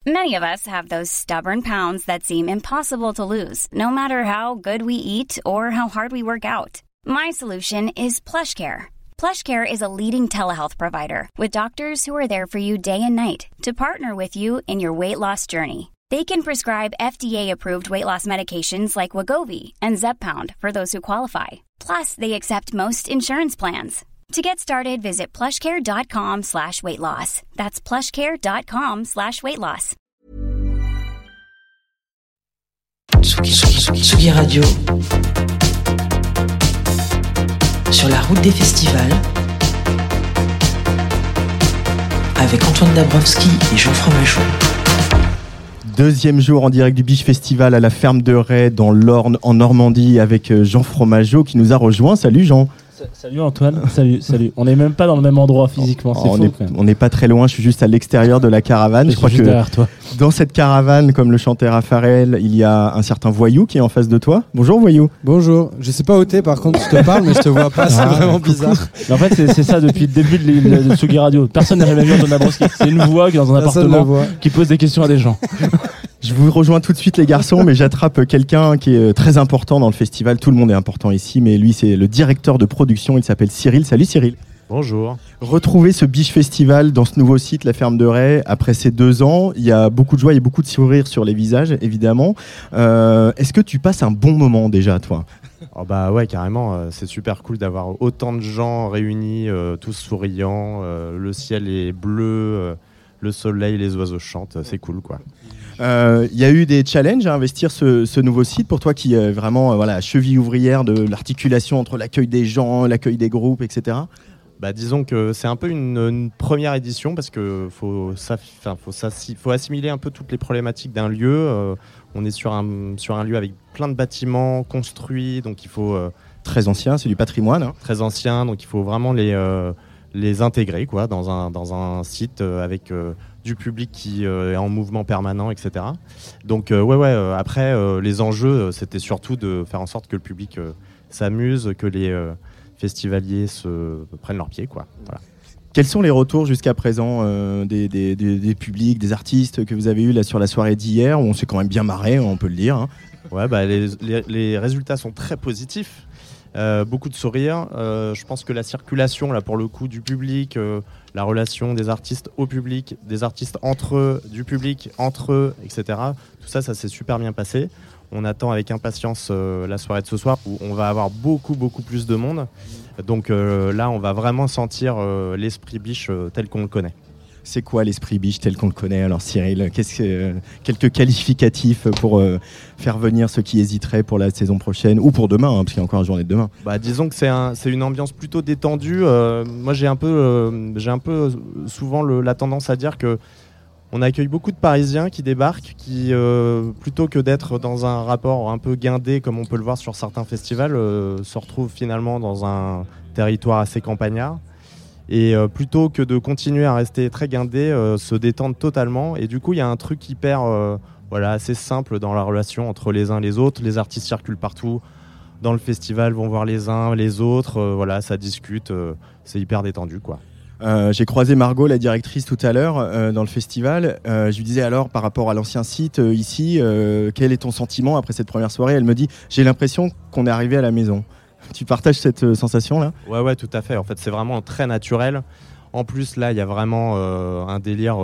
Many of us have those stubborn pounds that seem impossible to lose, no matter how good we eat or how hard we work out. My solution is PlushCare. PlushCare is a leading telehealth provider with doctors who are there for you day and night to partner with you in your weight loss journey. They can prescribe FDA-approved weight loss medications like Wegovy and Zepbound for those who qualify. Plus, they accept most insurance plans. To get started, visit plushcare.com/weightloss. That's plushcare.com/weightloss. Tsugi Radio. Sur la route des festivals. Avec Antoine Dabrowski et Jean Fromageau. Deuxième jour en direct du Biche Festival à la ferme de Ray dans l'Orne en Normandie avec Jean Fromageau qui nous a rejoint. Salut Jean. Salut Antoine, salut. On n'est même pas dans le même endroit physiquement, c'est faux. On n'est pas très loin, je suis juste à l'extérieur de la caravane. Je crois que derrière toi. Dans cette caravane, comme le chantait Raphaël, il y a un certain Voyou qui est en face de toi. Bonjour Voyou. Bonjour, je sais pas ôter par contre, je te parle mais je te vois pas, c'est vraiment bizarre. Mais en fait c'est ça depuis le début de Tsugi Radio. Personne n'a jamais vu Antoine Dabrowski. C'est une voix qui est dans un appartement qui pose des questions à des gens. Je vous rejoins tout de suite les garçons, mais j'attrape quelqu'un qui est très important dans le festival. Tout le monde est important ici, mais lui c'est le directeur de production, il s'appelle Cyril. Salut Cyril. Bonjour. Retrouver ce Biche Festival dans ce nouveau site, la ferme de Ray, après ces 2 ans, il y a beaucoup de joie, il y a beaucoup de sourires sur les visages, évidemment. Est-ce que tu passes un bon moment déjà, toi ? Oh bah ouais, carrément, c'est super cool d'avoir autant de gens réunis, tous souriants, le ciel est bleu, le soleil, les oiseaux chantent, c'est cool quoi. Il y a eu des challenges à investir ce nouveau site pour toi qui est vraiment cheville ouvrière de l'articulation entre l'accueil des gens, l'accueil des groupes, etc. Bah, disons que c'est un peu une première édition parce que faut assimiler un peu toutes les problématiques d'un lieu. On est sur un lieu avec plein de bâtiments construits, donc il faut très ancien, c'est du patrimoine. Hein. Très ancien, donc il faut vraiment les intégrer quoi dans un site avec du public qui est en mouvement permanent, etc. Donc après les enjeux c'était surtout de faire en sorte que le public s'amuse, que les festivaliers se prennent leurs pieds quoi. Voilà. Quels sont les retours jusqu'à présent des publics, des artistes que vous avez eu là sur la soirée d'hier où on s'est quand même bien marré, on peut le dire. Hein. Ouais, bah les résultats sont très positifs. Beaucoup de sourires. Je pense que la circulation, là, pour le coup, du public, la relation des artistes au public, des artistes entre eux, du public entre eux, etc. Tout ça s'est super bien passé. On attend avec impatience la soirée de ce soir où on va avoir beaucoup plus de monde. Donc là, on va vraiment sentir l'esprit biche tel qu'on le connaît. C'est quoi l'esprit biche tel qu'on le connaît alors Cyril ? Quelques qualificatifs pour faire venir ceux qui hésiteraient pour la saison prochaine ou pour demain, parce qu'il y a encore une journée de demain. Bah, disons que c'est une ambiance plutôt détendue. Moi j'ai un peu souvent la tendance à dire que on accueille beaucoup de Parisiens qui débarquent, qui plutôt que d'être dans un rapport un peu guindé comme on peut le voir sur certains festivals, se retrouvent finalement dans un territoire assez campagnard. Et plutôt que de continuer à rester très guindé, se détendre totalement. Et du coup, il y a un truc hyper assez simple dans la relation entre les uns et les autres. Les artistes circulent partout dans le festival, vont voir les uns, les autres. Ça discute. C'est hyper détendu, quoi. J'ai croisé Margot, la directrice, tout à l'heure dans le festival. Je lui disais alors, par rapport à l'ancien site ici, quel est ton sentiment après cette première soirée ? Elle me dit, j'ai l'impression qu'on est arrivé à la maison. Tu partages cette sensation-là ? Ouais, tout à fait. En fait, c'est vraiment très naturel. En plus, là, il y a vraiment un délire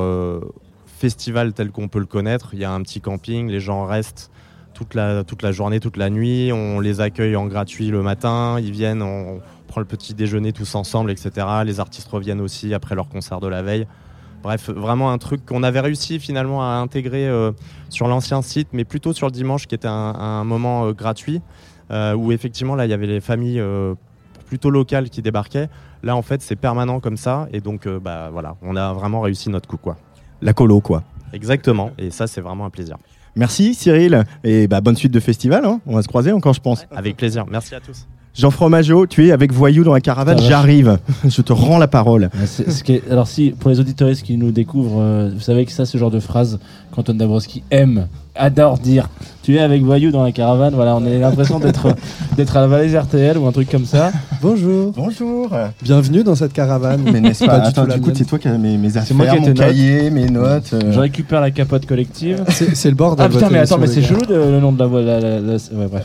festival tel qu'on peut le connaître. Il y a un petit camping, les gens restent toute la journée, toute la nuit. On les accueille en gratuit le matin. Ils viennent, on prend le petit déjeuner tous ensemble, etc. Les artistes reviennent aussi après leur concert de la veille. Bref, vraiment un truc qu'on avait réussi finalement à intégrer sur l'ancien site, mais plutôt sur le dimanche, qui était un moment gratuit. Où effectivement là il y avait les familles plutôt locales qui débarquaient. Là en fait c'est permanent comme ça et donc on a vraiment réussi notre coup quoi. La colo quoi. Exactement et ça c'est vraiment un plaisir. Merci Cyril et bonne suite de festival, hein. On va se croiser encore je pense. Avec plaisir, merci à tous. Jean Fromageau, tu es avec Voyou dans la caravane, j'arrive. Je te rends la parole. Alors si, pour les auditeuristes qui nous découvrent, vous savez que ça, ce genre de phrase qu'Antoine Dabrowski adore dire. Tu es avec Voyou dans la caravane, voilà, on a l'impression d'être à la Valais RTL ou un truc comme ça. Bonjour. Bienvenue dans cette caravane. Mais n'est-ce pas? Attends, du coup, c'est toi qui as mes affaires, mon cahier, mes notes. Je récupère la capote collective. C'est le bordel. Ah putain, mais attends, mais c'est chelou le nom de la voix. Ouais, bref.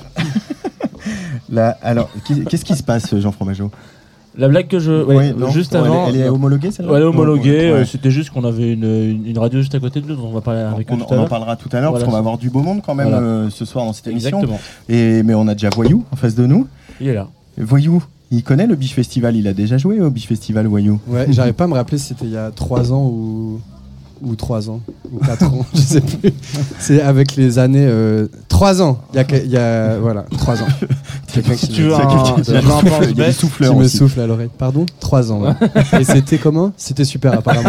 Là, alors, qu'est-ce qui se passe, Jean Fromageau? La blague que juste avant. Elle est homologuée, celle-là? Elle est homologuée. C'était juste qu'on avait une radio juste à côté de nous, donc on va parler avec eux tout à l'heure. On en parlera tout à l'heure, parce qu'on va avoir du beau monde quand même ce soir dans cette émission. Exactement. Mais on a déjà Voyou en face de nous. Il est là. Voyou, il connaît le Biche Festival, il a déjà joué au Biche Festival, Voyou. Ouais, j'arrive pas à me rappeler si c'était il y a 3 ans ou 3 ans, ou 4 ans, je sais plus. C'est avec les années... 3 ans, il y a voilà, 3 ans. Quelqu'un qui me souffle à l'oreille. Pardon ? 3 ans, ouais. Et c'était comment ? C'était super, apparemment.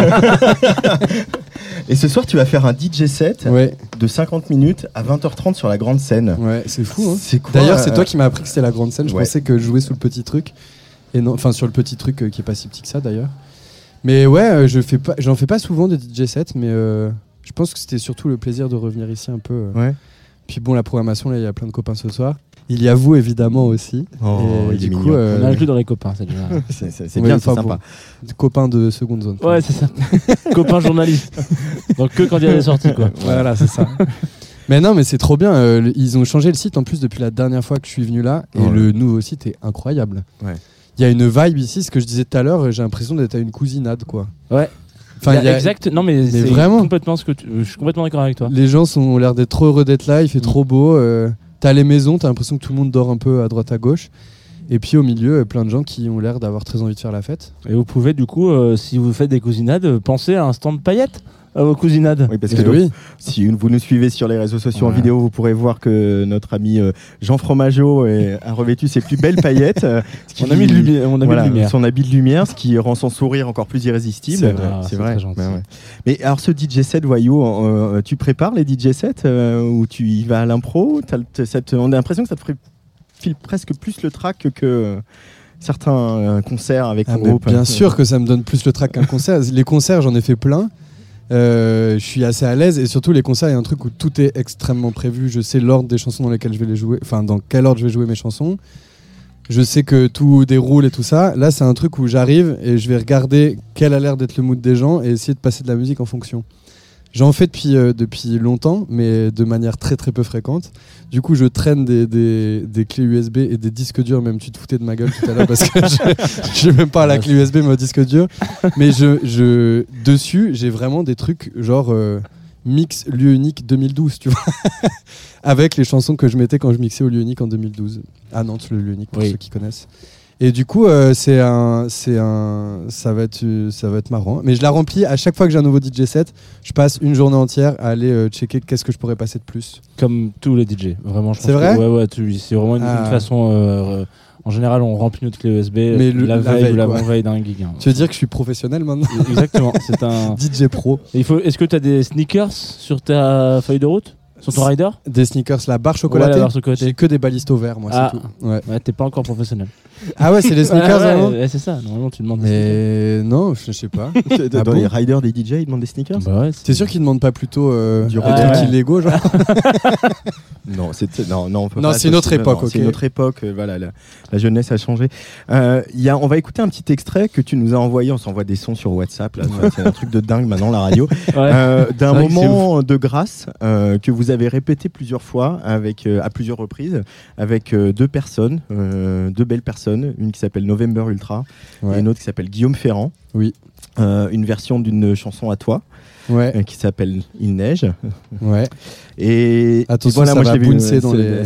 Et ce soir, tu vas faire un DJ set de 50 minutes à 20h30 sur la grande scène. Ouais, c'est fou, hein. C'est quoi, D'ailleurs, c'est toi qui m'as appris que c'était la grande scène. Je pensais que je jouais sous le petit truc. Et non, enfin, sur le petit truc qui est pas si petit que ça, d'ailleurs. Mais ouais, j'en fais pas souvent de DJ sets, mais je pense que c'était surtout le plaisir de revenir ici un peu. Ouais. Puis bon, la programmation, là, il y a plein de copains ce soir. Il y a vous, évidemment, aussi. Oh, et du coup, on a inclus dans les copains, c'est déjà. c'est bien, c'est sympa. Bon, copains de seconde zone. Ouais, c'est ça. Copains journalistes. Donc que quand il y a des sorties, quoi. Voilà, c'est ça. Mais non, mais c'est trop bien. Ils ont changé le site en plus depuis la dernière fois que je suis venu là. Et le nouveau site est incroyable. Ouais. Il y a une vibe ici, ce que je disais tout à l'heure, j'ai l'impression d'être à une cousinade, quoi. Ouais. Enfin, exact. Non, mais c'est vraiment complètement je suis complètement d'accord avec toi. Les gens ont l'air d'être trop heureux d'être là, il fait trop beau. T'as les maisons, t'as l'impression que tout le monde dort un peu à droite à gauche. Et puis au milieu, plein de gens qui ont l'air d'avoir très envie de faire la fête. Et vous pouvez du coup, si vous faites des cousinades, penser à un stand paillettes à vos cousinades. Oui, parce que si vous nous suivez sur les réseaux sociaux en vidéo, vous pourrez voir que notre ami Jean Fromageau a revêtu ses plus belles paillettes. On a mis de lumière. Son habit de lumière, ce qui rend son sourire encore plus irrésistible. C'est vrai. Mais alors ce DJ set, Voyou, tu prépares les DJ sets ou tu y vas à l'impro? On a l'impression que ça te file presque plus le track que certains concerts avec ton groupe. Bien sûr que ça me donne plus le track qu'un concert. Les concerts, j'en ai fait plein. Je suis assez à l'aise et surtout les concerts, il y a un truc où tout est extrêmement prévu. Je sais l'ordre des chansons dans lesquelles je vais les jouer, enfin dans quel ordre je vais jouer mes chansons. Je sais que tout déroule et tout ça. Là, c'est un truc où j'arrive et je vais regarder quel a l'air d'être le mood des gens et essayer de passer de la musique en fonction. J'en fais depuis longtemps, mais de manière très très peu fréquente. Du coup, je traîne des clés USB et des disques durs. Même tu te foutais de ma gueule tout à l'heure parce que je n'ai même pas la clé USB, mais au disque dur. Mais dessus, j'ai vraiment des trucs genre mix lieu unique 2012, tu vois, avec les chansons que je mettais quand je mixais au lieu unique en 2012 à Nantes, le lieu unique pour ceux qui connaissent. Et du coup, ça va être marrant. Mais je la remplis à chaque fois que j'ai un nouveau DJ set. Je passe une journée entière à aller checker qu'est-ce que je pourrais passer de plus. Comme tous les DJ, vraiment. C'est vrai ? Ouais, c'est vraiment une façon. En général, on remplit notre clé USB la veille ou l'avant-veille d'un gig. Hein. Tu veux dire que je suis professionnel maintenant ? Exactement. C'est un DJ pro. Est-ce que tu as des sneakers sur ta feuille de route ? Sur ton rider ? Des sneakers, la barre chocolatée. La barre chocolatée. J'ai que des balistos verts, moi, c'est tout. Ouais, t'es pas encore professionnel. Ah ouais, c'est les sneakers, vraiment ? Ouais, c'est ça. Normalement, tu demandes des sneakers. Non, je sais pas. Dans les riders des DJ, ils demandent des sneakers ? Bah ouais. T'es sûr qu'ils demandent pas plutôt du trucs illégaux, genre ? Non, c'est une autre époque. C'est une autre époque. Voilà, la jeunesse a changé. On va écouter un petit extrait que tu nous as envoyé. On s'envoie des sons sur WhatsApp. Là, c'est un truc de dingue maintenant, la radio. D'un moment de grâce que vous avez répété plusieurs fois à plusieurs reprises avec deux personnes, deux belles personnes, une qui s'appelle November Ultra et une autre qui s'appelle Guillaume Ferrand. Oui. Une version d'une chanson à toi. Qui s'appelle Il neige. Ouais. Et attention, voilà, ça va bouncer dans les.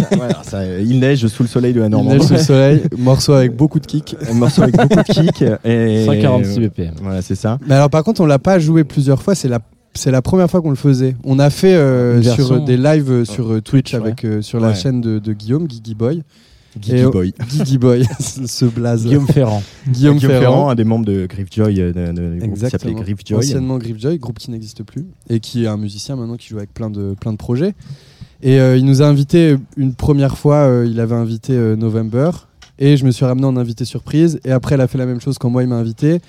Il neige sous le soleil de la Normandie. Il neige sous le soleil. Morceau avec beaucoup de kick. Morceau avec beaucoup de kick. Et 146 BPM. Voilà, c'est ça. Mais alors, par contre, on l'a pas joué plusieurs fois. C'est la première fois qu'on le faisait. On a fait sur des lives sur Twitch avec sur la chaîne de Guillaume, Guigui Boy. Guigui Boy, ce blaze. Guillaume Ferrand. Guillaume Ferrand, un des membres de Griffjoy, qui s'appelait Griffjoy. Anciennement Griffjoy, groupe qui n'existe plus, et qui est un musicien maintenant qui joue avec plein de projets. Et il nous a invités une première fois, il avait invité November, Et je me suis ramené en invité surprise. Et après, elle a fait la même chose quand moi, il m'a invité.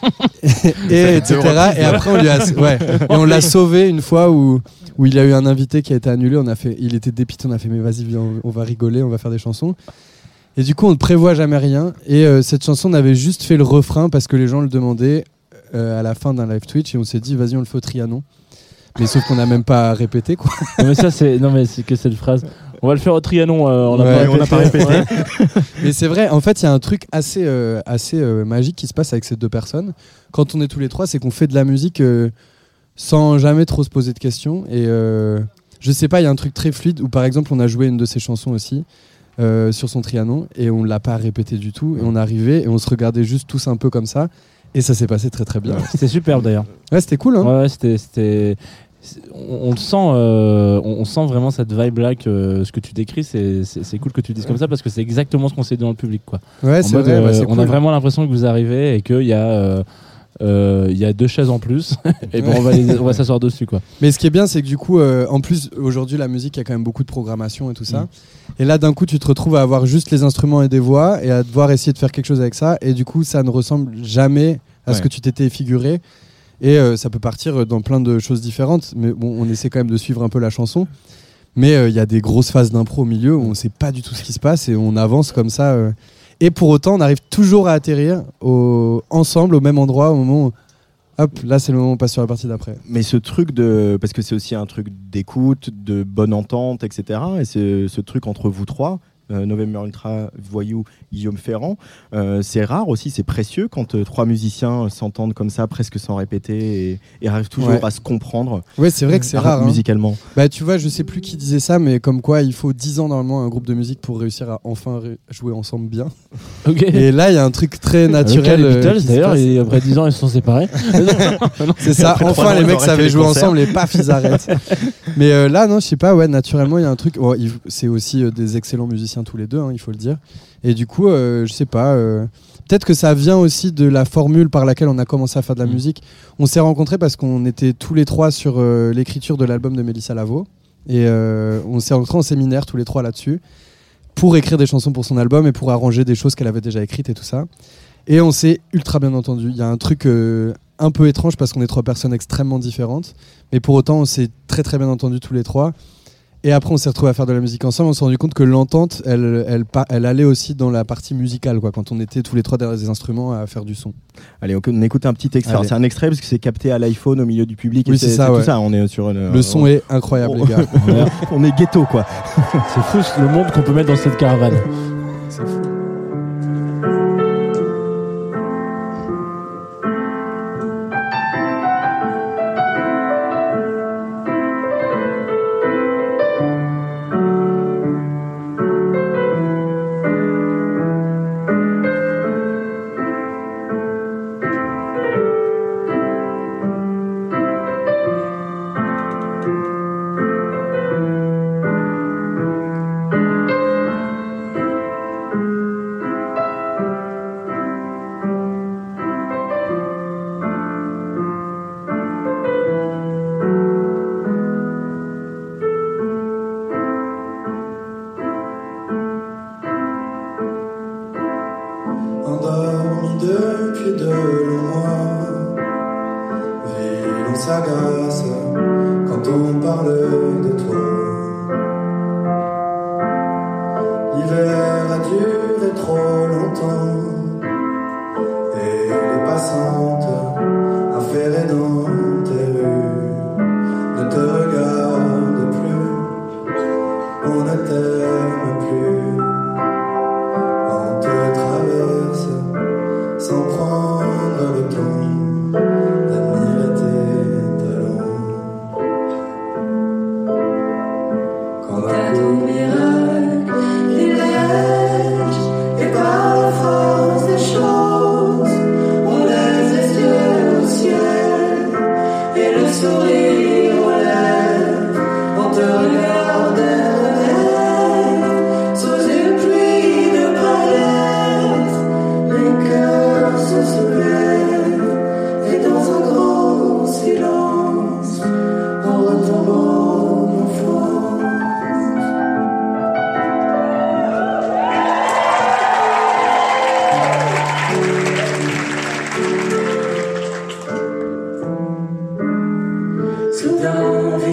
et etc. Et après, on l'a sauvé une fois où il a eu un invité qui a été annulé. Il était dépité. On a fait, mais vas-y, viens, on va rigoler, on va faire des chansons. Et du coup, on ne prévoit jamais rien. Et cette chanson, on avait juste fait le refrain parce que les gens le demandaient à la fin d'un live Twitch. Et on s'est dit, vas-y, on le fait au Trianon. Mais sauf qu'on n'a même pas répété, quoi. Non, mais c'est que cette phrase. On va le faire au Trianon, on n'a pas répété. Ouais. Mais c'est vrai, en fait, il y a un truc assez magique qui se passe avec ces deux personnes. Quand on est tous les trois, c'est qu'on fait de la musique sans jamais trop se poser de questions. Et je sais pas, il y a un truc très fluide où, par exemple, on a joué une de ses chansons aussi sur son Trianon et on l'a pas répété du tout. Et on arrivait et on se regardait juste tous un peu comme ça. Et ça s'est passé très très bien. C'était superbe d'ailleurs. Ouais, c'était cool, hein. Ouais, c'était... On le sent, on sent vraiment cette vibe là que ce que tu décris, c'est cool que tu dises comme ça parce que c'est exactement ce qu'on s'est dit dans le public, quoi. Ouais, c'est vrai. C'est on cool. a vraiment l'impression que vous arrivez et qu'il y a 2 chaises en plus et bon, on va s'asseoir dessus, quoi. Mais ce qui est bien, c'est que du coup, en plus aujourd'hui la musique, il y a quand même beaucoup de programmation et tout ça. Et là, d'un coup, tu te retrouves à avoir juste les instruments et des voix et à devoir essayer de faire quelque chose avec ça. Et du coup, ça ne ressemble jamais à ce que tu t'étais figuré. Et ça peut partir dans plein de choses différentes. Mais bon, on essaie quand même de suivre un peu la chanson. Mais il y a des grosses phases d'impro au milieu où on ne sait pas du tout ce qui se passe et on avance comme ça. Et pour autant, on arrive toujours à atterrir ensemble au même endroit au moment où, hop, là c'est le moment où on passe sur la partie d'après. Mais ce truc parce que c'est aussi un truc d'écoute, de bonne entente, etc. Et c'est ce truc entre vous trois, November Ultra, Voyou, Guillaume Ferrand, c'est rare aussi, c'est précieux quand 3 musiciens s'entendent comme ça, presque sans répéter, et arrivent toujours à se comprendre. Ouais, c'est vrai que c'est rare, musicalement. Bah, tu vois, je sais plus qui disait ça, mais comme quoi il faut 10 ans normalement à un groupe de musique pour réussir à enfin jouer ensemble bien. Okay. Et là, il y a un truc très naturel. Les Beatles, d'ailleurs, après 10 ans, ils se sont séparés. C'est ça, enfin les mecs savaient jouer ensemble et paf, ils arrêtent. Mais là, non, je sais pas, naturellement, il y a un truc. C'est aussi des excellents musiciens tous les deux, il faut le dire. Et du coup, je sais pas, peut-être que ça vient aussi de la formule par laquelle on a commencé à faire de la musique. On s'est rencontrés parce qu'on était tous les trois sur l'écriture de l'album de Mélissa Lavo. Et on s'est rencontrés en séminaire tous les trois là-dessus pour écrire des chansons pour son album et pour arranger des choses qu'elle avait déjà écrites et tout ça. Et on s'est ultra bien entendu. Il y a un truc un peu étrange parce qu'on est 3 personnes extrêmement différentes. Mais pour autant, on s'est très très bien entendus tous les 3. Et après, on s'est retrouvés à faire de la musique ensemble. On s'est rendu compte que l'entente, elle allait aussi dans la partie musicale, quoi, quand on était tous les 3 derrière des instruments à faire du son. Allez, on écoute un petit extrait. Alors, c'est un extrait parce que c'est capté à l'iPhone au milieu du public. Oui, c'est ça. Tout ça. On est sur le son est incroyable, les gars. On est ghetto, quoi. C'est fou le monde qu'on peut mettre dans cette caravane. C'est fou.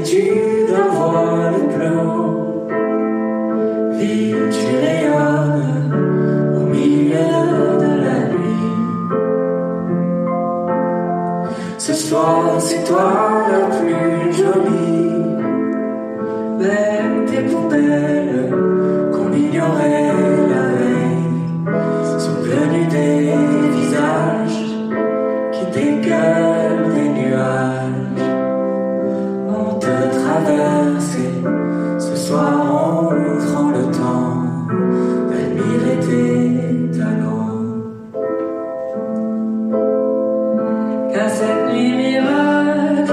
tu d'envoi le plus haut. Vie, tu rayonnes au milieu de la nuit. Ce soir, c'est toi la plus jolie. Même tes poubelles qu'on ignorait la veille sont venues des visages qui dégueulent des nuages. On te traversait ce soir en ouvrant le temps d'admirer tes talons. Car cette nuit miracle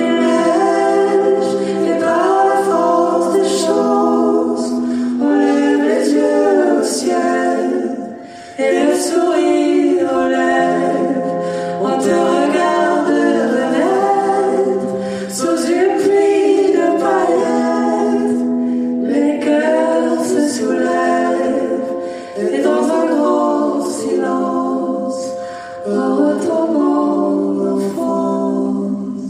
et par la force des choses, on lève les yeux au ciel et le sourire aux lèvres. On te regarde renaître sous une pluie de paillettes. Les cœurs se soulèvent et dans un grand silence, en retombant en France.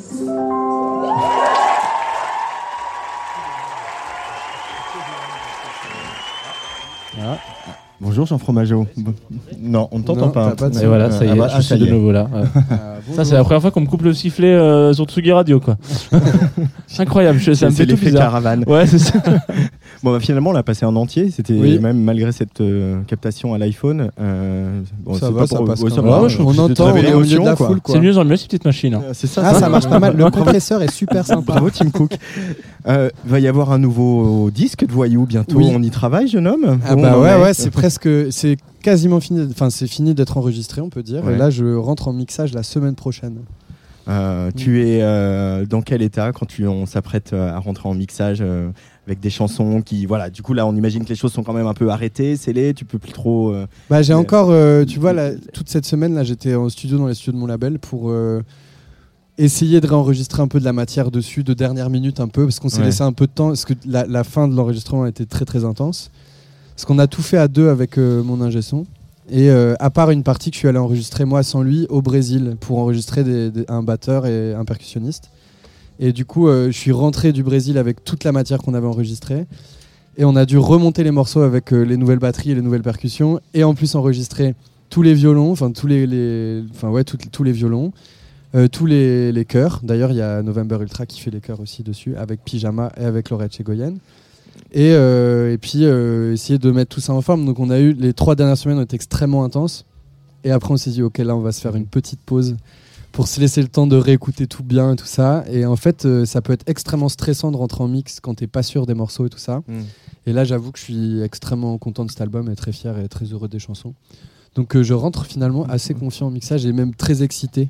Ah. Bonjour Jean Fromageau. Non, on ne t'entend Non, pas. t'as pas de Et voilà, ça y est, je suis de nouveau là. Ouais. Ça, c'est la première fois qu'on me coupe le sifflet sur Tsugi Radio, quoi. C'est incroyable, ça me C'est fait tout l'effet bizarre. caravane. Ouais, c'est ça. Bon, bah, finalement, on l'a passé en entier. C'était Oui. même malgré cette captation à l'iPhone. Bon, Ça c'est va, pas ça pour- passe ouais, quand ça même. va, Ouais, je je trouve On que c'était entend très au belle milieu de la émotion, foule, quoi. C'est mieux en mieux, ces petites machines. Hein. C'est ça. Ah, ça marche pas mal. Le compresseur est super sympa. Bravo Tim Cook. Va y avoir un nouveau disque de Voyou bientôt. Oui. On y travaille, jeune homme. Ah Où bah on en est ouais, c'est quasiment fini. Enfin, c'est fini d'être enregistré, on peut dire. Ouais. Et là, je rentre en mixage la semaine prochaine. Tu es dans quel état quand on s'apprête à rentrer en mixage avec des chansons qui, voilà, du coup là on imagine que les choses sont quand même un peu arrêtées, scellées, tu peux plus trop. Bah, j'ai Mais- encore, tu vois, toute cette semaine là, j'étais en studio dans les studios de mon label pour essayer de réenregistrer un peu de la matière dessus, de dernière minute un peu, parce qu'on s'est Ouais. laissé un peu de temps, parce que la fin de l'enregistrement a été très très intense. Parce qu'on a tout fait à deux avec mon ingé son. Et à part une partie que je suis allé enregistrer moi sans lui au Brésil pour enregistrer un batteur et un percussionniste. Et du coup, je suis rentré du Brésil avec toute la matière qu'on avait enregistrée. Et on a dû remonter les morceaux avec les nouvelles batteries et les nouvelles percussions. Et en plus enregistrer tous les violons, enfin tous les violons, tous les chœurs. D'ailleurs, il y a November Ultra qui fait les chœurs aussi dessus, avec Pyjama et avec Laurette Chegoyen. Et puis essayer de mettre tout ça en forme. Donc on a eu les 3 dernières semaines ont été extrêmement intenses. Et après on s'est dit ok, là on va se faire une petite pause pour se laisser le temps de réécouter tout bien et tout ça. Et en fait ça peut être extrêmement stressant de rentrer en mix quand t'es pas sûr des morceaux et tout ça. Et là j'avoue que je suis extrêmement content de cet album et très fier et très heureux des chansons. Donc je rentre finalement assez confiant en mixage et même très excité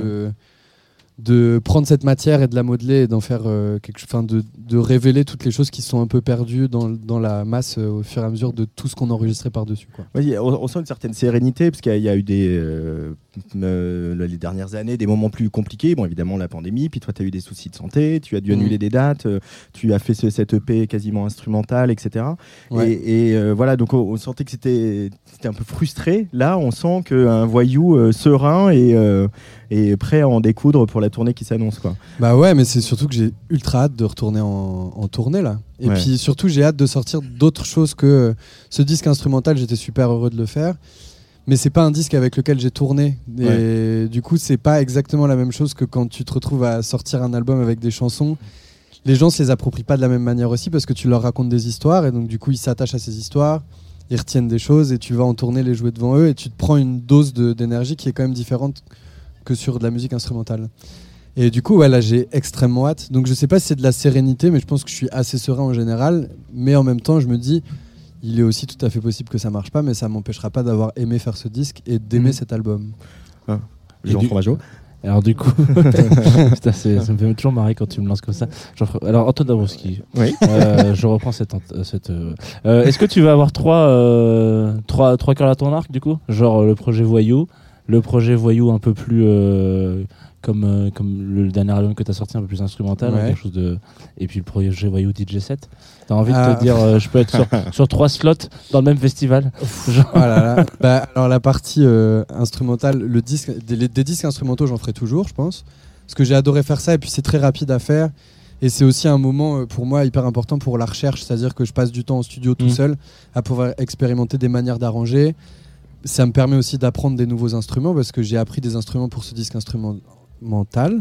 de prendre cette matière et de la modeler et d'en faire quelque chose, de révéler toutes les choses qui sont un peu perdues dans la masse au fur et à mesure de tout ce qu'on enregistrait par-dessus, quoi. Ouais, on sent une certaine sérénité parce qu'il y a eu les dernières années des moments plus compliqués. Bon, évidemment la pandémie, puis toi tu as eu des soucis de santé, tu as dû annuler des dates, tu as fait cette EP quasiment instrumentale, etc. Ouais. Et voilà, donc on sentait que c'était un peu frustré. Là, on sent qu'un Voyou serein et prêt à en découdre pour la tournée qui s'annonce, quoi. Bah ouais, mais c'est surtout que j'ai ultra hâte de retourner en tournée là. Et Ouais. puis surtout j'ai hâte de sortir d'autres choses que ce disque instrumental. J'étais super heureux de le faire, mais c'est pas un disque avec lequel j'ai tourné. Et du coup c'est pas exactement la même chose que quand tu te retrouves à sortir un album avec des chansons. Les gens se les approprient pas de la même manière aussi parce que tu leur racontes des histoires et donc du coup ils s'attachent à ces histoires, ils retiennent des choses et tu vas en tournée les jouer devant eux et tu te prends une dose d'énergie qui est quand même différente que sur de la musique instrumentale. Et du coup, ouais, là, j'ai extrêmement hâte. Donc, je sais pas si c'est de la sérénité, mais je pense que je suis assez serein en général. Mais en même temps, je me dis, il est aussi tout à fait possible que ça marche pas, mais ça m'empêchera pas d'avoir aimé faire ce disque et d'aimer cet album. Jean Fromageau. Alors du coup, putain, ça me fait toujours marrer quand tu me lances comme ça. Alors Antoine Dabrowski, Oui. je reprends cette est-ce que tu vas avoir trois cordes à ton arc du coup, genre le projet Voyou un peu plus comme le dernier album que tu as sorti un peu plus instrumental, Ouais. quelque chose de, et puis le projet Voyou DJ 7. T'as envie de Ah. te dire je peux être sur 3 slots dans le même festival. Genre... Oh là là. Bah, alors la partie instrumentale, le disque, des disques instrumentaux, j'en ferai toujours, je pense, parce que j'ai adoré faire ça et puis c'est très rapide à faire. Et c'est aussi un moment pour moi hyper important pour la recherche, c'est-à-dire que je passe du temps en studio tout seul à pouvoir expérimenter des manières d'arranger. Ça me permet aussi d'apprendre des nouveaux instruments parce que j'ai appris des instruments pour ce disque instrumental.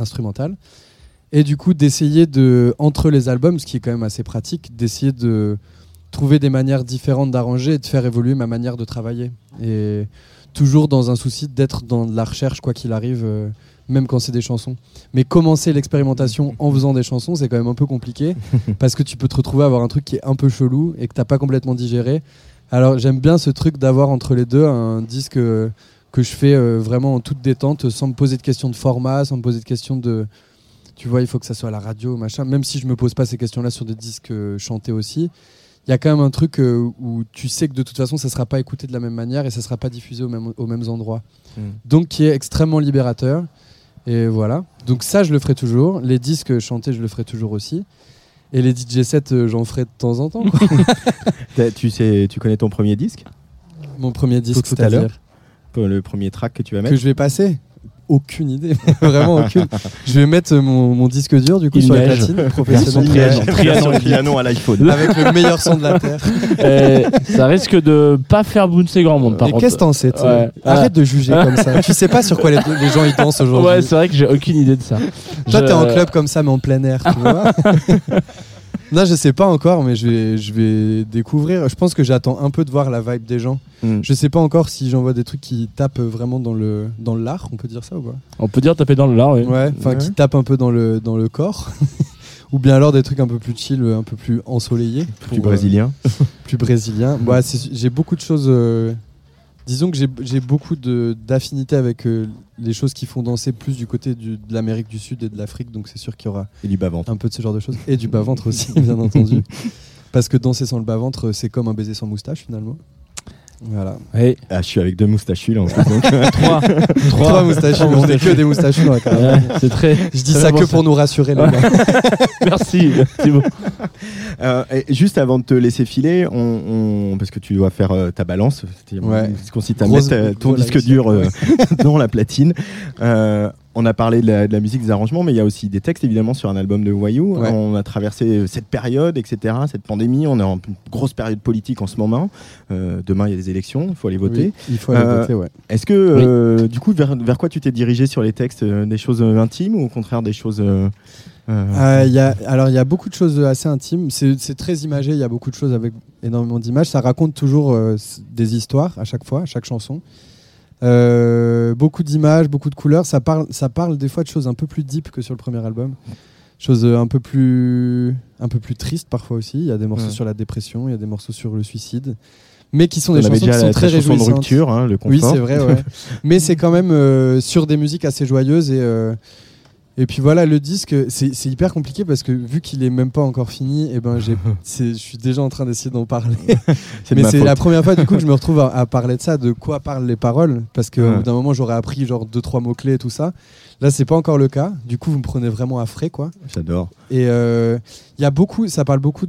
Et du coup d'essayer entre les albums, ce qui est quand même assez pratique, d'essayer de trouver des manières différentes d'arranger et de faire évoluer ma manière de travailler. Et toujours dans un souci d'être dans de la recherche quoi qu'il arrive, même quand c'est des chansons. Mais commencer l'expérimentation en faisant des chansons, c'est quand même un peu compliqué parce que tu peux te retrouver à avoir un truc qui est un peu chelou et que t'as pas complètement digéré. Alors j'aime bien ce truc d'avoir entre les deux un disque que je fais vraiment en toute détente, sans me poser de questions de format, sans me poser de questions de... Tu vois, il faut que ça soit à la radio, machin. Même si je me pose pas ces questions-là sur des disques chantés aussi, il y a quand même un truc où tu sais que de toute façon, ça sera pas écouté de la même manière et ça sera pas diffusé aux mêmes endroits. Donc qui est extrêmement libérateur. Et voilà. Donc ça, je le ferai toujours. Les disques chantés, je le ferai toujours aussi. Et les DJ sets, j'en ferai de temps en temps. Tu connais ton premier disque ? Mon premier disque, tout à l'heure. Le premier track que tu vas mettre ? Que je vais passer ? Aucune idée, vraiment aucune. Je vais mettre mon disque dur du coup sur les platines professionnelles. Trianon à l'iPhone. Avec le meilleur son de la Terre. Ça risque de pas faire bouncer grand monde par contre. Qu'est-ce que t'en sais Arrête de juger comme ça. Tu sais pas sur quoi les gens ils dansent aujourd'hui. Ouais, c'est vrai que j'ai aucune idée de ça. Toi t'es en club comme ça mais en plein air, tu vois. Non, je sais pas encore, mais je vais découvrir. Je pense que j'attends un peu de voir la vibe des gens. Je sais pas encore si j'envoie des trucs qui tapent vraiment dans l'art, on peut dire ça ou pas ? On peut dire taper dans le lard, oui. Ouais, enfin qui tapent un peu dans le corps. Ou bien alors des trucs un peu plus chill, un peu plus ensoleillés. Plus brésilien. Plus brésilien. Bah, j'ai beaucoup de choses... Disons que j'ai beaucoup d'affinité avec les choses qui font danser plus du côté de l'Amérique du Sud et de l'Afrique, donc c'est sûr qu'il y aura et du bas-ventre. Un peu de ce genre de choses. Et du bas-ventre aussi, bien entendu. Parce que danser sans le bas-ventre, c'est comme un baiser sans moustache finalement. Voilà. Et je suis avec 2 moustachus là en fait. Donc 3 moustachus, on n'est que des moustachus dans la caravane. C'est très. Je dis ça que pour nous rassurer les gars. Merci Thibaut. Juste avant de te laisser filer, parce que tu dois faire ta balance, ce qu'on cite à mettre ton disque dur dans la platine. On a parlé de la musique, des arrangements, mais il y a aussi des textes évidemment sur un album de Voyou. Ouais. On a traversé cette période, etc., cette pandémie. On est en grosse période politique en ce moment. Demain, il y a des élections, il faut aller voter. Oui, il faut aller voter, ouais. Est-ce que, du coup, vers quoi tu t'es dirigé sur les textes ? Des choses intimes ou au contraire des choses... Alors, il y a beaucoup de choses assez intimes. C'est très imagé, il y a beaucoup de choses avec énormément d'images. Ça raconte toujours des histoires à chaque fois, à chaque chanson. Beaucoup d'images, beaucoup de couleurs. Ça parle des fois de choses un peu plus deep que sur le premier album. Choses un peu plus tristes parfois aussi. Il y a des morceaux sur la dépression, il y a des morceaux sur le suicide. Mais qui sont des chansons qui sont très réjouissantes. De rupture, le confort. Oui, c'est vrai, ouais. Mais c'est quand même sur des musiques assez joyeuses et puis voilà, le disque, c'est hyper compliqué parce que vu qu'il est même pas encore fini, je suis déjà en train d'essayer d'en parler. Mais c'est la première fois du coup que je me retrouve à parler de ça, de quoi parlent les paroles, parce qu'au bout d'un moment j'aurais appris genre 2-3 mots-clés et tout ça. Là c'est pas encore le cas, du coup vous me prenez vraiment à frais quoi. J'adore. Et ça parle beaucoup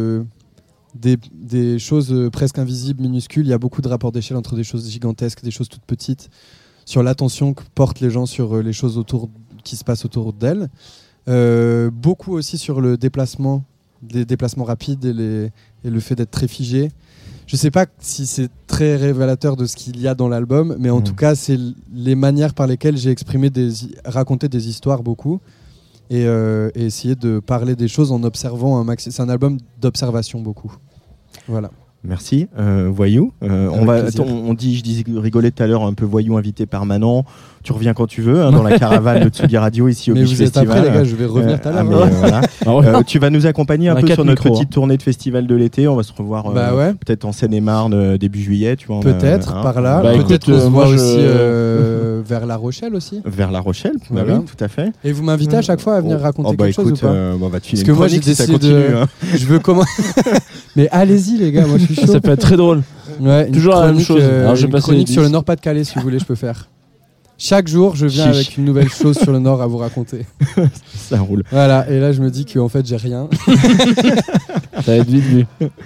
des choses presque invisibles, minuscules. Il y a beaucoup de rapports d'échelle entre des choses gigantesques, des choses toutes petites, sur l'attention que portent les gens sur les choses qui se passent autour d'elle. Beaucoup aussi sur le déplacement, des déplacements rapides et le fait d'être très figé. Je sais pas si c'est très révélateur de ce qu'il y a dans l'album, mais en tout cas, c'est les manières par lesquelles j'ai raconté des histoires beaucoup et essayé de parler des choses en observant un maximum. C'est un album d'observation beaucoup. Voilà. Merci. Voyou. Je rigolais tout à l'heure, un peu Voyou invité permanent. Tu reviens quand tu veux, dans la caravane de Tsugi Radio ici au Beach Festival. Mais vous êtes après les gars, je vais revenir tout à l'heure. Voilà. Tu vas nous accompagner un peu sur notre petite tournée de festival de l'été. On va se revoir peut-être en Seine-et-Marne début juillet. Tu vois, peut-être par là. Peut-être on se voit aussi vers La Rochelle aussi. Vers La Rochelle, oui, tout à fait. Et vous m'invitez à chaque fois à venir raconter quelque chose ou pas ? Parce que moi j'ai décidé je veux comment. Mais allez-y les gars, moi je suis chaud. Ça peut être très drôle. Ouais, toujours la même chose. Alors, je passe une chronique sur le Nord-Pas-de-Calais si vous voulez, je peux faire. Chaque jour, je viens avec une nouvelle chose sur le Nord à vous raconter. Ça roule. Voilà, et là je me dis qu'en fait j'ai rien. Ça va être vite vu.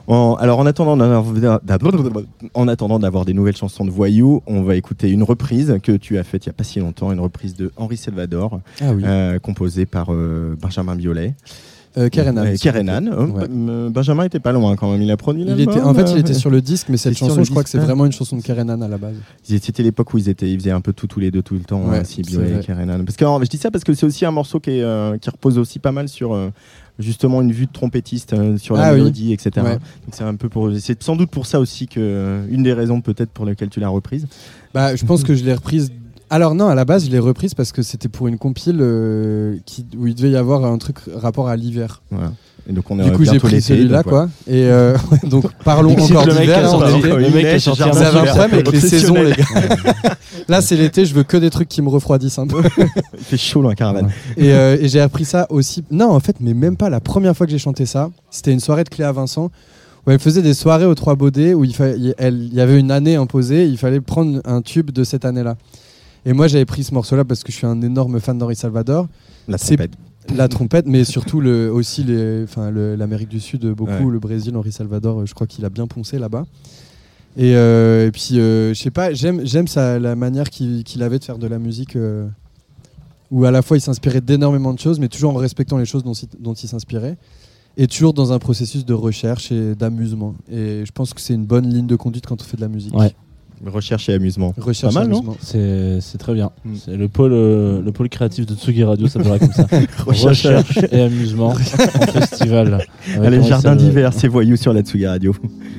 Alors en attendant d'avoir des nouvelles chansons de Voyou, on va écouter une reprise que tu as faite il n'y a pas si longtemps, une reprise de Henri Salvador, composée par Benjamin Biolay. Kerenan. Benjamin était pas loin quand même, il a produit l'album. En fait, il était sur le disque, mais cette chanson, je crois que c'est vraiment une chanson de Kerenan à la base. C'était l'époque où ils faisaient un peu tous les deux tout le temps, aussi Biolay et Kerenan. Parce que je dis ça parce que c'est aussi un morceau qui repose aussi pas mal sur justement une vue de trompettiste sur la mélodie, etc. Ouais. Donc c'est sans doute pour ça aussi que une des raisons peut-être pour lesquelles tu l'as reprise. Je pense que je l'ai reprise. Alors non, à la base, je l'ai reprise parce que c'était pour une compile où il devait y avoir un truc rapport à l'hiver. Voilà. Et donc du coup, j'ai pris celui-là, quoi. Et donc, parlons encore d'hiver. Le mec est sorti Vous avez un problème avec les saisons, les gars. Là, c'est l'été, je veux que des trucs qui me refroidissent un peu. Il fait chaud dans la caravane. Et j'ai appris ça aussi. Non, en fait, mais même pas la première fois que j'ai chanté ça. C'était une soirée de Cléa Vincent où elle faisait des soirées aux Trois Baudets où il y avait une année imposée. Il fallait prendre un tube de cette année-là. Et moi, j'avais pris ce morceau-là parce que je suis un énorme fan d'Henri Salvador. La trompette, mais surtout l'Amérique du Sud, beaucoup, le Brésil, Henri Salvador, je crois qu'il a bien poncé là-bas. Et puis, je sais pas, j'aime la manière qu'il avait de faire de la musique, où à la fois il s'inspirait d'énormément de choses, mais toujours en respectant les choses dont il s'inspirait, et toujours dans un processus de recherche et d'amusement. Et je pense que c'est une bonne ligne de conduite quand on fait de la musique. Ouais. Recherche et amusement. Recherche pas mal, et amusement. C'est très bien. C'est le pôle créatif de Tsugi Radio, ça pourrait comme ça. Recherche et amusement en festival. Allez, jardin d'hiver, c'est Voyou sur la Tsugi Radio.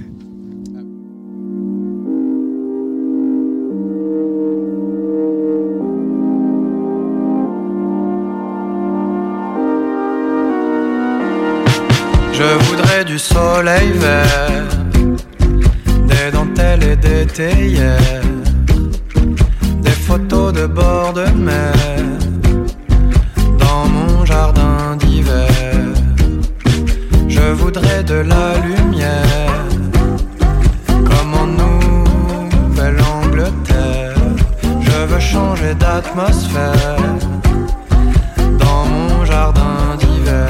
Je voudrais du soleil vert, des dentelles et des théières, des photos de bord de mer dans mon jardin d'hiver. Je voudrais de la lumière comme en Nouvelle-Angleterre. Je veux changer d'atmosphère dans mon jardin d'hiver.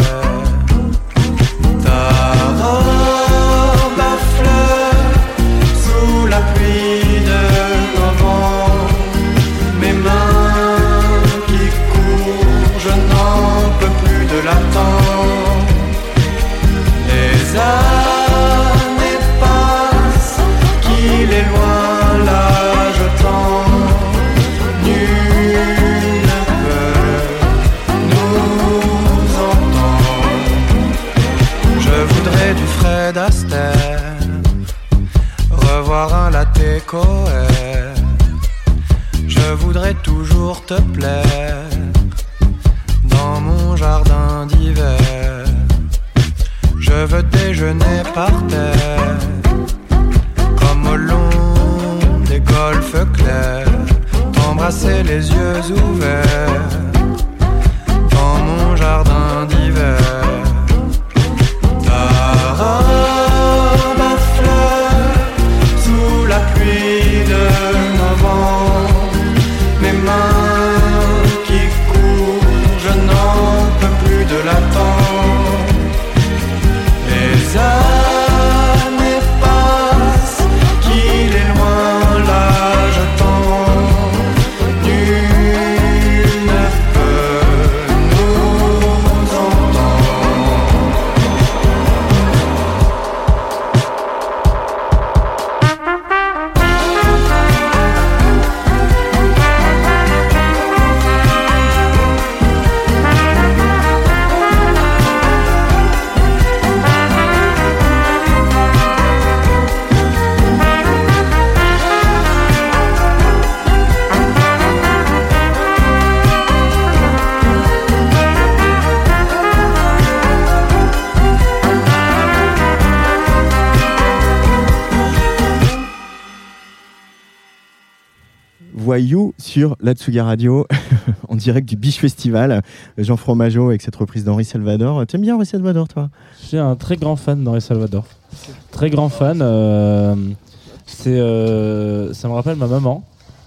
La pluie de novembre, mes mains qui courent, je n'en peux plus de l'attendre. Les années passent, qu'il est loin là je tends. Nul ne peut nous entendre. Je voudrais du Fred Astaire, revoir un latte coeur. Je voudrais toujours te plaire dans mon jardin d'hiver. Je veux déjeuner par terre comme au long des golfes clairs, t'embrasser les yeux ouverts dans mon jardin d'hiver. La pluie de novembre, mes mains qui courent, je n'en peux plus de l'attendre. Les années passent, qu'il est loin là je tends. Nul ne peut nous entendre. Voyou sur la Tsugi Radio en direct du Biche Festival. Jean Fromageau avec cette reprise d'Henri Salvador. T'aimes bien Henri Salvador, toi? Je suis un très grand fan d'Henri Salvador. Très grand fan. Ça me rappelle ma maman.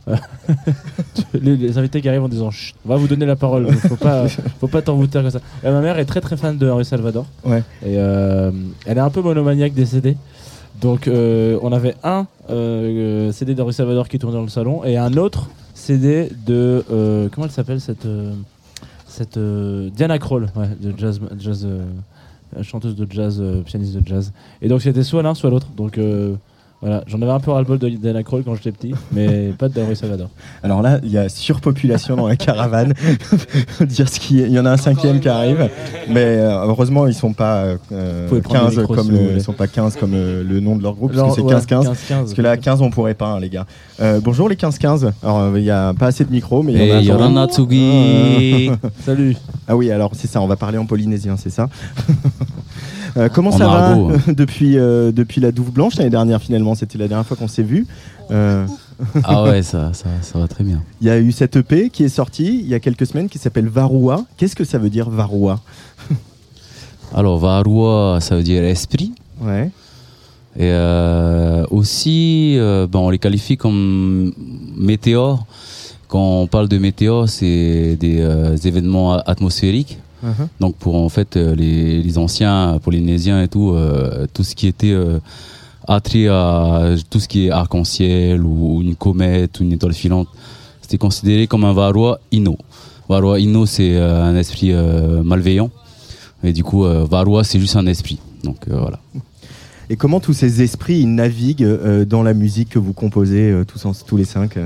Les invités qui arrivent en disant chut, on va vous donner la parole, faut pas t'en vous taire comme ça. Et ma mère est très très fan de Henri Salvador. Ouais. Et elle est un peu monomaniaque des CD. Donc on avait un CD d'Henri Salvador qui tournait dans le salon et un autre CD de comment elle s'appelle cette Diana Krall, ouais, de jazz chanteuse de jazz, pianiste de jazz. Et donc c'était soit l'un soit l'autre. Donc voilà, j'en avais un peu ras-le-bol de Diana Krall quand j'étais petit, mais pas d'Henri Salvador. Alors là, il y a surpopulation dans la caravane. Dire ce il y en a un cinquième qui arrive, mais heureusement ils sont pas 15 ils sont pas 15 comme le nom de leur groupe, parce que c'est 15-15. Parce que là 15 on pourrait pas, hein, les gars. Bonjour les 15-15. Alors il y a pas assez de micros, mais il y en a. Yoranatsugi. Salut. Ah oui, alors c'est ça, on va parler en polynésien, c'est ça. Comment ça va depuis la Douve Blanche l'année dernière? Finalement, c'était la dernière fois qu'on s'est vu. Ah ouais, ça va très bien. Il y a eu cette EP qui est sortie il y a quelques semaines qui s'appelle Varua. Qu'est-ce que ça veut dire Varua? Alors Varua, ça veut dire esprit. Ouais. Et aussi, on les qualifie comme météores. Quand on parle de météores, c'est des événements atmosphériques. Donc pour en fait les anciens polynésiens et tout ce qui était attrait à tout ce qui est arc-en-ciel ou une comète ou une étoile filante, c'était considéré comme un Varua Ino. Varua Ino, c'est un esprit malveillant, et du coup Varua, c'est juste un esprit. Donc voilà. Et comment tous ces esprits ils naviguent dans la musique que vous composez tous les 5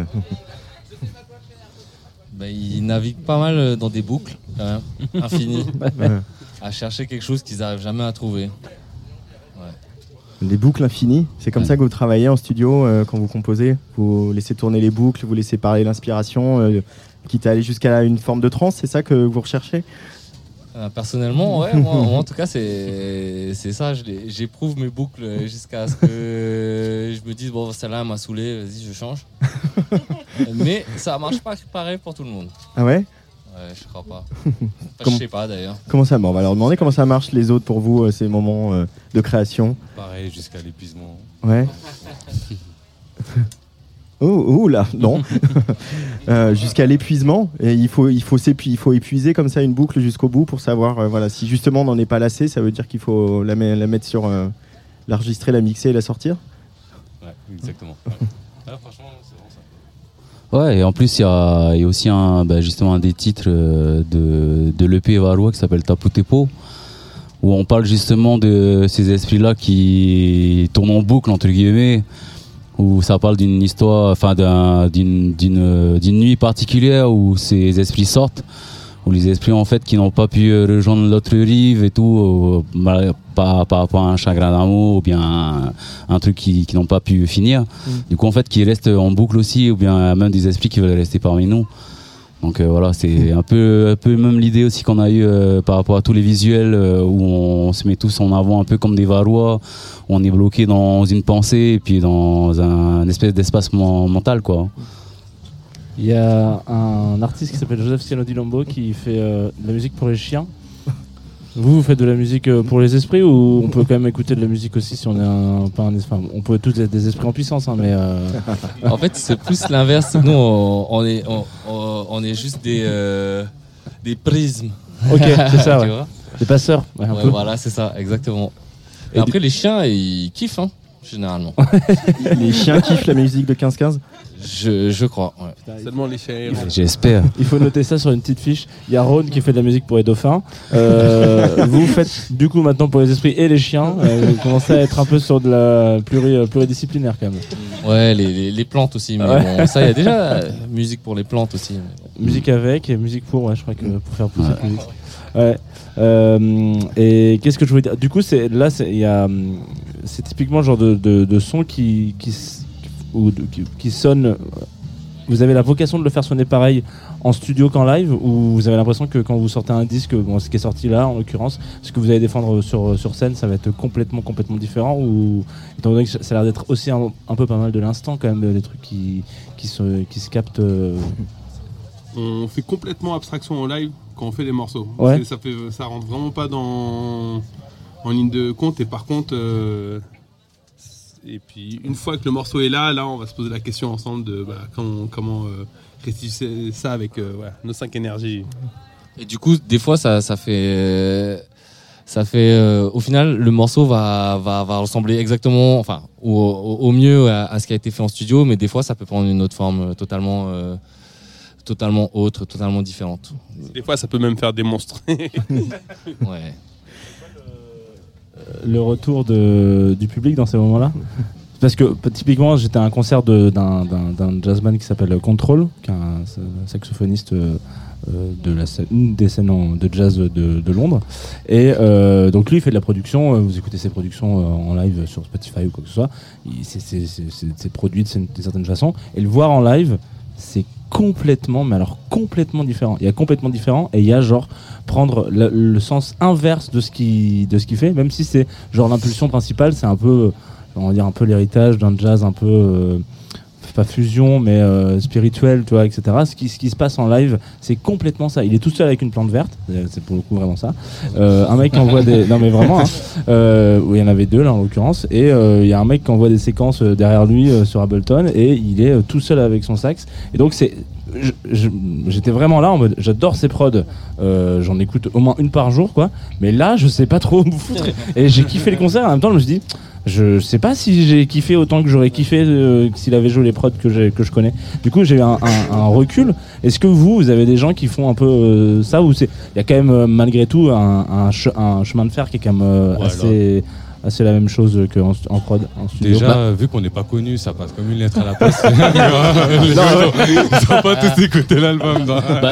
Ils naviguent pas mal dans des boucles, quand même, infinies, à chercher quelque chose qu'ils n'arrivent jamais à trouver. Ouais. Des boucles infinies, c'est comme ça que vous travaillez en studio quand vous composez? Vous laissez tourner les boucles, vous laissez parler l'inspiration, quitte à aller jusqu'à une forme de transe, c'est ça que vous recherchez? Personnellement, ouais, moi en tout cas c'est ça, j'éprouve mes boucles jusqu'à ce que je me dise bon, celle-là m'a saoulé, vas-y je change. Mais ça marche pas pareil pour tout le monde. Ah ouais? Ouais, je crois pas. Je sais pas d'ailleurs. Comment ça marche? On va leur demander comment ça marche les autres pour vous, ces moments de création. Pareil jusqu'à l'épuisement. Ouais. Oh là, non. Jusqu'à l'épuisement. Et il faut épuiser comme ça une boucle jusqu'au bout pour savoir voilà, si justement on n'en est pas lassé, ça veut dire qu'il faut la mettre sur l'enregistrer, la mixer et la sortir. Ouais, exactement. Franchement, c'est bon ça. Ouais, et en plus il y a aussi justement un des titres de l'EP Varua qui s'appelle Taputepo, où on parle justement de ces esprits-là qui tournent en boucle entre guillemets, où ça parle d'une histoire, enfin d'une nuit particulière où ces esprits sortent, où les esprits en fait qui n'ont pas pu rejoindre l'autre rive et tout, par rapport à un chagrin d'amour ou bien un truc qui n'ont pas pu finir. Du coup en fait qui restent en boucle aussi, ou bien même des esprits qui veulent rester parmi nous. Donc voilà, c'est un peu même l'idée aussi qu'on a eu par rapport à tous les visuels où on se met tous en avant un peu comme des Varua, où on est bloqué dans une pensée et puis dans un espèce d'espace mental quoi. Il y a un artiste qui s'appelle Joseph Ciano Di Lombo qui fait de la musique pour les chiens. Vous faites de la musique pour les esprits, ou on peut quand même écouter de la musique aussi si on est pas un esprit. On peut tous être des esprits en puissance, hein, mais. En fait, c'est plus l'inverse. Nous, on est juste des prismes. Ok, c'est ça, ouais. Des passeurs. Ouais, voilà, c'est ça, exactement. Et après, les chiens, ils kiffent, hein, généralement. Les chiens kiffent la musique de 15-15 ? Je crois, ouais. Putain, seulement les chiens. J'espère. Il faut noter ça sur une petite fiche. Il y a Ron qui fait de la musique pour les dauphins. Vous faites du coup maintenant pour les esprits et les chiens. Vous commencez à être un peu sur de la pluridisciplinaire quand même. Ouais, les plantes aussi. Mais bon, ça, il y a déjà musique pour les plantes aussi. Musique avec et musique pour, ouais, je crois que pour faire pousser plus vite. Ouais. Et qu'est-ce que je voulais dire ? Du coup, c'est typiquement le genre de son qui sonne. Vous avez la vocation de le faire sonner pareil en studio qu'en live, ou vous avez l'impression que quand vous sortez un disque, ce qui est sorti là en l'occurrence, ce que vous allez défendre sur scène, ça va être complètement différent, ou étant donné que ça a l'air d'être aussi un peu pas mal de l'instant quand même, des trucs qui se captent. On fait complètement abstraction en live quand on fait les morceaux. Ouais. Ça rentre vraiment pas en ligne de compte, et par contre Et puis une fois que le morceau est là, on va se poser la question ensemble de comment restituer ça avec nos 5 énergies. Et du coup, des fois, ça fait au final, le morceau va ressembler exactement, enfin, au mieux à ce qui a été fait en studio, mais des fois, ça peut prendre une autre forme totalement autre, totalement différente. Des fois, ça peut même faire des monstres. Ouais. Le retour du public dans ces moments-là. Parce que typiquement, j'étais à un concert d'un jazzman qui s'appelle Control, qui est un saxophoniste une des scènes de jazz de Londres. Et donc lui, il fait de la production. Vous écoutez ses productions en live sur Spotify ou quoi que ce soit. C'est produit d'une certaine façon. Et le voir en live, c'est complètement différent. Il y a complètement différent et il y a genre prendre le sens inverse de ce qu'il fait, même si c'est genre l'impulsion principale, c'est un peu, on va dire un peu l'héritage d'un jazz un peu pas fusion mais spirituel, tu vois, etc. Ce qui se passe en live, c'est complètement ça. Il est tout seul avec une plante verte, c'est pour le coup vraiment ça. Un mec qui envoie des, non mais vraiment, il y en avait 2 là en l'occurrence, et il y a un mec qui envoie des séquences derrière lui sur Ableton et il est tout seul avec son sax. Et donc j'étais vraiment là en mode j'adore ces prods, j'en écoute au moins une par jour quoi, mais là je sais pas trop où me foutre. Et j'ai kiffé le concert, en même temps je me suis dit je sais pas si j'ai kiffé autant que j'aurais kiffé s'il avait joué les prods que je connais. Du coup j'ai eu un recul. Est-ce que vous avez des gens qui font un peu ça, ou il y a quand même malgré tout un chemin de fer qui est quand même assez la même chose qu'en prod, en studio? Déjà, vu qu'on n'est pas connu, ça passe comme une lettre à la poste. Les gens, ils n'ont pas tous écouté l'album.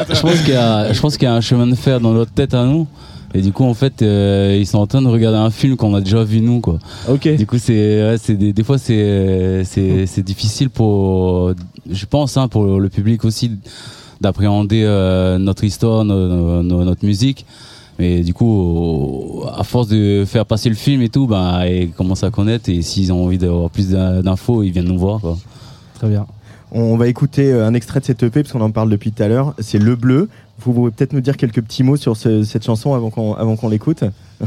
Je pense qu'il y a un chemin de fer dans notre tête à nous. Et du coup, en fait, ils sont en train de regarder un film qu'on a déjà vu nous, quoi. Ok. Du coup, des fois, c'est difficile je pense, pour le public aussi, d'appréhender notre histoire, notre musique. Mais du coup, à force de faire passer le film et tout, ils commencent à connaître, et s'ils ont envie d'avoir plus d'infos, ils viennent nous voir, quoi. Très bien. On va écouter un extrait de cette EP parce qu'on en parle depuis tout à l'heure. C'est Le Bleu. Vous pouvez peut-être nous dire quelques petits mots sur cette chanson avant qu'on l'écoute.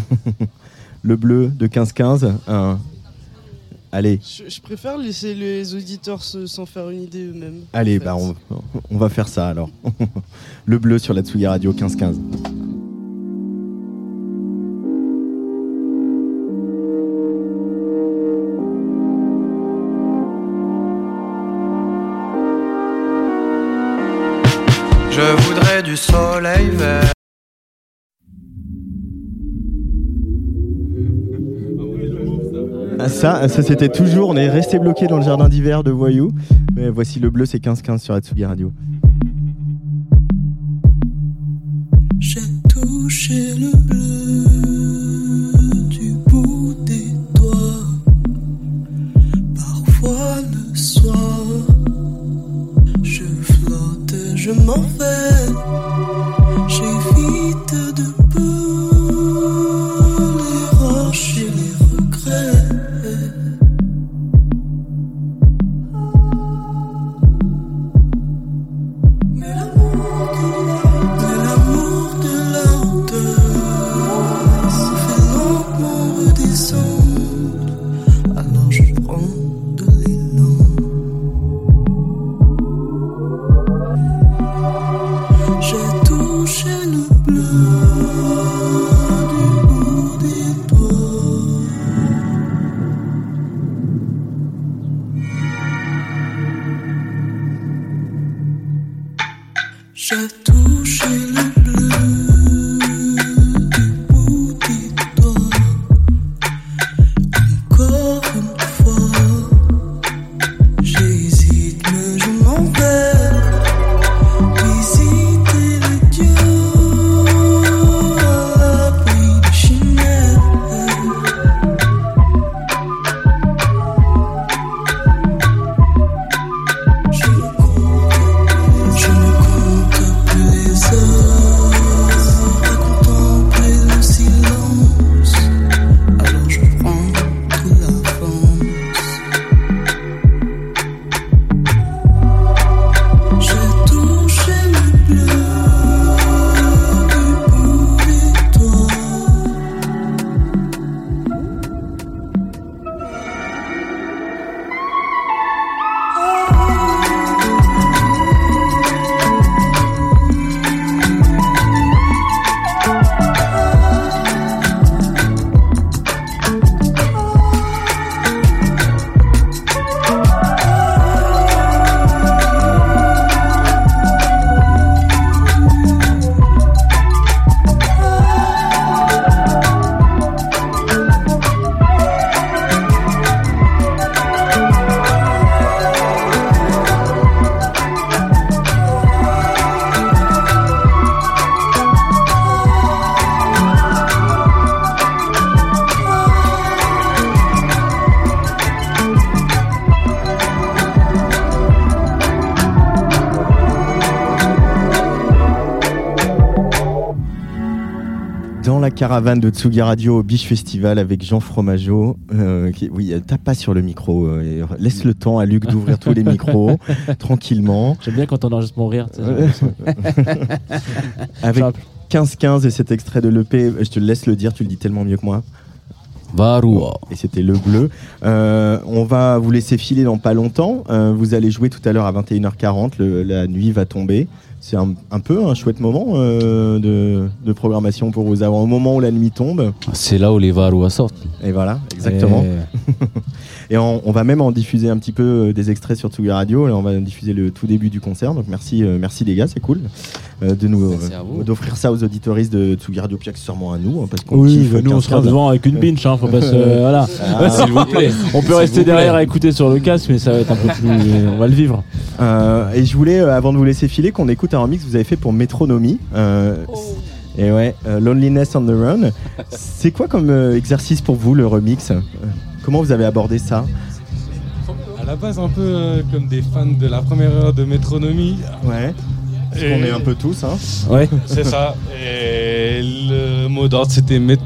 Le Bleu de 15-15. Allez. Je préfère laisser les auditeurs s'en faire une idée eux-mêmes. Allez, on va faire ça alors. Le Bleu sur la Tsugi Radio 15-15. Je voudrais du soleil vert. Ça c'était toujours, on est resté bloqué dans le jardin d'hiver de Voyou. Mais voici Le Bleu, c'est 15-15 sur Atsugi Radio. J'ai touché le bleu du bout des doigts. Parfois le soir, je flotte, je m'en vais. J'évite de peu les roches et les regrets. Mais l'amour de la hauteur caravane de Tsugi Radio au Biche Festival avec Jean Fromageau. Oui, tape pas sur le micro. Laisse le temps à Luc d'ouvrir tous les micros tranquillement. J'aime bien quand on enregistre mon rire. Avec 15-15 et cet extrait de l'EP, je te laisse le dire, tu le dis tellement mieux que moi. Varua. Et c'était le bleu. On va vous laisser filer dans pas longtemps. Vous allez jouer tout à l'heure à 21h40. La nuit va tomber. C'est un peu un chouette moment de programmation pour vous avoir au moment où la nuit tombe. C'est là où les Varua sortent. Et voilà, exactement. Et on va même en diffuser un petit peu des extraits sur Tsugi Radio. Là, on va diffuser le tout début du concert. Donc merci les gars, c'est cool d'offrir ça aux auditoristes de Tsugi Radio, puis accessoirement à nous, parce qu'on kiffe. Nous on sera devant avec une binge, faut pas se voilà. S'il vous plaît. On peut rester derrière à écouter sur le casque, mais ça va être un peu plus. On va le vivre. Et je voulais, avant de vous laisser filer, qu'on écoute un remix que vous avez fait pour Métronomie. Et ouais, Loneliness on the Run. C'est quoi comme exercice pour vous le remix? Comment vous avez abordé ça? À la base, un peu comme des fans de la première heure de Métronomie. Ouais. Parce qu'on est un peu tous, hein. Ouais. C'est ça. Et le mot d'ordre, c'était make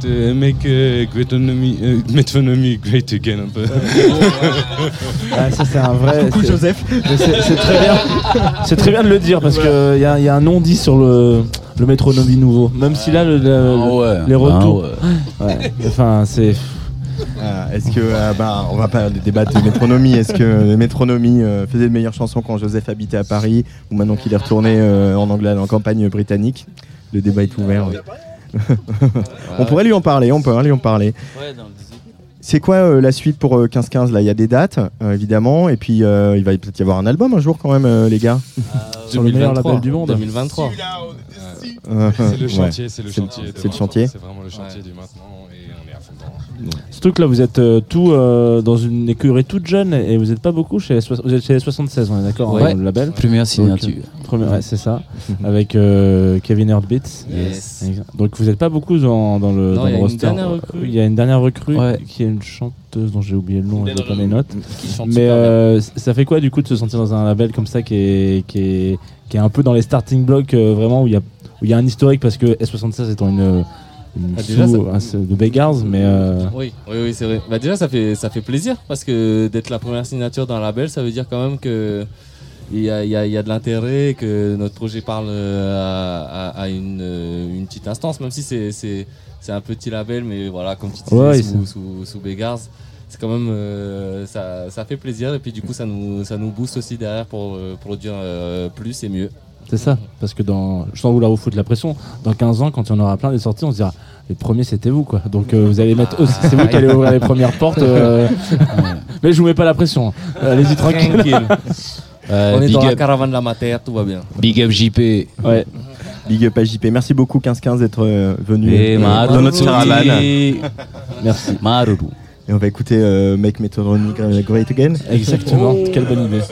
Métronomie great again, un peu. Ça, c'est un vrai. Coucou Joseph. C'est très bien. C'est très bien de le dire parce qu'il y a un non-dit sur le Métronomie nouveau. Même si là, les retours. Ouais. Enfin, c'est. Est-ce que on va pas débattre de Métronomie. Est-ce que Métronomie faisait de meilleures chansons quand Joseph habitait à Paris ou maintenant qu'il est retourné en Angleterre, en campagne britannique? Le débat est ouvert. On pourrait lui en parler. C'est quoi la suite pour 15-15 là? Il y a des dates évidemment, et puis il va peut-être y avoir un album un jour quand même, les gars. Sur le meilleur label du monde. 2023. C'est le chantier. C'est le chantier. C'est vraiment le chantier du maintenant. Ce truc là, vous êtes tous dans une écurie toute jeune et vous n'êtes pas beaucoup vous êtes chez les 76, on est d'accord, ouais. Le label. Première signature. Ouais, c'est ça. Avec Kevin Heartbeats. Yes. Donc vous n'êtes pas beaucoup dans le roster. Il y a une dernière recrue qui est une chanteuse dont j'ai oublié le nom, j'ai pas mes notes. Mais ça fait quoi du coup de se sentir dans un label comme ça qui est un peu dans les starting blocks, vraiment où il y a un historique, parce que S76 étant de Beggars, mais oui, c'est vrai. Bah déjà ça fait plaisir, parce que d'être la première signature d'un label, ça veut dire quand même que il y a de l'intérêt, que notre projet parle à une petite instance, même si c'est un petit label, mais voilà, comme tu disais, sous Beggars, c'est quand même ça fait plaisir, et puis du coup ça nous booste aussi derrière pour produire plus et mieux. C'est ça, parce que sans vouloir vous foutre la pression, dans 15 ans, quand il y en aura plein des sorties, on se dira les premiers c'était vous, quoi. Donc vous allez mettre aussi, c'est vous qui allez ouvrir les premières portes. Mais je vous mets pas la pression. Allez-y tranquille. On est dans la caravane de la matière, tout va bien. Big up JP. Ouais. Big up à JP. Merci beaucoup 15-15 d'être venu dans notre caravane. Merci. Maruru. Et on va écouter Make Métronomie Great Again. Exactement. Quelle bonne idée.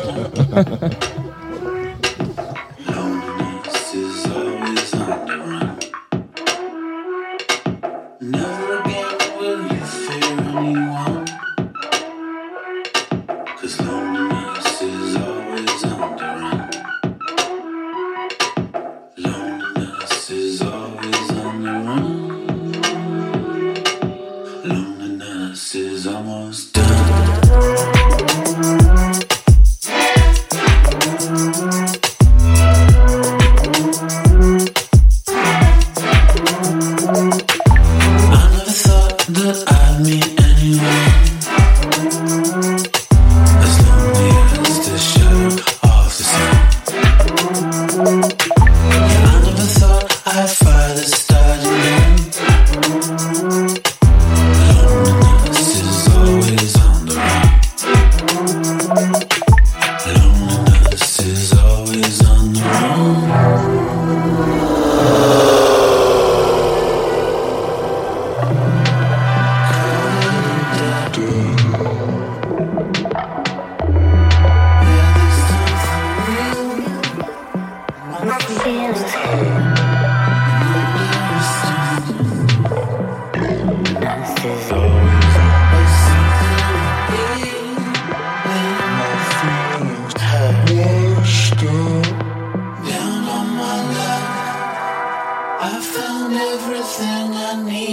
I found everything I need.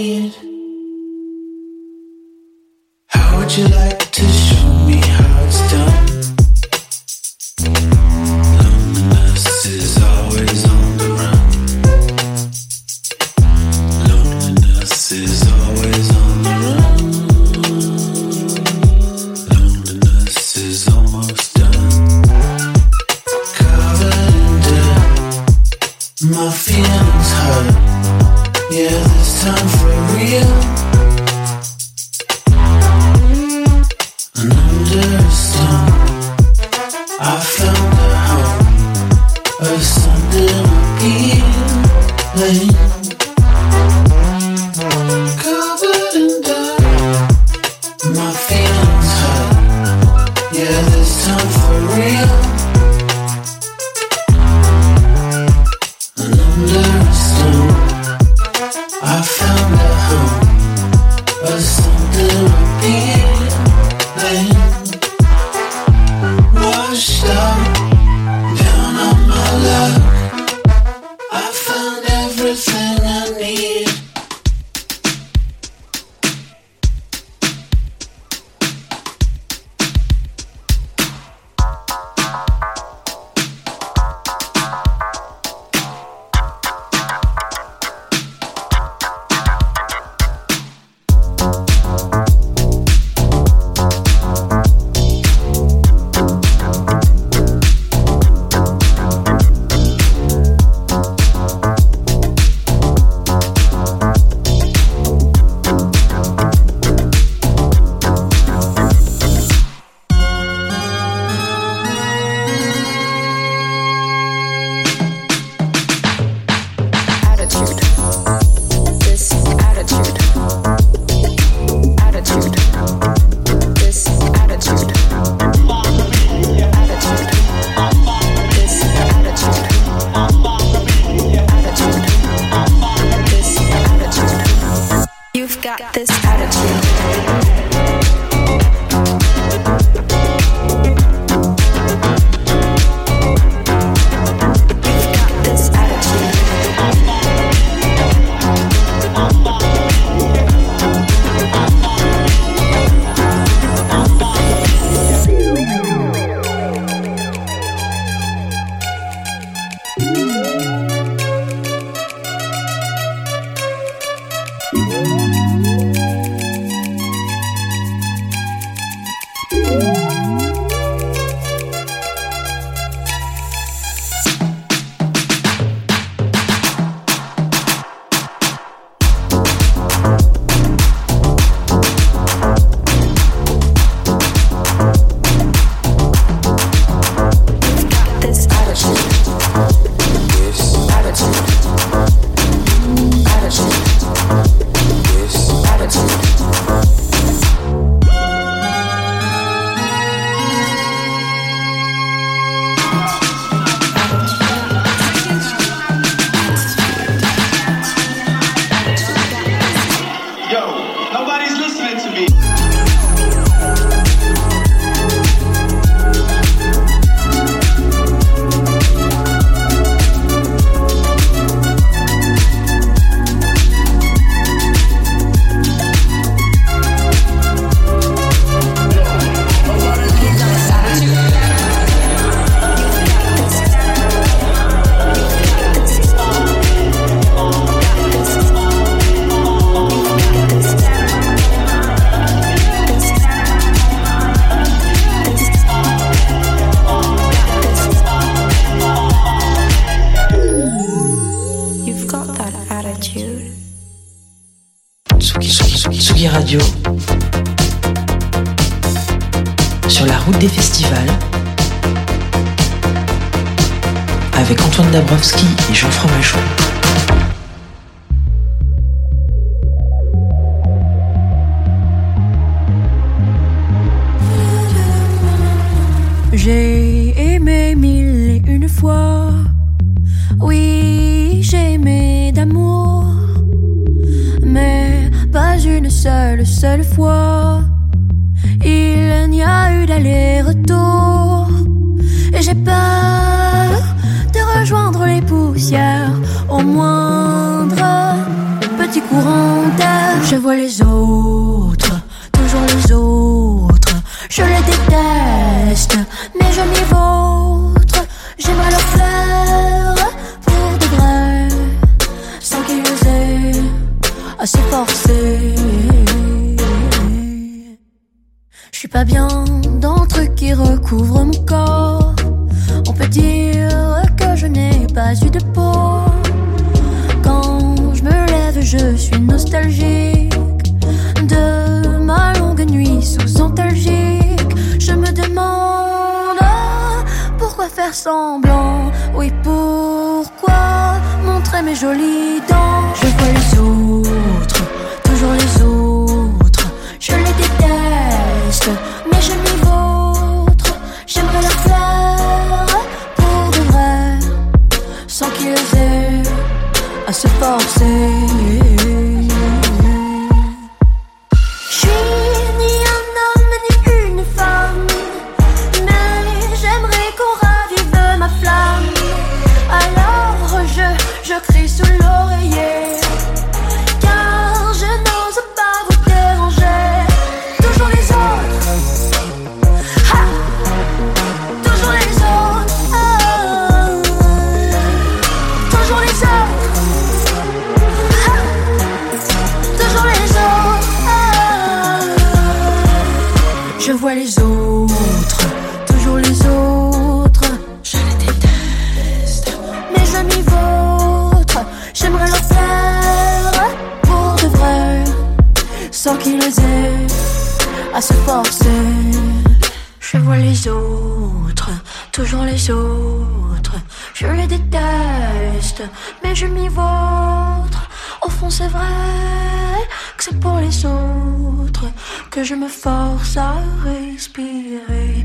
Would you like to show me how it's done? Loneliness is always on the run. Loneliness is always on the run. Loneliness is almost done. Covered in dirt, my feelings hurt. Yeah, this time for real. And under a stone, I found a home, a something appealing. Covered in dirt, my feelings hurt. Yeah, this time for real. And under a stone, I found a home, a something appealing. Washed up, down on my luck, I found everything I need. You've got this attitude. Tsugi Radio, sur la route des festivals, avec Antoine Dabrowski et Jean Fromageau. J'ai aimé mille et une fois, oui, j'ai aimé d'amour, mais pas une seule fois. Il n'y a eu d'aller-retour, et j'ai peur de rejoindre les poussières au moindre petit courant d'air. Je vois les autres, toujours les autres, pas bien dans le truc qui recouvre mon corps. On peut dire que je n'ai pas eu de peau. Quand je me lève, je suis nostalgique de ma longue nuit sous antalgique. Je me demande pourquoi faire semblant. Oui, pourquoi montrer mes jolies dents. Je vois les autres, toujours les autres. Je les déteste, mais je m'y vautre. J'aimerais leur plaire pour de vrai, sans qu'ils aient à se forcer. Je suis ni un homme ni une femme, mais j'aimerais qu'on ravive ma flamme. Alors je crie sous l'oreiller, car je n'ose pas vous déranger. Toujours les autres, ha! Toujours les autres, ah! Toujours les autres, ha! Toujours les autres, ah! Je vois les autres, toujours les autres. Je les déteste, mais je m'y vautre. J'aimerais leur plaire pour de vrai, sans qu'ils aient à se forcer. Je vois les autres, toujours les autres. Je les déteste, mais je m'y vautre. Au fond c'est vrai que c'est pour les autres que je me force à respirer.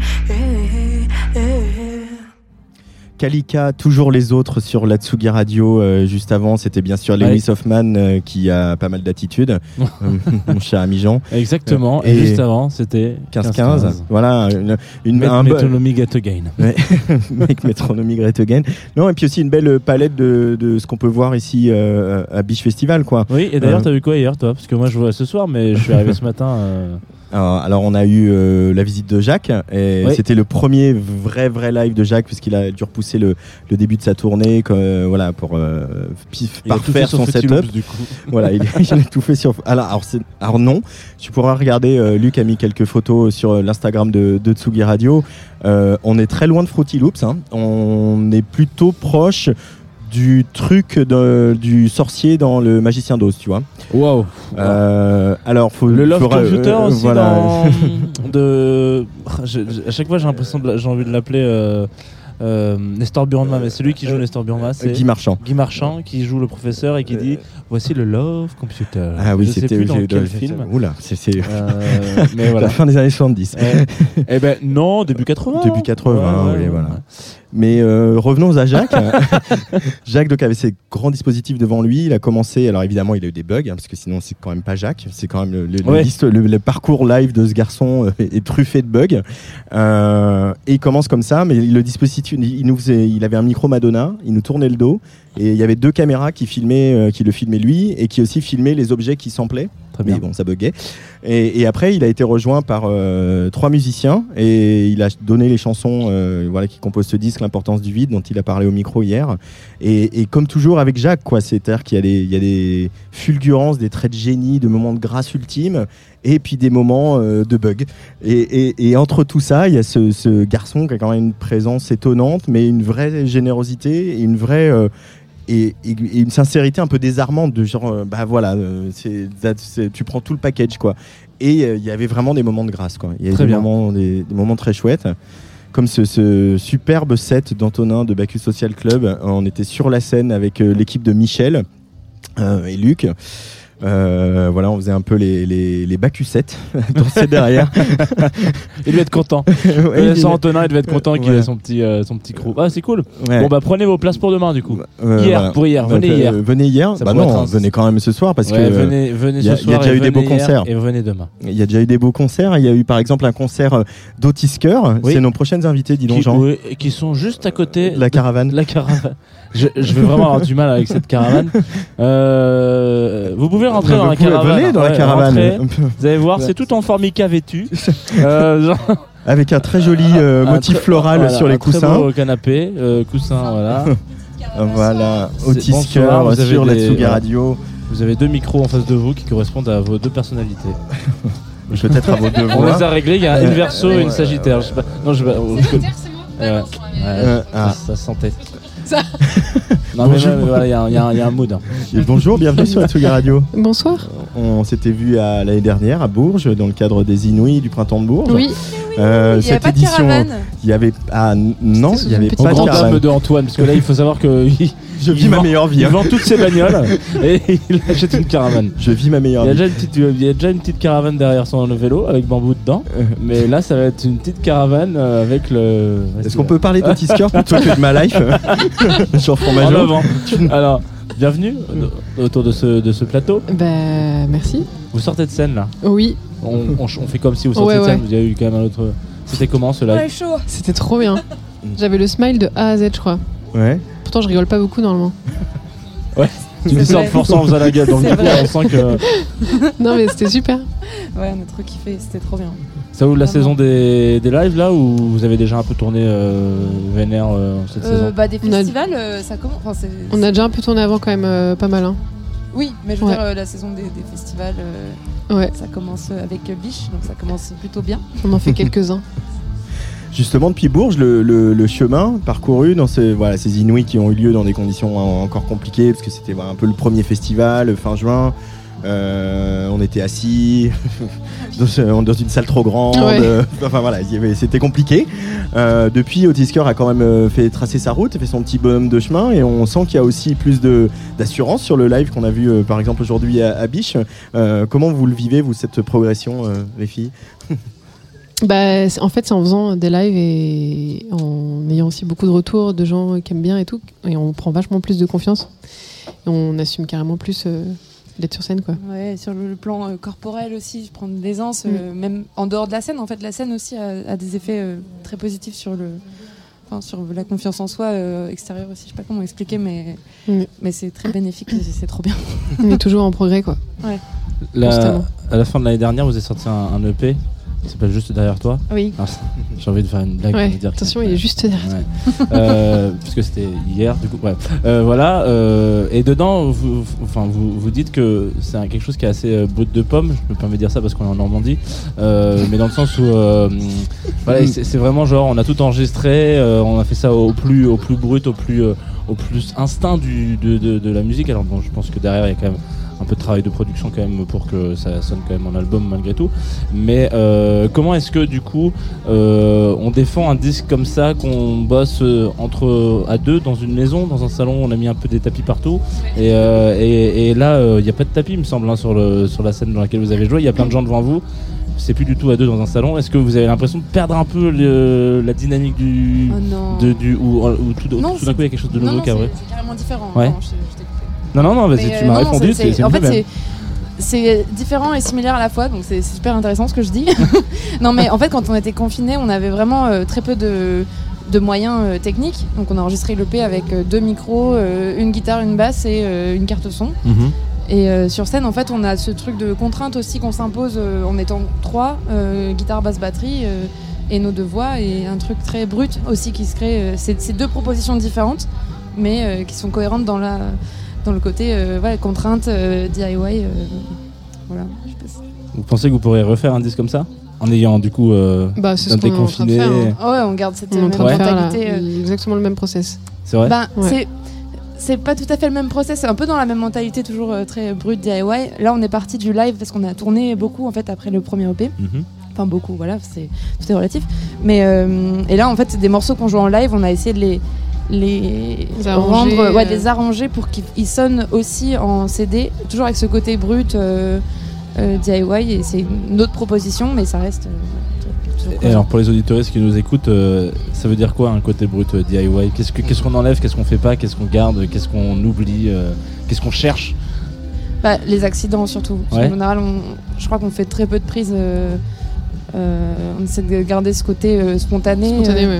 Kalika, toujours les autres sur la Tsugi Radio. Juste avant, c'était bien sûr Lewis Hoffman qui a pas mal d'attitude, mon cher ami Jean. Exactement. Et juste avant, c'était 15-15. Voilà, Metronomy Great Again. Make Metronomy Great Again. Non, et puis aussi une belle palette de ce qu'on peut voir ici à Beach Festival, quoi. Oui, et d'ailleurs, t'as vu quoi hier, toi? Parce que moi, je vois ce soir, mais je suis arrivé ce matin. Alors on a eu la visite de Jacques et c'était le premier vrai live de Jacques puisqu'il a dû repousser le début de sa tournée voilà, pour parfaire son setup. Du coup. Voilà, il a tout fait sur. Alors non, tu pourras regarder. Luc a mis quelques photos sur l'Instagram de Tsugi Radio. On est très loin de Fruity Loops. Hein. On est plutôt proche du truc du sorcier dans le Magicien d'Oz, tu vois. Waouh. Alors le Love Computer aussi voilà. À chaque fois j'ai l'impression j'ai envie de l'appeler Nestor Burma, mais c'est lui qui joue Nestor Burma, c'est Guy Marchand. Guy Marchand qui joue le professeur et qui dit voici le Love Computer. Ah oui, c'était dans quel film. Oula, c'est mais voilà. La fin des années 70. Eh ben non, début 80. Début 80, oui, voilà. Mais revenons à Jacques. Jacques donc avait ses grands dispositifs devant lui. Il a commencé. Alors évidemment, il a eu des bugs parce que sinon c'est quand même pas Jacques. C'est quand même le parcours live de ce garçon est truffé de bugs. Et il commence comme ça. Mais le dispositif, il avait un micro Madonna. Il nous tournait le dos et il y avait deux caméras qui le filmaient lui et qui aussi filmaient les objets qui samplaient. Mais bon, ça buguait. Et après, il a été rejoint par 3 musiciens et il a donné les chansons qui composent ce disque, l'importance du vide, dont il a parlé au micro hier. Et comme toujours avec Jacques, quoi, c'est-à-dire qu'il y a des fulgurances, des traits de génie, de moments de grâce ultime, et puis des moments de bug. Et entre tout ça, il y a ce garçon qui a quand même une présence étonnante, mais une vraie générosité et une vraie... Et une sincérité un peu désarmante de genre tu prends tout le package, quoi. Et il y avait vraiment des moments de grâce, quoi. Il y avait des moments très chouettes, comme ce superbe set d'Antonin de Bacchus Social Club. On était sur la scène avec l'équipe de Michel et Luc. On faisait un peu les Bacchussettes danser derrière. Il devait être content. Sans Antonin, il devait être content qu'il ait son petit crew. Ah, c'est cool. Ouais. Bon, bah prenez vos places pour demain, du coup. Pour hier. Venez hier. Venez hier. Venez quand même ce soir parce que venez ce soir. Il y a déjà eu des beaux concerts. Et venez demain. Il y a déjà eu des beaux concerts. Il y a eu par exemple un concert d'Otisker. C'est nos prochaines invités, dis donc, Jean. Qui sont juste à côté de la caravane. Je vais vraiment avoir du mal avec cette caravane. Vous pouvez rentrer dans la caravane. Venez dans la caravane. Vous allez voir, c'est tout en formica vêtu. Avec un très joli motif floral sur les coussins. Très beau canapé, coussin, voilà. Voilà, Otisker sur la Tsugi Radio. Vous avez 2 micros en face de vous qui correspondent à vos 2 personnalités. peut-être à vos deux On voix. les a réglés, il y a une verso et une sagittaire. Je sais pas. Non, je ça se sentait. Ça. Non, mais voilà, il y a un mood. Hein. Et bonjour, bienvenue sur Atsugi Radio. Bonsoir. On s'était vu l'année dernière à Bourges, dans le cadre des Inouïs du Printemps de Bourges. Oui. Il y avait cette pas de édition, caravane. il y avait non, il y avait Au pas de grand caravane. dame de Antoine, parce que là, il faut savoir que Je vis ma meilleure vie. Il hein. vend toutes ses bagnoles et il achète une caravane. Je vis ma meilleure Il y a vie. déjà une petite caravane derrière son vélo avec bambou dedans, mais là, ça va être une petite caravane avec le. Est-ce qu'on peut parler de Tisker plutôt que de ma life sur En Fromageau? avant. Alors, bienvenue autour de ce plateau. Bah, merci. Vous sortez de scène là. Oui. On fait comme si vous sortiez de scène. Vous avez eu quand même un autre. C'était comment ce live? Ouais, chaud. C'était trop bien. J'avais le smile de A à Z, je crois. Ouais. Pourtant, je rigole pas beaucoup normalement. Ouais. Tu dis ça en te forçant en faisant la gueule, donc C'est du coup, vrai. on sent que. Non, mais c'était super. Ouais, on a trop kiffé, c'était trop bien. Ça ouvre la Vraiment. saison des lives là ou vous avez déjà un peu tourné vénère cette saison? Bah, des On a- festivals, ça commence. Enfin, On a déjà un peu tourné avant quand même, pas mal. Hein. Oui, mais je veux Ouais. dire, la saison des festivals, Ouais. ça commence avec Biche, donc ça commence plutôt bien. On en fait quelques-uns. Justement, depuis Bourges, le chemin parcouru dans ces Inouïs qui ont eu lieu dans des conditions encore compliquées, parce que c'était un peu le premier festival, fin juin. On était assis dans une salle trop grande. Ouais. Enfin voilà, c'était compliqué. Depuis, Otisker a quand même fait tracer sa route, fait son petit bonhomme de chemin, et on sent qu'il y a aussi plus d'assurance sur le live qu'on a vu par exemple aujourd'hui à Biche. Comment vous le vivez, vous, cette progression, les filles? Bah, en fait, c'est en faisant des lives et en ayant aussi beaucoup de retours de gens qui aiment bien et tout, et on prend vachement plus de confiance. Et on assume carrément plus d'être sur scène, quoi. Ouais, sur le plan corporel aussi, je prends de l'aisance, même en dehors de la scène. En fait, la scène aussi a des effets très positifs sur la confiance en soi extérieure aussi. Je sais pas comment expliquer, mais c'est très bénéfique, c'est trop bien. On est toujours en progrès, quoi. Ouais. À la fin de l'année dernière, vous avez sorti un EP qui s'appelle Juste derrière toi. Oui. Alors, j'ai envie de faire une blague. Ouais, pour dire attention, il est juste derrière toi. Puisque c'était hier, du coup. Ouais. Voilà. Et dedans, vous dites que c'est quelque chose qui est assez brut de pomme. Je me permets de dire ça parce qu'on est en Normandie. Mais dans le sens où voilà, c'est vraiment genre, on a tout enregistré, on a fait ça au plus brut, au plus instinct de la musique. Alors bon, je pense que derrière, il y a quand même un peu de travail de production quand même pour que ça sonne quand même en album malgré tout. Mais comment est-ce que du coup on défend un disque comme ça, qu'on bosse à deux dans une maison, dans un salon, on a mis un peu des tapis partout et là il n'y a pas de tapis il me semble sur la scène dans laquelle vous avez joué, il y a plein de gens devant vous. C'est plus du tout à deux dans un salon. Est-ce que vous avez l'impression de perdre un peu la dynamique du ou tout d'un coup il y a quelque chose de nouveau qui est vrai? C'est carrément différent. Ouais. Non, vas-y, tu m'as répondu. C'est en le même. fait, c'est différent et similaire à la fois, donc c'est super intéressant ce que je dis. Non, mais en fait, quand on était confinés, on avait vraiment très peu de moyens techniques. Donc, on a enregistré l'EP avec 2 micros, une guitare, une basse et une carte son. Et sur scène, en fait, on a ce truc de contrainte aussi qu'on s'impose en étant 3, guitare, basse, batterie, et nos 2 voix, et un truc très brut aussi qui se crée. C'est 2 propositions différentes, mais qui sont cohérentes dans le côté contrainte, DIY. Voilà. Je sais pas si... Vous pensez que vous pourriez refaire un disque comme ça en ayant du coup c'est ce qu'on est en train de faire, hein. Ouais, on garde cette On est en même train de faire mentalité. exactement le même process. C'est vrai. C'est pas tout à fait le même process, c'est un peu dans la même mentalité, toujours très brut DIY. Là, on est parti du live parce qu'on a tourné beaucoup en fait après le premier EP. Enfin beaucoup, voilà, tout est relatif. Mais et là, en fait, c'est des morceaux qu'on joue en live. On a essayé de les arranger, rendre, de les arranger pour qu'ils sonnent aussi en CD, toujours avec ce côté brut DIY. Et c'est une autre proposition, mais ça reste. Et alors pour les auditeuristes qui nous écoutent, ça veut dire quoi un côté brut DIY? Qu'est-ce qu'on enlève, qu'est-ce qu'on fait pas, qu'est-ce qu'on garde, qu'est-ce qu'on oublie, qu'est-ce qu'on cherche? Les accidents surtout. Ouais. En général, je crois qu'on fait très peu de prises. On essaie de garder ce côté spontané. Ouais.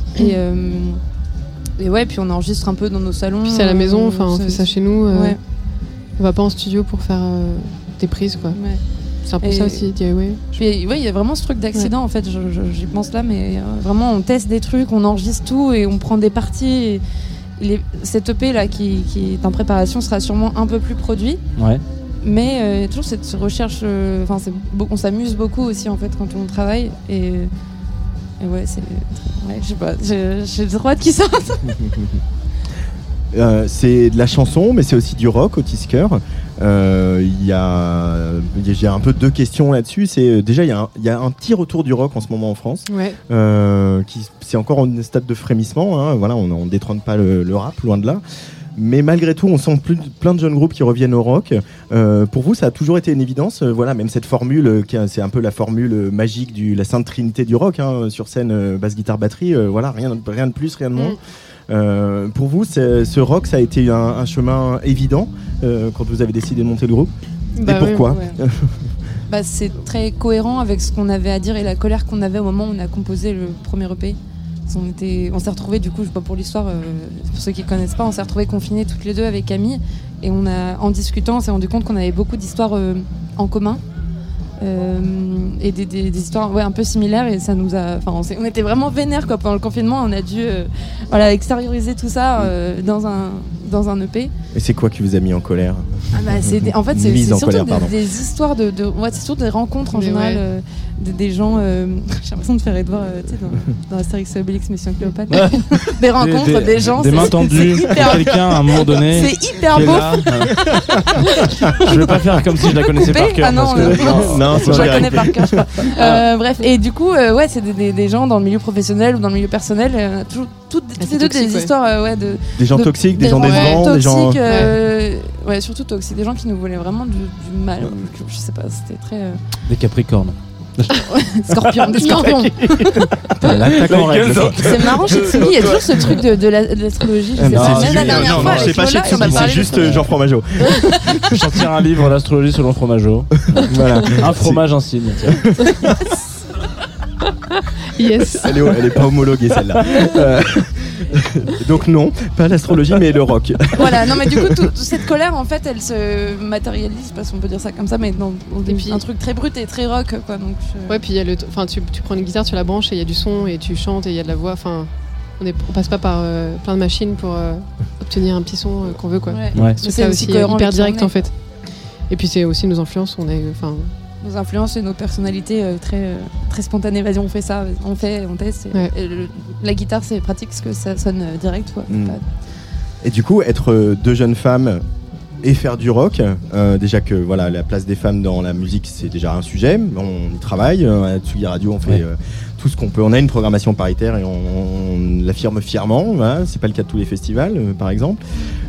Et ouais, puis on enregistre un peu dans nos salons. Puis c'est à la maison, enfin on fait ça chez nous. Ouais. On va pas en studio pour faire des prises, quoi. Ouais. C'est un peu ça aussi, DIY. Puis ouais, il y a vraiment ce truc d'accident en fait. J'y pense là, mais vraiment on teste des trucs, on enregistre tout et on prend des parties. Et cette EP là qui est en préparation sera sûrement un peu plus produit. Ouais. Mais toujours cette recherche, on s'amuse beaucoup aussi en fait quand on travaille et ouais, je sais pas, j'ai le droit de qui sorte. C'est de la chanson, mais c'est aussi du rock au Tisker. J'ai un peu deux questions là-dessus. C'est déjà il y a un petit retour du rock en ce moment en France. Ouais. C'est encore en stade de frémissement. Hein. Voilà, on détrône pas le rap, loin de là. Mais malgré tout, on sent plein de jeunes groupes qui reviennent au rock. Pour vous, ça a toujours été une évidence. Voilà, même cette formule, c'est un peu la formule magique la Sainte Trinité du rock. Hein, sur scène, basse, guitare, batterie. Voilà, rien de plus, rien de moins. Pour vous, ce rock, ça a été un chemin évident quand vous avez décidé de monter le groupe. Et pourquoi C'est très cohérent avec ce qu'on avait à dire et la colère qu'on avait au moment où on a composé le premier EP. On s'est retrouvés, du coup, pour l'histoire, pour ceux qui ne connaissent pas, on s'est retrouvés confinés toutes les deux avec Camille. Et en discutant, on s'est rendu compte qu'on avait beaucoup d'histoires en commun. Et des histoires un peu similaires, et ça nous a, on était vraiment vénères quoi, pendant le confinement. On a dû extérioriser tout ça dans un EP. Et c'est quoi qui vous a mis en colère? C'est surtout des histoires c'est surtout des rencontres en général, des gens. J'ai l'impression de faire Edouard dans Astérix et Obélix Mission Cléopâtre. Des rencontres, des gens. Des mains tendues. Quelqu'un à un moment donné. C'est hyper beau. Je vais pas faire comme si je la connaissais par cœur. Non, je la connais par cœur. Bref, et du coup, c'est des gens dans le milieu professionnel ou dans le milieu personnel. Toutes les deux des histoires des gens toxiques, des gens décevants, des gens surtout toxiques, des gens qui nous voulaient vraiment du mal. Je sais pas, c'était très des Capricornes. Des scorpions. C'est marrant chez Tsugi, il y a toujours ce truc de l'astrologie. Je sais pas. Même la dernière fois, c'est pas chez Tsugi, c'est juste Jean Fromageau. Je sortir un livre d'astrologie selon Fromageau. Voilà. Un fromage insigne. Yes. Elle est pas homologuée celle-là. Donc non, pas l'astrologie mais le rock. Voilà, non mais du coup toute cette colère en fait elle se matérialise, parce qu'on peut dire ça comme ça, mais non, un truc très brut et très rock quoi. Donc ouais, puis il y a tu prends une guitare, tu la branches et il y a du son et tu chantes et il y a de la voix. Enfin, on passe pas par plein de machines pour obtenir un petit son qu'on veut quoi. Ouais. C'est ça aussi hyper direct en fait. Et puis c'est aussi nos influences, nos influences et nos personnalités très spontanées. Vas-y, on fait ça, on teste. La guitare, c'est pratique parce que ça sonne direct. Quoi. Et du coup, être deux jeunes femmes et faire du rock, déjà que la place des femmes dans la musique, c'est déjà un sujet. On y travaille. À Tsugi Radio, on fait tout ce qu'on peut. On a une programmation paritaire et on l'affirme fièrement. Voilà. C'est pas le cas de tous les festivals, par exemple.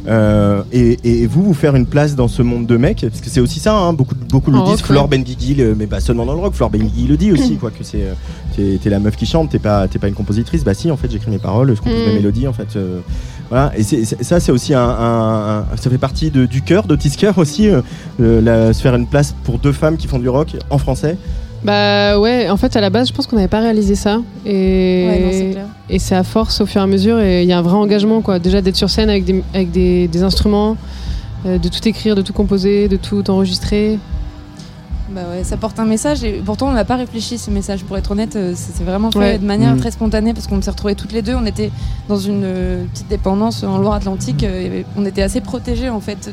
Et vous faire une place dans ce monde de mecs, parce que c'est aussi ça, hein, beaucoup le disent. Flore Benguigui, mais pas seulement dans le rock. Flore Benguigui le dit aussi, quoi, que t'es la meuf qui chante, t'es pas une compositrice. Bah si, en fait, j'écris mes paroles, je compose mes mélodies, en fait. Voilà. Et ça, c'est aussi ça fait partie du cœur de Tisker aussi, se faire une place pour deux femmes qui font du rock en français. Bah ouais, en fait à la base je pense qu'on n'avait pas réalisé ça c'est clair. Et c'est à force au fur et à mesure, et il y a un vrai engagement quoi, déjà d'être sur scène avec des instruments, de tout écrire, de tout composer, de tout enregistrer. Bah ouais, ça porte un message et pourtant on n'a pas réfléchi ce message, pour être honnête. C'est vraiment fait de manière très spontanée, parce qu'on s'est retrouvés toutes les deux. On était dans une petite dépendance en Loire-Atlantique, et on était assez protégés en fait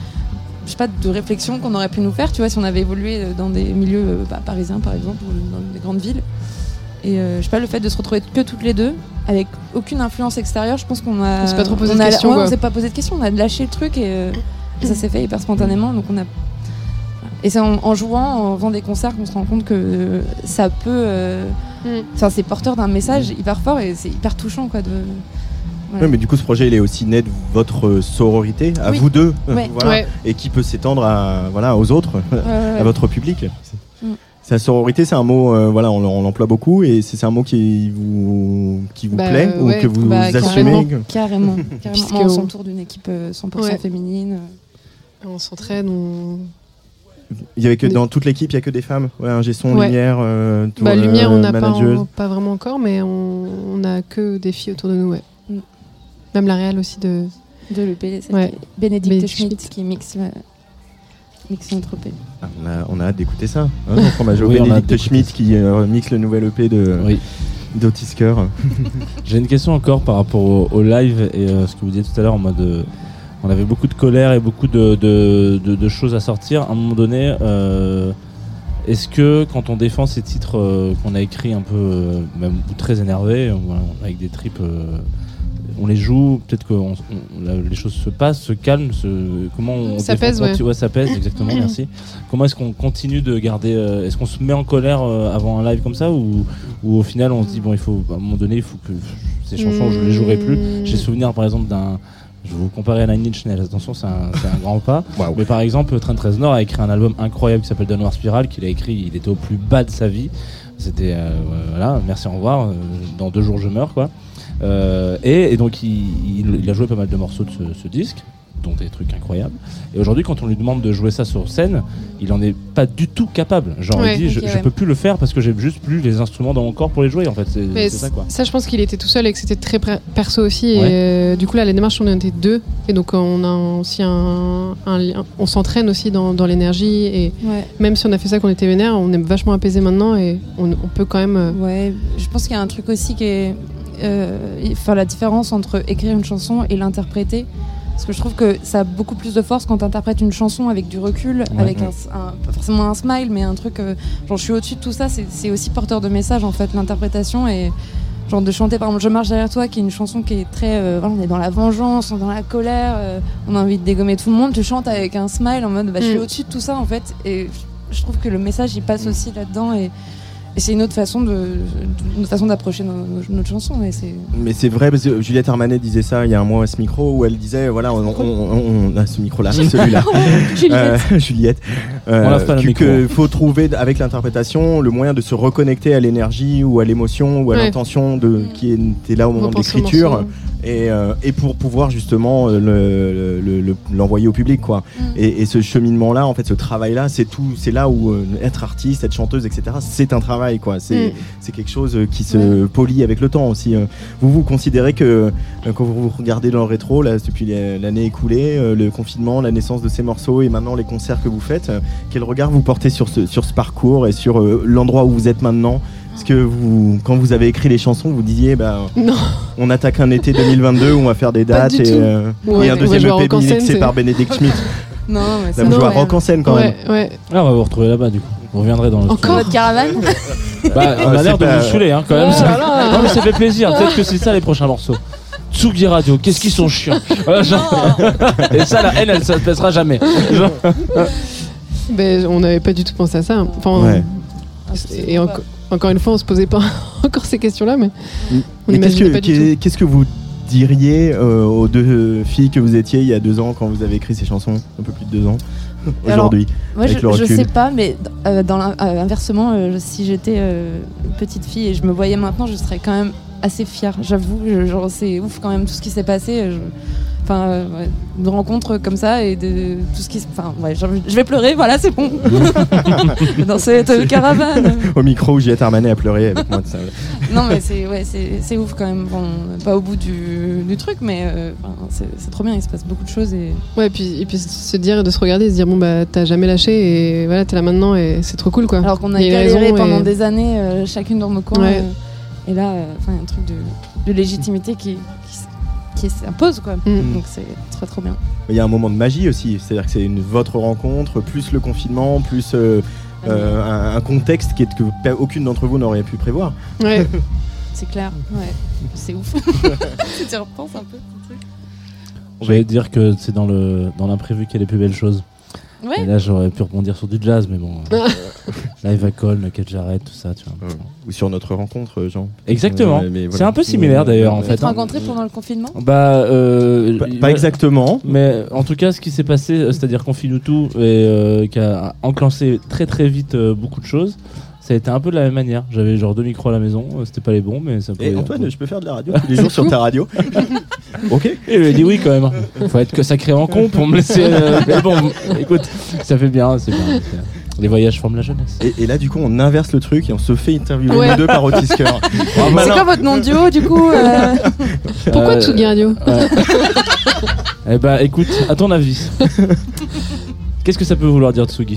de réflexion qu'on aurait pu nous faire, tu vois, si on avait évolué dans des milieux parisiens par exemple, ou dans des grandes villes. Et le fait de se retrouver que toutes les deux avec aucune influence extérieure, je pense qu'on s'est pas trop posé de questions. On s'est pas posé de questions, on a lâché le truc et ça s'est fait hyper spontanément. Donc et c'est en jouant, en faisant des concerts qu'on se rend compte que ça peut c'est porteur d'un message hyper fort et c'est hyper touchant quoi. Oui, mais du coup, ce projet, il est aussi né de votre sororité, à vous deux, et qui peut s'étendre aux autres, à votre public. Sa sororité, c'est un mot, on l'emploie beaucoup, et c'est un mot qui vous plaît, ou que vous assumez. Carrément. On s'entoure d'une équipe 100% féminine. On s'entraide, Il y avait que dans toute l'équipe, il y a que des femmes. Ingé son, lumière, lumière, on n'a pas vraiment encore, mais on a que des filles autour de nous. Même la réal aussi de l'EP, Bénédicte Schmitt qui mixe notre EP. On a hâte d'écouter ça. Bénédicte Schmitt qui mixe le nouvel EP d'Otisker. J'ai une question encore par rapport au live et ce que vous disiez tout à l'heure en mode on avait beaucoup de colère et beaucoup de choses à sortir. À un moment donné, est-ce que quand on défend ces titres qu'on a écrits un peu, même très énervés, avec des tripes, on les joue, peut-être que les choses se passent, se calment, comment on ça pèse, ouais, ça pèse, exactement, merci. Comment est-ce qu'on continue de garder, est-ce qu'on se met en colère avant un live comme ça, ou au final on se dit bon, il faut à un moment donné, il faut que ces chansons je les jouerai plus. J'ai souvenir par exemple je vais vous comparer à Nine Inch Nails, attention c'est un grand pas, mais par exemple Trent Reznor a écrit un album incroyable qui s'appelle Downward Spiral, qu'il a écrit, il était au plus bas de sa vie, c'était voilà, merci, au revoir, dans 2 jours je meurs quoi. Et donc il a joué pas mal de morceaux de ce disque, dont des trucs incroyables. Et aujourd'hui, quand on lui demande de jouer ça sur scène, il en est pas du tout capable. Genre, il dit, je peux plus le faire parce que j'ai juste plus les instruments dans mon corps pour les jouer. En fait, c'est ça quoi. Ça, je pense qu'il était tout seul et que c'était très perso aussi. Et du coup, là, la démarche, on était 2. Et donc, on a aussi un lien. On s'entraîne aussi dans l'énergie. Et même si on a fait ça qu'on était vénère, on est vachement apaisé maintenant et on peut quand même. Ouais, je pense qu'il y a un truc aussi qui est. Faire la différence entre écrire une chanson et l'interpréter, parce que je trouve que ça a beaucoup plus de force quand tu interprètes une chanson avec du recul, avec pas forcément un smile, mais un truc genre je suis au-dessus de tout ça, c'est aussi porteur de message en fait, l'interprétation. Et genre de chanter par exemple Je marche derrière toi, qui est une chanson qui est très on est dans la vengeance, on est dans la colère, on a envie de dégommer tout le monde, tu chantes avec un smile en mode je suis au-dessus de tout ça en fait, et je trouve que le message il passe aussi là-dedans. Et c'est une autre façon d'approcher notre chanson. Mais c'est vrai, parce que Juliette Armanet disait ça il y a un mois à ce micro, où elle disait voilà, on a ce micro-là, celui-là. Juliette. Qu'il faut trouver avec l'interprétation le moyen de se reconnecter à l'énergie ou à l'émotion ou à l'intention qui était là au moment de l'écriture. Et pour pouvoir justement l'envoyer au public quoi. Et ce cheminement là, en fait, ce travail là, c'est là où être artiste, être chanteuse, etc., c'est un travail quoi. C'est quelque chose qui se polit avec le temps aussi. Vous considérez que quand vous regardez dans le rétro là, depuis l'année écoulée, le confinement, la naissance de ces morceaux et maintenant les concerts que vous faites, quel regard vous portez sur ce parcours et sur l'endroit où vous êtes maintenant? Est-ce que quand vous avez écrit les chansons, vous disiez on attaque un été 2022 où on va faire des dates et un deuxième EP mixé par Bénédicte Schmitt? Non, mais ça vous jouez à Rock en scène quand même. Ah, on va vous retrouver là-bas du coup. Vous reviendrez dans notre caravane. On a l'air de vous saouler quand même. Non mais ça fait plaisir. Peut-être que c'est ça les prochains morceaux. Tsugi Radio, qu'est-ce qu'ils sont chiants. Et ça, la haine, elle ne se passera jamais. On n'avait pas du tout pensé à ça. Enfin, et encore une fois, on se posait pas encore ces questions-là, mais on imaginait pas du tout. Qu'est-ce que vous diriez aux 2 filles que vous étiez il y a 2 ans quand vous avez écrit ces chansons, un peu plus de 2 ans aujourd'hui? Moi, je sais pas, mais inversement, si j'étais petite fille et je me voyais maintenant, je serais quand même assez fière. J'avoue, c'est ouf quand même tout ce qui s'est passé. De rencontres comme ça et de tout ce qui je vais pleurer, voilà, c'est bon. Dans cette caravane au micro où Juliette Armanet a pleuré avec moi de ça. Non mais c'est ouf quand même, pas au bout du truc, mais c'est trop bien, il se passe beaucoup de choses et puis se dire et de se regarder et se dire t'as jamais lâché et voilà, t'es là maintenant et c'est trop cool quoi. Alors qu'on a galéré pendant des années chacune dans nos coins et là il y a un truc de légitimité qui s'impose quoi. Donc c'est très trop bien. Il y a un moment de magie aussi, c'est-à-dire que c'est votre rencontre plus le confinement plus un contexte que aucune d'entre vous n'aurait pu prévoir. Ouais. C'est clair, c'est ouf. Si tu repenses un peu ce truc. Je vais dire que c'est dans l'imprévu qu'il y a les plus belles choses. Ouais. Et là j'aurais pu rebondir sur du jazz, mais bon. Live à Col, Kate Jarrett, tout ça, tu vois. Ou sur notre rencontre, Jean. Exactement. Voilà. C'est un peu similaire d'ailleurs en fait. Vous êtes rencontrés pendant le confinement ? Pas exactement. Mais en tout cas, ce qui s'est passé, c'est-à-dire qu'on finit tout et qui a enclenché très très vite beaucoup de choses. Ça a été un peu de la même manière. J'avais genre 2 micros à la maison, c'était pas les bons, mais ça peut. Et Antoine, je peux faire de la radio tous les jours sur ta radio. Ok. Et il a dit oui quand même. Faut être que sacré en con pour me laisser. Mais bon, écoute, ça fait bien, c'est bien. Les voyages forment la jeunesse. Et là, du coup, on inverse le truc et on se fait interviewer nous deux par Otisker. C'est quoi votre nom de duo, du coup Pourquoi Tsugi Radio Eh ben, écoute, à ton avis, qu'est-ce que ça peut vouloir dire Tsugi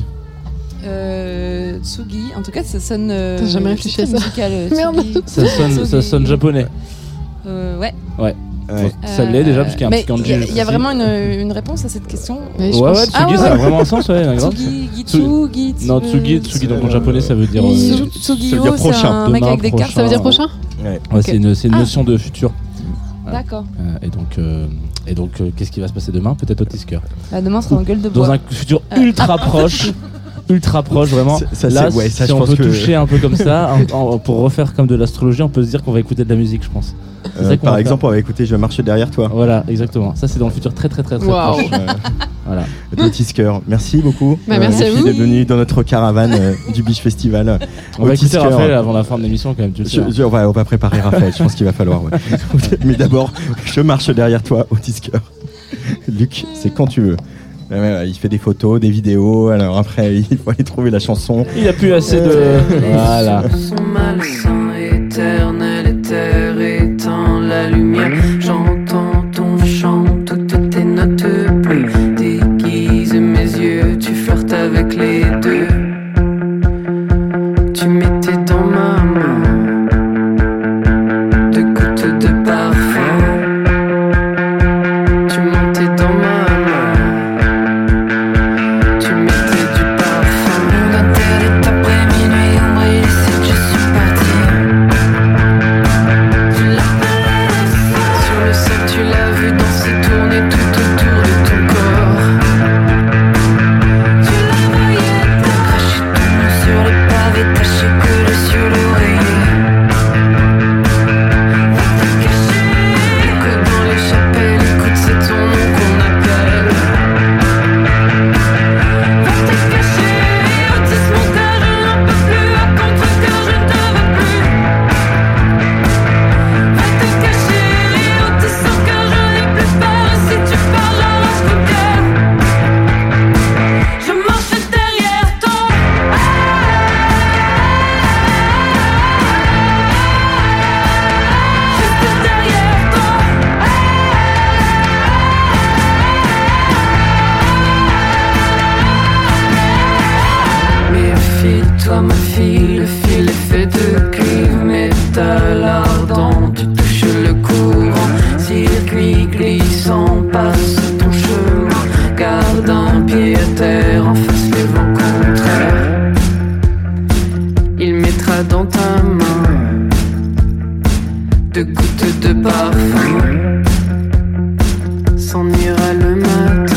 Tsugi, en tout cas, ça sonne. T'as jamais réfléchi à ça musical, Merde. Ça sonne japonais. Ouais. Ouais. Ouais. Ça l'est déjà, parce qu'il y a un mais petit kanji. il y a vraiment une réponse à cette question. Ouais, Tsugi, ça a vraiment un sens, ouais, grave. Tsugi, Gitsu, Non, Tsugi, donc en japonais, ça veut dire. Tsugiyo, c'est un mec avec des cartes, ça veut dire prochain. Ouais, c'est une notion de futur. D'accord. Et donc, qu'est-ce qui va se passer demain? Peut-être au Tisker. Demain, sera en gueule de bois. Dans un futur ultra proche. Ultra proche, vraiment. Ça, là, ouais, ça, si je on pense peut que... toucher un peu comme ça, pour refaire comme de l'astrologie, on peut se dire qu'on va écouter de la musique, je pense. Par exemple, on va écouter Je marche derrière toi. Voilà, exactement. Ça, c'est dans le futur très très très très Wow. proche. Voilà. Le Tisker, merci beaucoup. Merci à vous. D'être venu dans notre caravane du Beach Festival. On va écouter Raphaël avant la fin de l'émission, quand même. Tu le sais. On va préparer Raphaël, je pense qu'il va falloir. Ouais. Mais d'abord, Je marche derrière toi au Tisker. Luc, c'est quand tu veux. Il fait des photos, des vidéos, alors après il faut aller trouver la chanson. Il a plus assez de... Voilà. Son malsain éternel et terre éteint la lumière. J'entends ton chant, toutes tes notes bleues déguisent mes yeux, tu flirtes avec les deux. Tu mettais dans ma main deux gouttes de parfum. Tu montais dans ma main. Tu mettais du parfum. Mon hôtel est après minuit, ombré, ici je suis parti. Tu l'appelles sur le sol, tu l'as vu danser, tourner tout autour de ton corps. Tu la voyais cracher tout nu sur les pavés, taché que le ciel oreiller. Va te cacher que dans les chapelles, écoute, c'est ton nom qu'on appelle. Va te cacher, autiste mon cœur, je n'en peux plus, à contre-cœur, je ne te veux plus. Va te cacher, autiste son cœur, je n'ai plus peur, et si tu parles, j'arrache ton cœur. Je marche derrière toi. Juste derrière toi. Méfie-toi ma fille, le fil est fait de cuivre, métal ardent, tu touches le courant, circuit glissant, passe ton chemin, garde un pied à terre, en face le vent contraire. Il mettra dans ta main deux gouttes de parfum, s'en ira le matin.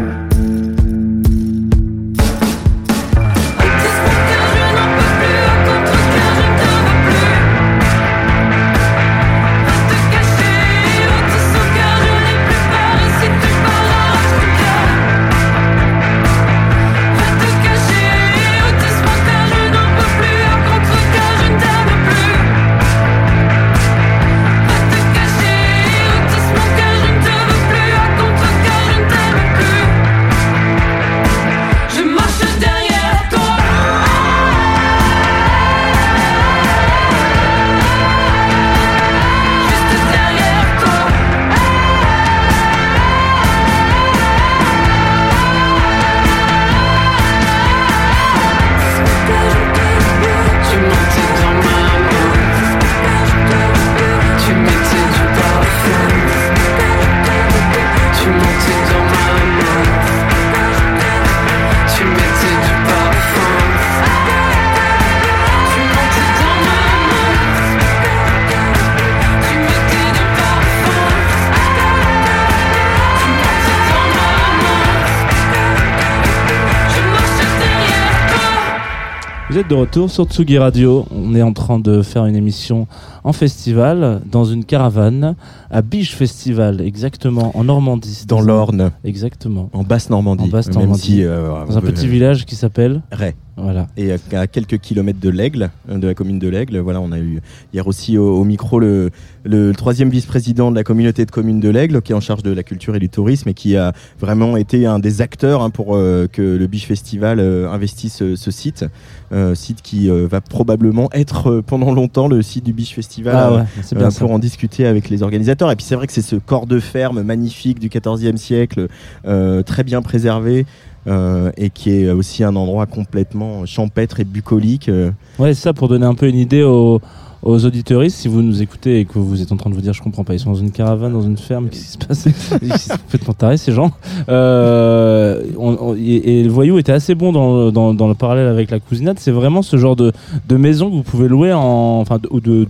Je marche derrière toi. Juste derrière toi. Tu montais dans ma main. Tu mettais du parfum. Tu montais dans ma main. Tu mettais du parfum. Tu montais dans ma main. Tu mettais du parfum. Tu montais dans ma main. Je marche derrière toi. Vous êtes de retour sur Tsugi Radio. On est en train de faire une émission en festival, dans une caravane, à Biche Festival, exactement, en Normandie. Dans l'Orne. Exactement. En Basse-Normandie. En Basse Même Normandie. si, Dans un petit village qui s'appelle Ray. Voilà. Et à quelques kilomètres de l'Aigle, de la commune de l'Aigle. Voilà, on a eu hier aussi au micro le troisième vice-président de la communauté de communes de l'Aigle, qui est en charge de la culture et du tourisme et qui a vraiment été un des acteurs pour que le Biche Festival investisse ce site. Site qui va probablement être pendant longtemps le site du Biche Festival c'est bien pour en discuter avec les organisateurs. Et puis c'est vrai que c'est ce corps de ferme magnifique du XIVe siècle, très bien préservé. Et qui est aussi un endroit complètement champêtre et bucolique. Ouais, c'est ça, pour donner un peu une idée aux aux auditeuristes, si vous nous écoutez et que vous êtes en train de vous dire je comprends pas, ils sont dans une caravane, dans une ferme, qu'est-ce qui se passe? Ils sont complètement tarés ces gens. Et le Voyou était assez bon dans le parallèle avec la cousinade. C'est vraiment ce genre de maison que vous pouvez louer ou de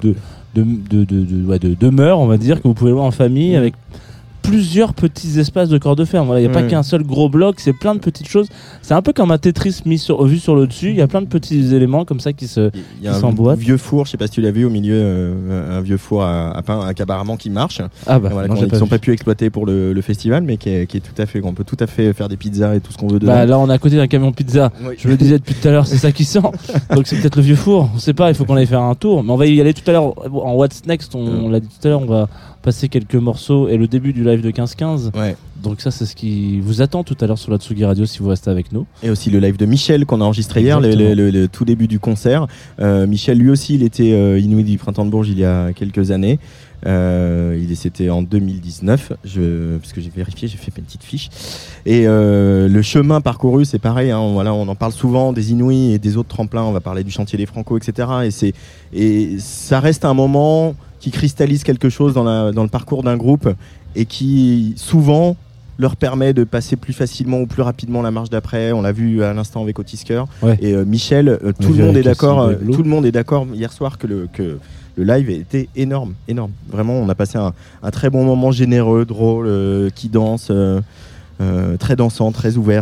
demeure, on va dire, que vous pouvez louer en famille avec plusieurs petits espaces de corps de ferme. Voilà, il n'y a pas qu'un seul gros bloc, c'est plein de petites choses. C'est un peu comme un Tetris vu sur le dessus. Il y a plein de petits éléments comme ça qui s'emboîtent. Un vieux four, je sais pas si tu l'as vu au milieu, un vieux four à pain, un cabaret qui marche. Voilà, qu'ils n'ont pas pu exploiter pour le festival, mais qui est tout à fait. On peut tout à fait faire des pizzas et tout ce qu'on veut dedans. Là, on est à côté d'un camion pizza. Oui. Je le disais depuis tout à l'heure, c'est ça qui sent. Donc c'est peut-être le vieux four. On sait pas. Il faut qu'on aille faire un tour. Mais on va y aller tout à l'heure en What's Next. On l'a dit tout à l'heure. On va passer quelques morceaux et le début du live de 15-15. Ouais. Donc ça, c'est ce qui vous attend tout à l'heure sur la Tsugi Radio si vous restez avec nous. Et aussi le live de Michel qu'on a enregistré hier, le tout début du concert. Michel, lui aussi, il était Inouï du Printemps de Bourges il y a quelques années. C'était en 2019, parce que j'ai vérifié, j'ai fait une petite fiche. Et le chemin parcouru, c'est pareil. On en parle souvent des Inouïs et des autres tremplins. On va parler du chantier des Franco, etc. Et ça reste un moment qui cristallise quelque chose dans le parcours d'un groupe et qui souvent leur permet de passer plus facilement ou plus rapidement la marche d'après. On l'a vu à l'instant avec Otisker. Ouais. Et Michel, tout le monde est d'accord. Tout le monde est d'accord hier soir que le live était énorme. Vraiment, on a passé un très bon moment, généreux, drôle, qui danse, très dansant, très ouvert,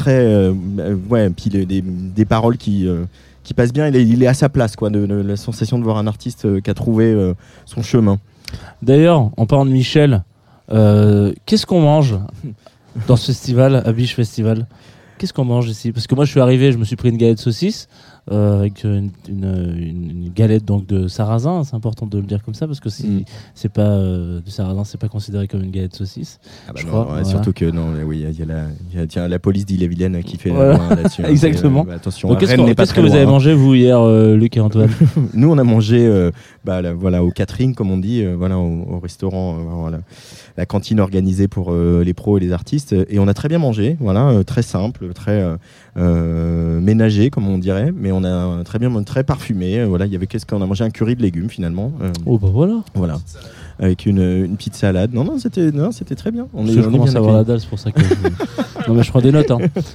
puis des paroles qui passent bien. Il est à sa place, quoi. La sensation de voir un artiste qui a trouvé son chemin. D'ailleurs, en parlant de Michel, qu'est-ce qu'on mange dans ce festival, à Biche Festival? Qu'est-ce qu'on mange ici? Parce que moi, je suis arrivé, je me suis pris une galette de saucisse. Avec une galette donc de sarrasin, c'est important de le dire comme ça parce que si c'est pas du sarrasin, c'est pas considéré comme une galette de saucisse. Je crois. Voilà. Surtout que il y a la police d'Ille-et-Vilaine qui fait là-dessus. Exactement. Attention. Donc, qu'est-ce que vous avez mangé vous hier, Luc et Antoine? Nous, on a mangé au catering, comme on dit, au restaurant, la cantine organisée pour les pros et les artistes, et on a très bien mangé. Très simple, très ménager, comme on dirait, mais on a très parfumé. Il y avait on a mangé un curry de légumes finalement. Voilà. Avec une petite salade. Non, c'était très bien. Je commence à avoir la dalle, c'est pour ça que non, mais je prends des notes.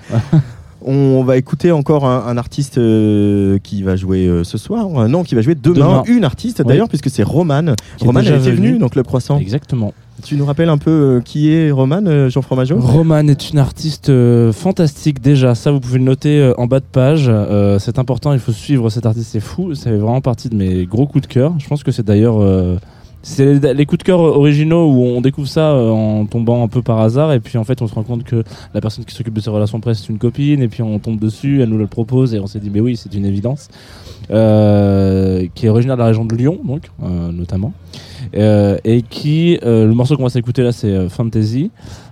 On va écouter encore un artiste qui va jouer ce soir. Qui va jouer demain. Une artiste d'ailleurs, puisque c'est Romane. Romane était venue dans Club Croissant. Exactement. Tu nous rappelles un peu qui est Romane, Jean Fromageau? Romane est une artiste fantastique déjà. Ça, vous pouvez le noter en bas de page. C'est important, il faut suivre cet artiste, c'est fou. Ça fait vraiment partie de mes gros coups de cœur. Je pense que c'est d'ailleurs... c'est les coups de cœur originaux où on découvre ça en tombant un peu par hasard et puis en fait on se rend compte que la personne qui s'occupe de ses relations presse c'est une copine et puis on tombe dessus, elle nous le propose et on s'est dit mais oui, c'est une évidence. Qui est originaire de la région de Lyon donc notamment et qui le morceau qu'on va s'écouter là c'est Fantasy.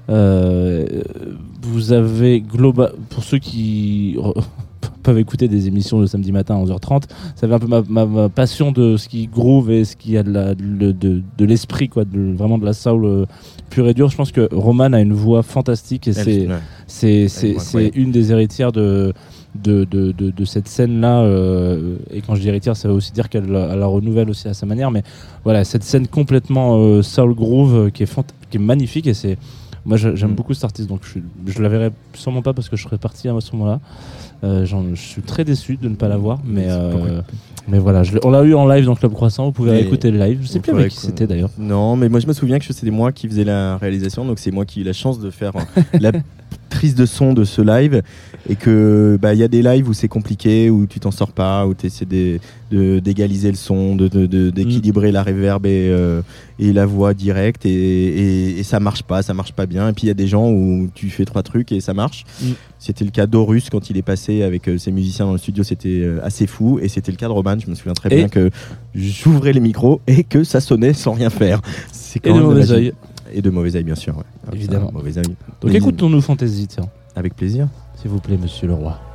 Vous avez pour ceux qui peuvent écouter des émissions le samedi matin à 11h30, ça fait un peu ma passion de ce qui groove et ce qui a de l'esprit, quoi, vraiment de la soul pure et dure. Je pense que Romane a une voix fantastique et c'est une des héritières de cette scène-là. Et quand je dis héritière, ça veut aussi dire qu'elle la renouvelle aussi à sa manière. Mais voilà, cette scène complètement soul groove qui est magnifique et c'est... Moi j'aime beaucoup cet artiste, donc je la verrai sûrement pas parce que je serais parti à ce moment-là. Je suis très déçu de ne pas l'avoir, mais voilà, on l'a eu en live dans Club Croissant, vous pouvez écouter le live. Je sais plus avec qui c'était d'ailleurs. Non, mais moi je me souviens que c'était moi qui faisais la réalisation, donc c'est moi qui ai eu la chance de faire la prise de son de ce live, et que il y a des lives où c'est compliqué, où tu t'en sors pas, où tu essaies d'égaliser le son, d'équilibrer la reverb et la voix directe, et ça marche pas bien. Et puis il y a des gens où tu fais 3 trucs et ça marche. C'était le cas d'Horus quand il est passé avec ses musiciens dans le studio, c'était assez fou. Et c'était le cas de Romane, je me souviens très bien que j'ouvrais les micros et que ça sonnait sans rien faire. C'est quand même de mauvais oeil. Et de mauvais oeil, bien sûr. Ouais. Évidemment. Mauvais oeil. Donc écoutons-nous Fantasy, tiens. Avec plaisir. S'il vous plaît, monsieur le roi.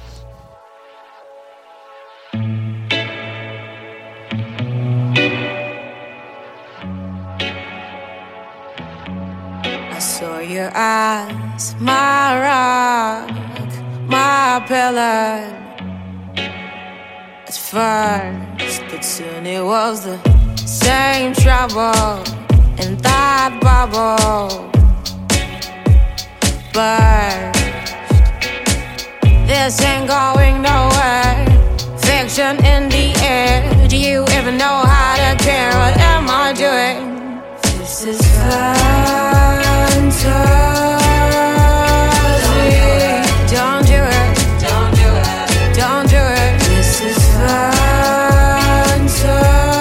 I saw your eyes, my rock, my pillar. At first promised that soon it was the same trouble in that bubble burst. This ain't going nowhere. Fiction in the air. Do you even know how to care? What am I doing? This is fantasy. Don't do it. Don't do it. Don't do it. This is fantasy.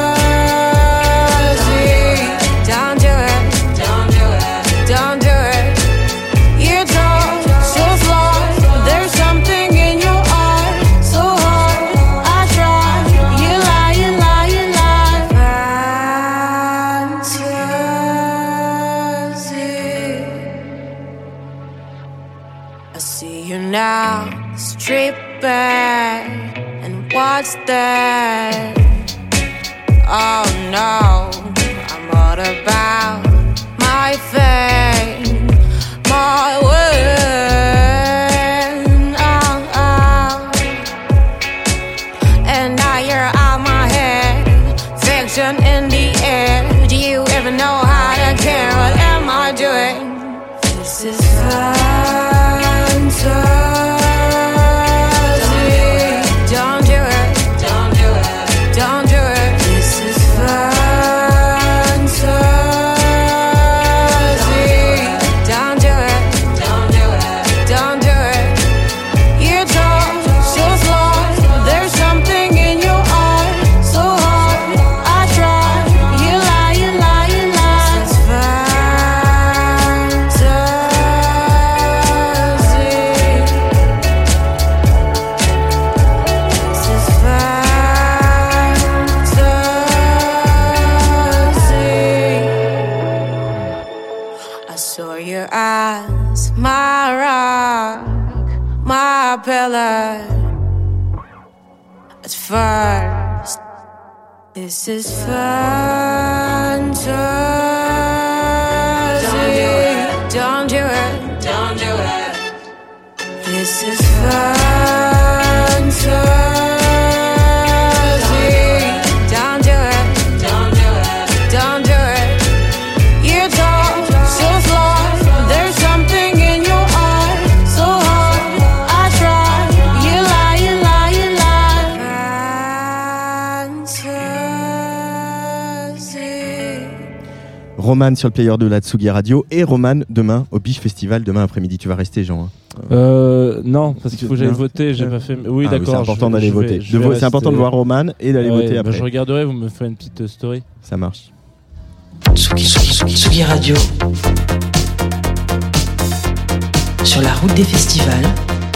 Don't do it. Don't do it. Don't do it. You talk so slow. There's something in your eye so hard. I try. You lie, you lie, you lie. Fantasy. I see you now, stripping, and what's that? Oh no, I'm all about my fame, my win. Oh, oh. And now you're out my head, fiction in the air. Do you even know how to care? What am I doing? This is fantasy. Don't do it. Don't do it. Don't do it. This is fantasy. Don't do it. Don't do it. Don't do it. You talk so slow. There's something in your eye so hard. I try. You lie, you lie, you lie. It's fantasy. This is fantasy. I saw your eyes, my rock, my pillar. At first, this is fantasy. Don't do it. Don't do it. This is fantasy. Don't do it. Don't do it. Don't do it. You talk so slow. There's something in your eye so hard. I try. You lie, you lie, you lie. Fantasy. Roman sur le player de la Tsugi Radio et Roman demain au Biche Festival, demain après-midi. Tu vas rester, Jean hein. Non, parce qu'il faut que j'aille voter. J'ai pas fait. Oui, d'accord. C'est important d'aller voter. C'est important de voir Roman et d'aller voter après. Je regarderai. Vous me faites une petite story. Ça marche. Tsugi Radio. Sur la route des festivals.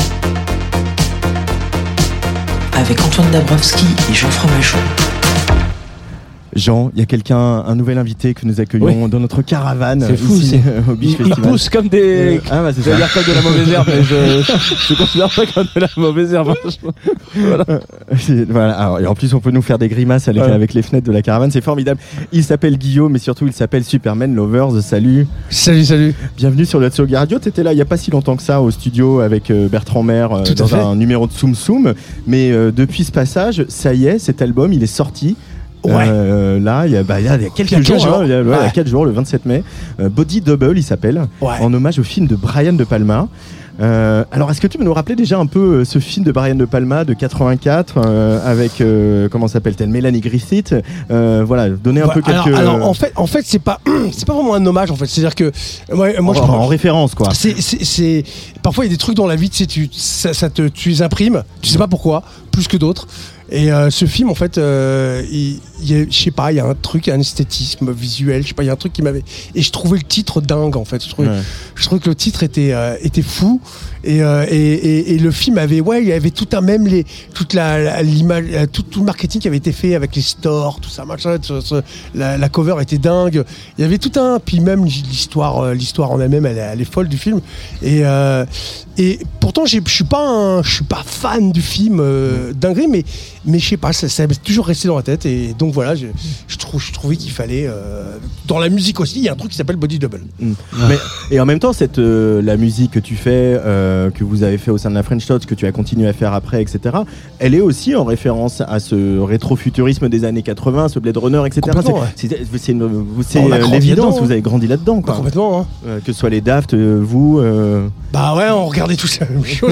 Avec Antoine Dabrowski et Jean Fromageau. Jean, il y a un nouvel invité que nous accueillons dans notre caravane. C'est fou, ici, au Biche Festival. Il pousse comme des. C'est ça. Dire comme de la mauvaise herbe, mais je considère pas comme de la mauvaise herbe. Voilà. Voilà. Alors, et en plus, on peut nous faire des grimaces avec les fenêtres de la caravane. C'est formidable. Il s'appelle Guillaume, mais surtout, il s'appelle Superman Lovers. Salut. Salut. Bienvenue sur le Tsugi Radio. Tu étais là il n'y a pas si longtemps que ça au studio avec Bertrand Maire dans un numéro de Soum Soum. Mais depuis ce passage, ça y est, cet album, il est sorti. Ouais. Là, il y a quelques jours, il y a 4 jours, le 27 mai. Body Double, il s'appelle, en hommage au film de Brian De Palma. Alors, est-ce que tu peux nous rappeler déjà un peu ce film de Brian De Palma de 84 avec comment s'appelle-t-elle, Mélanie Griffith, voilà, donner un peu quelques. Alors en fait, c'est pas vraiment un hommage en fait. C'est-à-dire que moi je en référence quoi. C'est parfois il y a des trucs dans la vie, tu sais, tu les imprimes, tu sais pas pourquoi, plus que d'autres. Et ce film, en fait, je sais pas, il y a un truc, un esthétisme visuel, je sais pas, il y a un truc qui m'avait. Et je trouvais le titre dingue, en fait. Je trouvais que le titre était fou. Et le film avait, il y avait tout l'image, tout le marketing qui avait été fait avec les stores, tout ça, machin. La cover était dingue. Il y avait tout puis même l'histoire en elle-même, elle est folle du film. Et pourtant, je suis pas fan du film dinguerie, mais mais je sais pas, ça m'est toujours resté dans la tête. Et donc voilà, je trouvais qu'il fallait. Dans la musique aussi, il y a un truc qui s'appelle Body Double. Mais, et en même temps, la musique que tu fais, que vous avez fait au sein de la French Touch, que tu as continué à faire après, etc., elle est aussi en référence à ce rétrofuturisme des années 80, ce Blade Runner, etc. C'est l'évidence, vous avez grandi là-dedans. Quoi. Complètement. Que ce soit les Daft, vous. Bah ouais, on regardait tous la même chose.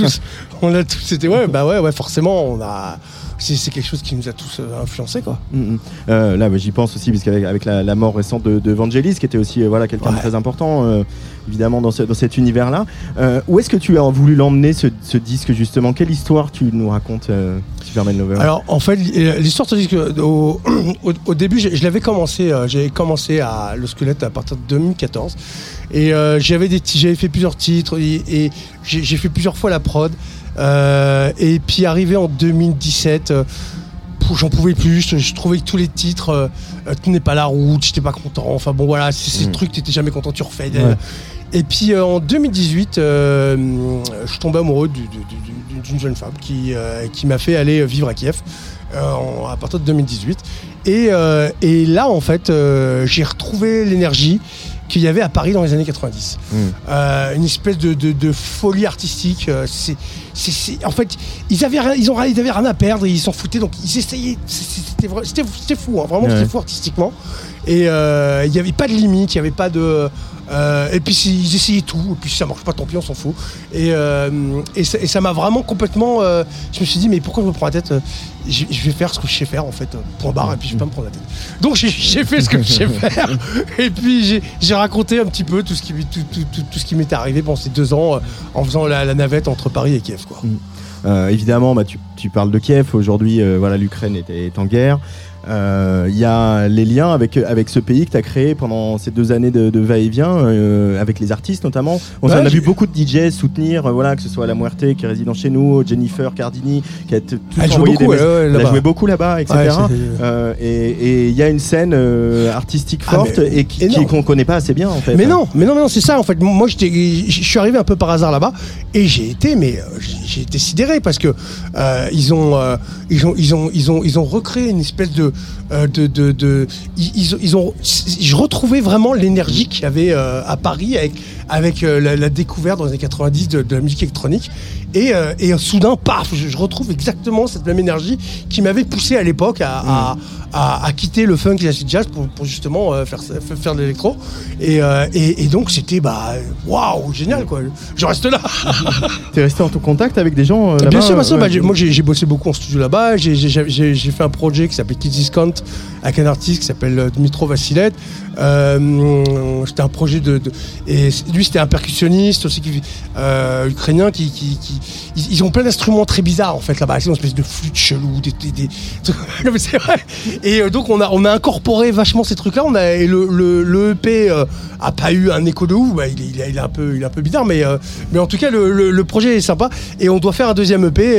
On a tous. C'était ouais, forcément, c'est quelque chose qui nous a tous influencés, quoi. Là, j'y pense aussi, parce qu'avec la mort récente de Vangelis, qui était aussi quelqu'un de très important, évidemment, dans cet univers-là. Où est-ce que tu as voulu l'emmener, ce disque, justement? Quelle histoire tu nous racontes, Superman Lover? Alors, en fait, l'histoire de ce disque, au début, je l'avais commencé, j'ai commencé à Le Squelette à partir de 2014. Et j'avais fait plusieurs titres, et j'ai fait plusieurs fois la prod. Et puis arrivé en 2017, j'en pouvais plus. Je trouvais que tous les titres tenaient pas la route, j'étais pas content. Enfin bon, voilà, c'est ces trucs, t'étais jamais content, tu refais. Ouais. Et puis en 2018, je suis tombé amoureux d'une jeune femme qui m'a fait aller vivre à Kiev à partir de 2018. Et là, en fait, j'ai retrouvé l'énergie qu'il y avait à Paris dans les années 90. Une espèce de folie artistique. En fait, ils avaient rien à perdre, ils s'en foutaient, donc ils essayaient. C'était fou, hein, vraiment, c'était fou artistiquement. Et il n'y avait pas de limite, il n'y avait pas de. Et puis ils essayaient tout, et puis si ça marche pas, tant pis, on s'en fout. Et ça m'a vraiment complètement. Je me suis dit, mais pourquoi je me prends la tête? Je vais faire ce que je sais faire, en fait, point barre, et puis je vais pas me prendre la tête. Donc j'ai fait ce que je sais faire, et puis j'ai raconté un petit peu tout ce qui m'était arrivé pendant ces 2 ans en faisant la navette entre Paris et Kiev, quoi. Évidemment, tu parles de Kiev. Aujourd'hui, l'Ukraine est en guerre. Il y a les liens avec ce pays que tu as créé pendant ces 2 années de va-et-vient, avec les artistes notamment. On a vu beaucoup de DJ soutenir, que ce soit La Muerte qui est résident chez nous, Jennifer Cardini qui a tous envoyé des messages. Elle a joué beaucoup là-bas, etc. Et il y a une scène artistique forte et qu'on connaît pas assez bien, en fait. Mais non, c'est ça, en fait. Moi, je suis arrivé un peu par hasard là-bas et j'ai été sidéré parce que ils ont recréé une espèce je retrouvais vraiment l'énergie qu'il y avait à Paris avec la découverte dans les années 90 de la musique électronique. Et soudain, paf, je retrouve exactement cette même énergie qui m'avait poussé à l'époque à quitter le funk et l'acid jazz pour justement faire de l'électro. Et donc c'était waouh, génial, quoi. Je reste là. T'es resté en contact avec des gens là-bas? Bien sûr. Moi j'ai bossé beaucoup en studio là-bas. J'ai fait un projet qui s'appelle Kids Discount avec un artiste qui s'appelle Dmitro Vassilet. C'était un projet et lui c'était un percussionniste aussi ukrainien ils ont plein d'instruments très bizarres, en fait, là-bas. C'est une espèce de flûte chelou, non, mais c'est vrai. Et donc on a incorporé vachement ces trucs-là. Et le EP a pas eu un écho de ouf. Il est un peu bizarre, mais en tout cas le projet est sympa. Et on doit faire un deuxième EP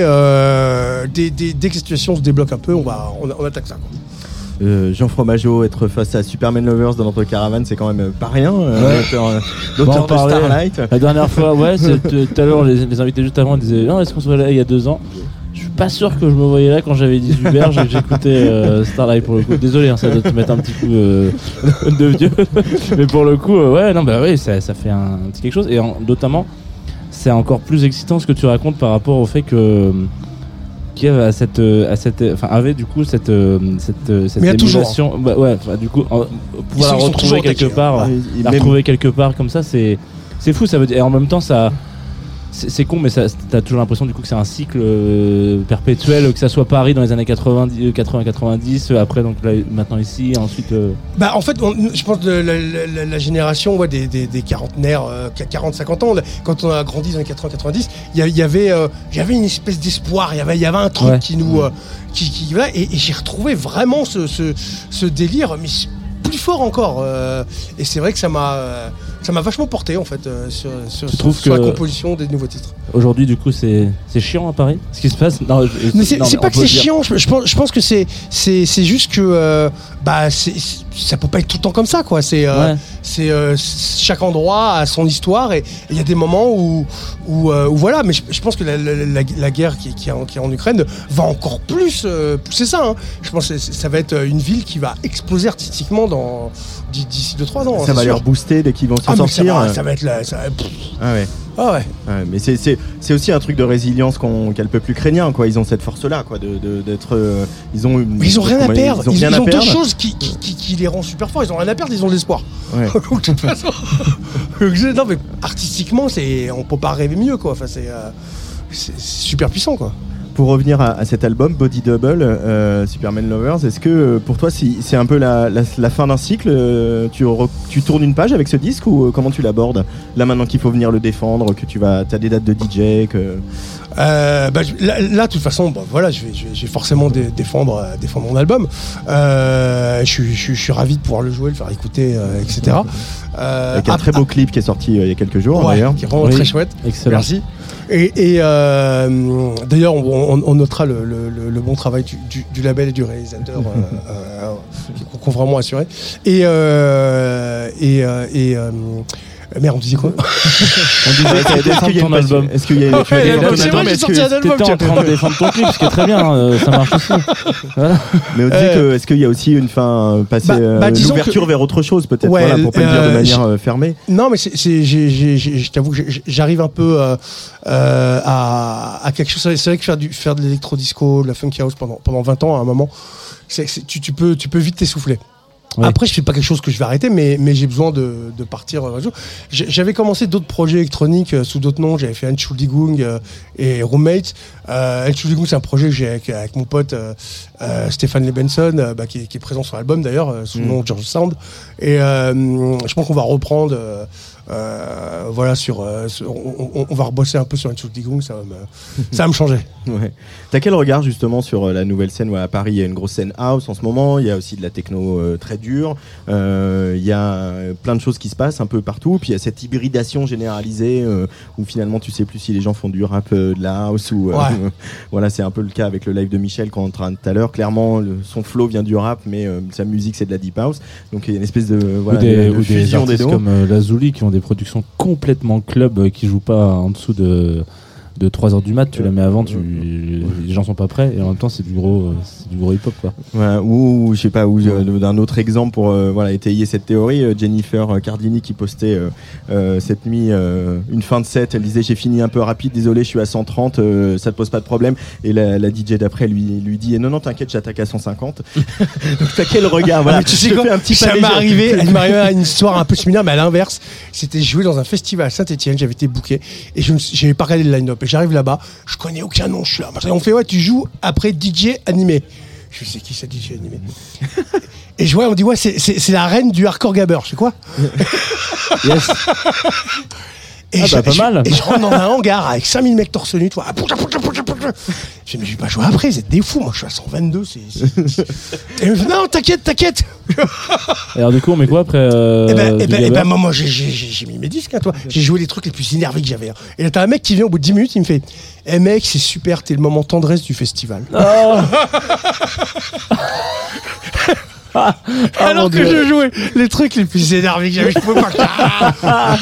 dès que la situation se débloque un peu. On attaque ça, quoi. Jean Fromageau, être face à Superman Lovers dans notre caravane, c'est quand même pas rien. L'auteur de Starlight. La dernière fois, tout à l'heure, les invités juste avant disaient non, est-ce qu'on se voyait là il y a 2 ans? Je suis pas sûr que je me voyais là quand j'avais 18 berges et que j'écoutais Starlight, pour le coup. Désolé, ça doit te mettre un petit coup de vieux. Mais pour le coup, ça fait un petit quelque chose. Et notamment, c'est encore plus excitant ce que tu racontes par rapport au fait que Kiev avait du coup cette émulation. Du coup, pouvoir la retrouver quelque part, comme ça, c'est fou. Ça veut dire, et en même temps, c'est con, mais t'as toujours l'impression du coup que c'est un cycle perpétuel, que ça soit Paris dans les années 80-90, après donc là, maintenant ici, ensuite. En fait, je pense que la génération des quarantenaires, 40-50 ans, quand on a grandi dans les 80-90, il y avait une espèce d'espoir, il y avait un truc qui nous, et j'ai retrouvé vraiment ce délire, mais plus fort encore. Et c'est vrai que ça m'a ça m'a vachement porté en fait sur la composition des nouveaux titres. Aujourd'hui, du coup, c'est chiant à Paris, ce qui se passe. Non, mais c'est pas que c'est chiant. Je pense que c'est juste que ça peut pas être tout le temps comme ça, quoi. C'est chaque endroit a son histoire et il y a des moments où voilà. Mais je pense que la guerre qui est en Ukraine va encore plus pousser ça. Hein. Je pense que ça va être une ville qui va exploser artistiquement d'ici 2-3 ans. Ça va les rebooster dès qu'ils vont se sortir. Ça va être là. Ah ouais. Ah ouais. Mais c'est aussi un truc de résilience qu'a le peuple ukrainien, quoi. Ils ont cette force-là, quoi, d'être. Ils ont rien à perdre. Ils ont deux choses qui les rend super forts. Ils ont rien à perdre. Ils ont de l'espoir. Ouais. De toute façon. Non mais artistiquement, on peut pas rêver mieux, quoi. Enfin, c'est super puissant, quoi. Pour revenir à cet album Body Double, Superman Lovers, est-ce que pour toi c'est un peu la fin d'un cycle, tu tournes une page avec ce disque ou comment tu l'abordes là maintenant qu'il faut venir le défendre, que t'as des dates de DJ que... là de toute façon voilà, je vais forcément défendre mon album. Je suis ravi de pouvoir le jouer, le faire écouter, etc. Avec un très beau clip qui est sorti il y a quelques jours, d'ailleurs, qui est vraiment très chouette. Excellent. Merci. Et d'ailleurs on notera le bon travail du label et du réalisateur qu'on vraiment assuré. Merde, on disait quoi? On disait que défendre ton album. Est-ce qu'il y a t'étais en train de défendre ton clip, ce qui est très bien, ça marche aussi. Voilà. Mais on disait que est-ce qu'il y a aussi une fin passer l'ouverture vers autre chose peut-être, voilà, pour pas le dire de manière fermée. Non, mais je t'avoue que j'arrive un peu à quelque chose. C'est vrai que faire de l'électro-disco, de la funky house pendant 20 ans à un moment, tu peux vite t'essouffler. Ouais. Après, je fais pas quelque chose que je vais arrêter, mais j'ai besoin de partir. J'avais commencé d'autres projets électroniques sous d'autres noms. J'avais fait Entschuldigung et Roommate. Entschuldigung, c'est un projet que j'ai avec mon pote Stéphane Lebenson, qui est présent sur l'album d'ailleurs, sous le nom de George Sound. Et je pense qu'on va reprendre. Voilà, on va rebosser un peu sur Entschuldigung, ça va me changer. Ouais. T'as quel regard justement sur la nouvelle scène? À Paris, il y a une grosse scène house en ce moment, il y a aussi de la techno très dure, il y a plein de choses qui se passent un peu partout, puis il y a cette hybridation généralisée où finalement tu sais plus si les gens font du rap, de la house ou voilà, c'est un peu le cas avec le live de Michel qu'on entrait tout à l'heure. Clairement, son flow vient du rap, mais sa musique c'est de la deep house, donc il y a une espèce de fusion des deux. Comme Lazuli qui ont des productions complètement club qui jouent pas en dessous de 3h du mat, tu la mets avant, les gens sont pas prêts et en même temps c'est du gros hip-hop, quoi. Ouais, ou je sais pas, d'un autre exemple pour étayer cette théorie, Jennifer Cardini qui postait cette nuit une fin de set, elle disait j'ai fini un peu rapide, désolé je suis à 130, ça te pose pas de problème, et la DJ d'après lui dit non t'inquiète j'attaque à 150. Donc t'as quel regard, voilà. Mais tu sais quoi, elle m'est arrivée à une histoire un peu similaire mais à l'inverse, c'était joué dans un festival à Saint-Etienne, j'avais été booké et j'avais pas regardé le line-up. Et j'arrive là-bas, je connais aucun nom, je suis là. On fait tu joues après DJ animé. Je sais qui c'est DJ animé. Et je vois, on dit c'est la reine du hardcore gabber. Je sais quoi? Yes. Et pas mal. Et je rentre dans un hangar avec 5000 mecs torse nu, toi. Je dis, mais je vais pas jouer après, vous êtes des fous. Moi, je suis à 122. Et il me fait, non, t'inquiète. Et alors, du coup, on met quoi après moi, j'ai mis mes disques, hein, toi. J'ai joué les trucs les plus énervés que j'avais. Hein. Et là, t'as un mec qui vient au bout de 10 minutes, il me fait, mec, c'est super, t'es le moment tendresse du festival. Oh. Alors que je jouais les trucs les plus énervés que j'avais, je pouvais pas.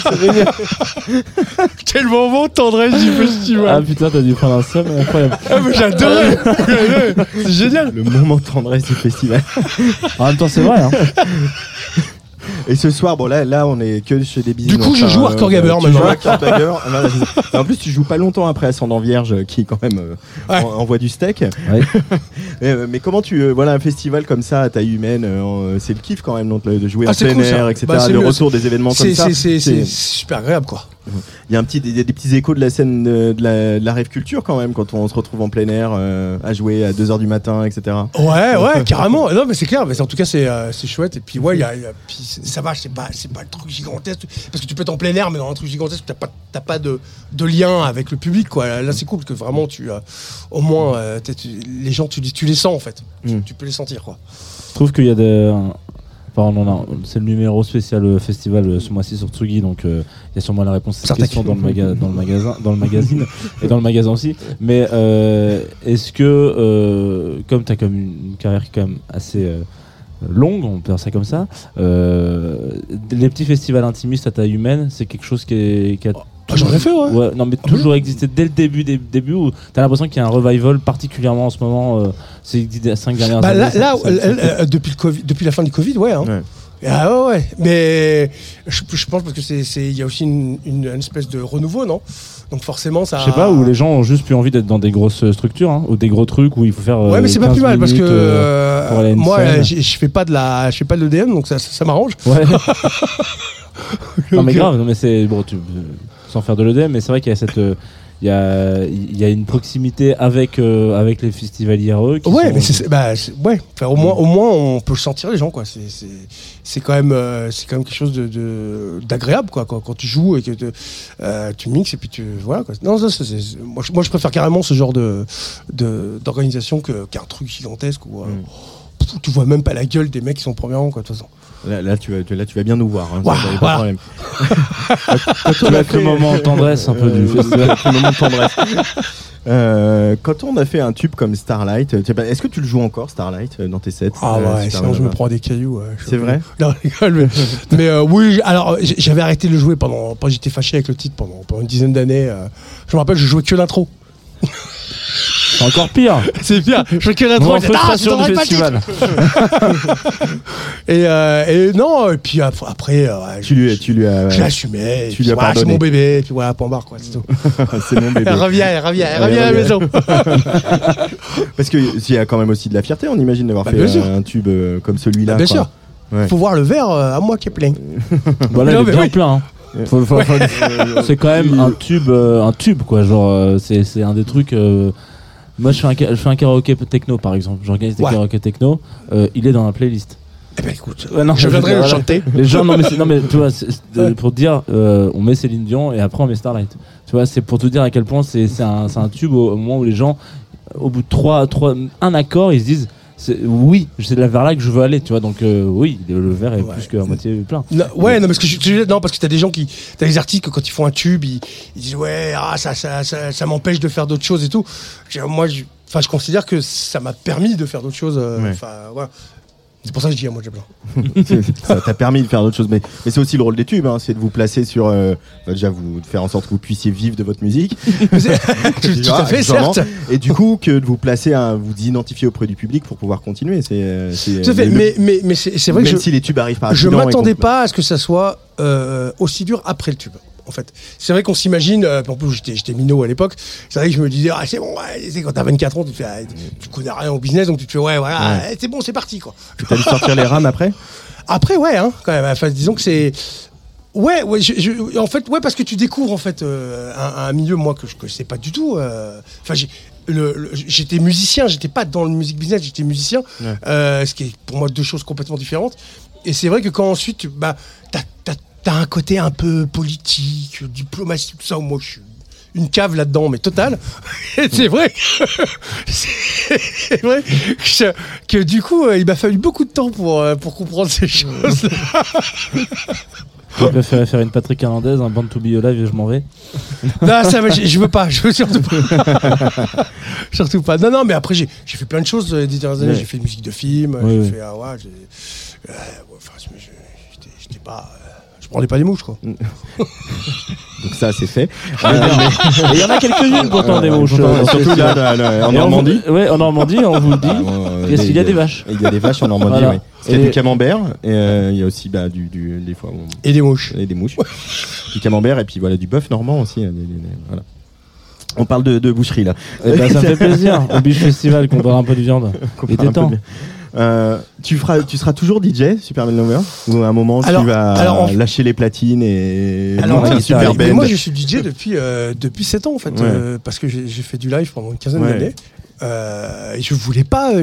Quel moment tendresse du festival. Ah putain, t'as dû prendre un seum, incroyable. Ah mais j'adore. C'est génial. Le moment tendresse du festival. En même temps, c'est vrai. Hein. Et ce soir, là on est que chez des bisous. Du coup, je joue Hardcore Gabber maintenant. En plus, tu joues pas longtemps après Ascendant Vierge, qui quand même envoie du steak. Ouais. Mais comment un festival comme ça à taille humaine, c'est le kiff quand même de jouer en plein air, etc. Le retour des événements comme ça. C'est super agréable, quoi. Il y a des petits échos de la scène de la rave culture quand même quand on se retrouve en plein air à jouer à 2h du matin, etc. Ouais, carrément. Non, mais c'est clair. Mais en tout cas, c'est chouette. Et puis ça va. C'est pas le truc gigantesque parce que tu peux être en plein air, mais dans un truc gigantesque, t'as pas de lien avec le public, quoi. Là, c'est cool parce que vraiment, au moins, les gens, tu les sens en fait. Tu peux les sentir, quoi. Je trouve qu'il y a C'est le numéro spécial festival ce mois-ci sur Tsugi, donc il y a sûrement la réponse à cette question dans le magazine et dans le magasin aussi. Mais est-ce que, comme tu as comme une carrière quand même assez longue, on peut dire ça comme ça, les petits festivals intimistes à taille humaine, c'est quelque chose qui a j'en ai fait, ouais. Non, mais toujours existé dès le début où t'as l'impression qu'il y a un revival particulièrement en ce moment, ces 5 dernières années. Là, depuis la fin du Covid, ouais. Hein. Ah ouais. Mais je pense parce que il y a aussi une espèce de renouveau, non? Donc forcément, ça. Je sais pas, où les gens ont juste plus envie d'être dans des grosses structures, ou des gros trucs où il faut faire. Ouais, mais c'est pas plus mal parce que moi, je fais pas de l'EDM, donc ça m'arrange. Ouais. Non mais grave, non mais c'est bon, sans faire de l'EDM, mais c'est vrai qu'il y a cette il y a une proximité avec les festivaliers RE qui ouais, mais ouais, enfin, au moins on peut sentir les gens, quoi. C'est quand même quelque chose d'agréable, quoi, quand tu joues et que tu mixes et puis voilà, quoi. Non, moi je préfère carrément ce genre d'organisation qu'un truc gigantesque où tu vois même pas la gueule des mecs qui sont premiers rang, quoi, de toute façon. Là, tu vas bien nous voir. Hein, wow, pas de problème. Tu vas être le moment de tendresse un peu du festival. Le moment de tendresse. Quand on a fait un tube comme Starlight, est-ce que tu le joues encore, Starlight, dans tes sets? Ah ouais, sinon je me prends des cailloux. C'est vrai? Non, mais oui, alors j'avais arrêté de le jouer pendant j'étais fâché avec le titre pendant une dizaine d'années. Je me rappelle, je jouais que l'intro. C'est encore pire. C'est pire. Je fais que l'intro. Frustration du festival. et non, et puis après, tu lui as. Je l'assumais. Tu lui as pardonné. C'est mon bébé. Et puis voilà, point barre, quoi. C'est tout. C'est mon bébé. Reviens à la maison. Parce qu'il y a quand même aussi de la fierté, on imagine, d'avoir fait un tube comme celui-là. Bien sûr. Ouais. Faut voir le verre à moi qui est plein. Voilà, il est bien plein. Hein. C'est quand même un tube, quoi. Genre, c'est un des trucs. Moi, je fais un karaoké techno, par exemple. J'organise des karaoké techno. Il est dans la playlist. Eh ben écoute, non, je viendrai le chanter. Les gens, non mais tu vois, pour te dire, on met Céline Dion et après on met Starlight. Tu vois, c'est pour te dire à quel point c'est un tube au moment où les gens, au bout de un accord, ils se disent. Oui, c'est vers là que je veux aller, tu vois. Donc oui, le verre est plus qu'à moitié plein. Non, ouais, non, parce que t'as des gens t'as des artistes que quand ils font un tube, ils disent ouais, ça m'empêche de faire d'autres choses et tout. Moi, je considère que ça m'a permis de faire d'autres choses. Voilà. C'est pour ça que je dis à moi, j'ai plein. Ça t'a permis de faire d'autres choses, mais c'est aussi le rôle des tubes, hein, c'est de vous placer sur, déjà de faire en sorte que vous puissiez vivre de votre musique. Tout à fait, certes. Et du coup, que de vous placer, vous identifier auprès du public pour pouvoir continuer. Mais c'est vrai que même si les tubes arrivent par je m'attendais pas à ce que ça soit aussi dur après le tube. En fait, c'est vrai qu'on s'imagine, en plus j'étais minot à l'époque, c'est vrai que je me disais c'est bon, c'est quand t'as 24 ans, tu connais rien au business, donc tu te fais c'est bon, c'est parti, quoi. T'as dû sortir les rames après? Après ouais, hein, quand même. Enfin, disons que c'est en fait parce que tu découvres en fait un milieu moi que je sais pas du tout. Enfin j'étais musicien, j'étais pas dans le music business, j'étais musicien, ce qui est pour moi deux choses complètement différentes. Et c'est vrai que quand ensuite t'as un côté un peu politique, diplomatique, tout ça, où moi je suis une cave là-dedans, mais totale. Et c'est vrai que du coup, il m'a fallu beaucoup de temps pour comprendre ces choses-là. Je préférais faire une Patrick Hernandez, un Born to Be Alive et je m'en vais. Non, ça, je veux pas, je veux surtout pas. Surtout pas. Non, mais après, j'ai fait plein de choses les dernières années. J'ai fait de musique de film, j'ai fait. J'étais pas. Je prenais pas les mouches, quoi. Donc ça, c'est fait. Il y en a quelques-unes pourtant des mouches. Surtout là, en Normandie. Oui, en Normandie, on vous le dit. Il y a des vaches. Il y a des vaches en Normandie, voilà. Oui. Il y a du camembert et il y a aussi des fois. Et des mouches. Et des mouches. Du camembert et puis voilà du bœuf normand aussi. Voilà. On parle de boucherie là. Ça fait plaisir. Au Biche Festival qu'on parle un peu de viande. Il était temps. Tu seras toujours DJ, Superman Lover, ou à un moment tu vas lâcher les platines et super band? Moi je suis DJ depuis 7 ans en fait, parce que j'ai fait du live pendant une quinzaine d'années. Et je voulais pas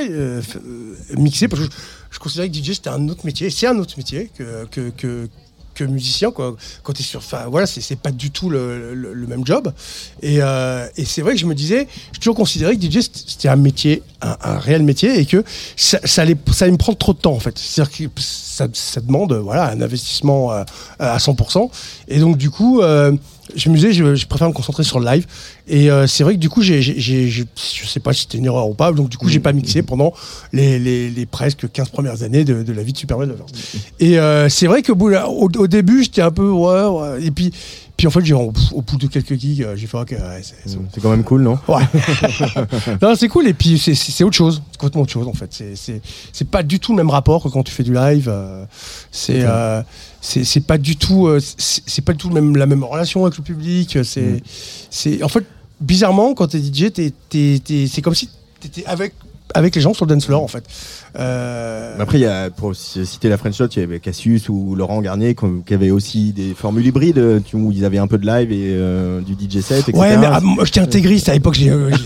mixer parce que je considérais que DJ c'était un autre métier. C'est un autre métier que musicien, quoi. Quand t'es sur, enfin voilà, c'est pas du tout le même job. Et c'est vrai que je me disais, j'ai toujours considéré que DJ c'était un métier, un réel métier, et que ça allait me prendre trop de temps en fait. C'est-à-dire que ça demande voilà un investissement à 100%. Et donc du coup, je me disais, je préfère me concentrer sur le live. Et c'est vrai que du coup, je sais pas si c'était une erreur ou pas, donc du coup, j'ai pas mixé pendant les presque 15 premières années de la vie de Superman Lover. Et c'est vrai qu'au début, j'étais un peu ouais, et puis en fait, au bout de quelques gigs, j'ai fait ok, c'est quand même cool, non? Ouais. Non, c'est cool. Et puis c'est autre chose, c'est complètement autre chose en fait. C'est pas du tout le même rapport que quand tu fais du live. C'est pas du tout la même relation avec le public. C'est en fait bizarrement quand t'es DJ, c'est comme si t'étais avec les gens sur le dance floor en fait. Après, il y a, pour citer la French Touch, il y avait Cassius ou Laurent Garnier qui avaient aussi des formules hybrides où ils avaient un peu de live et du DJ set, etc. Ouais, mais moi j'étais intégriste à l'époque.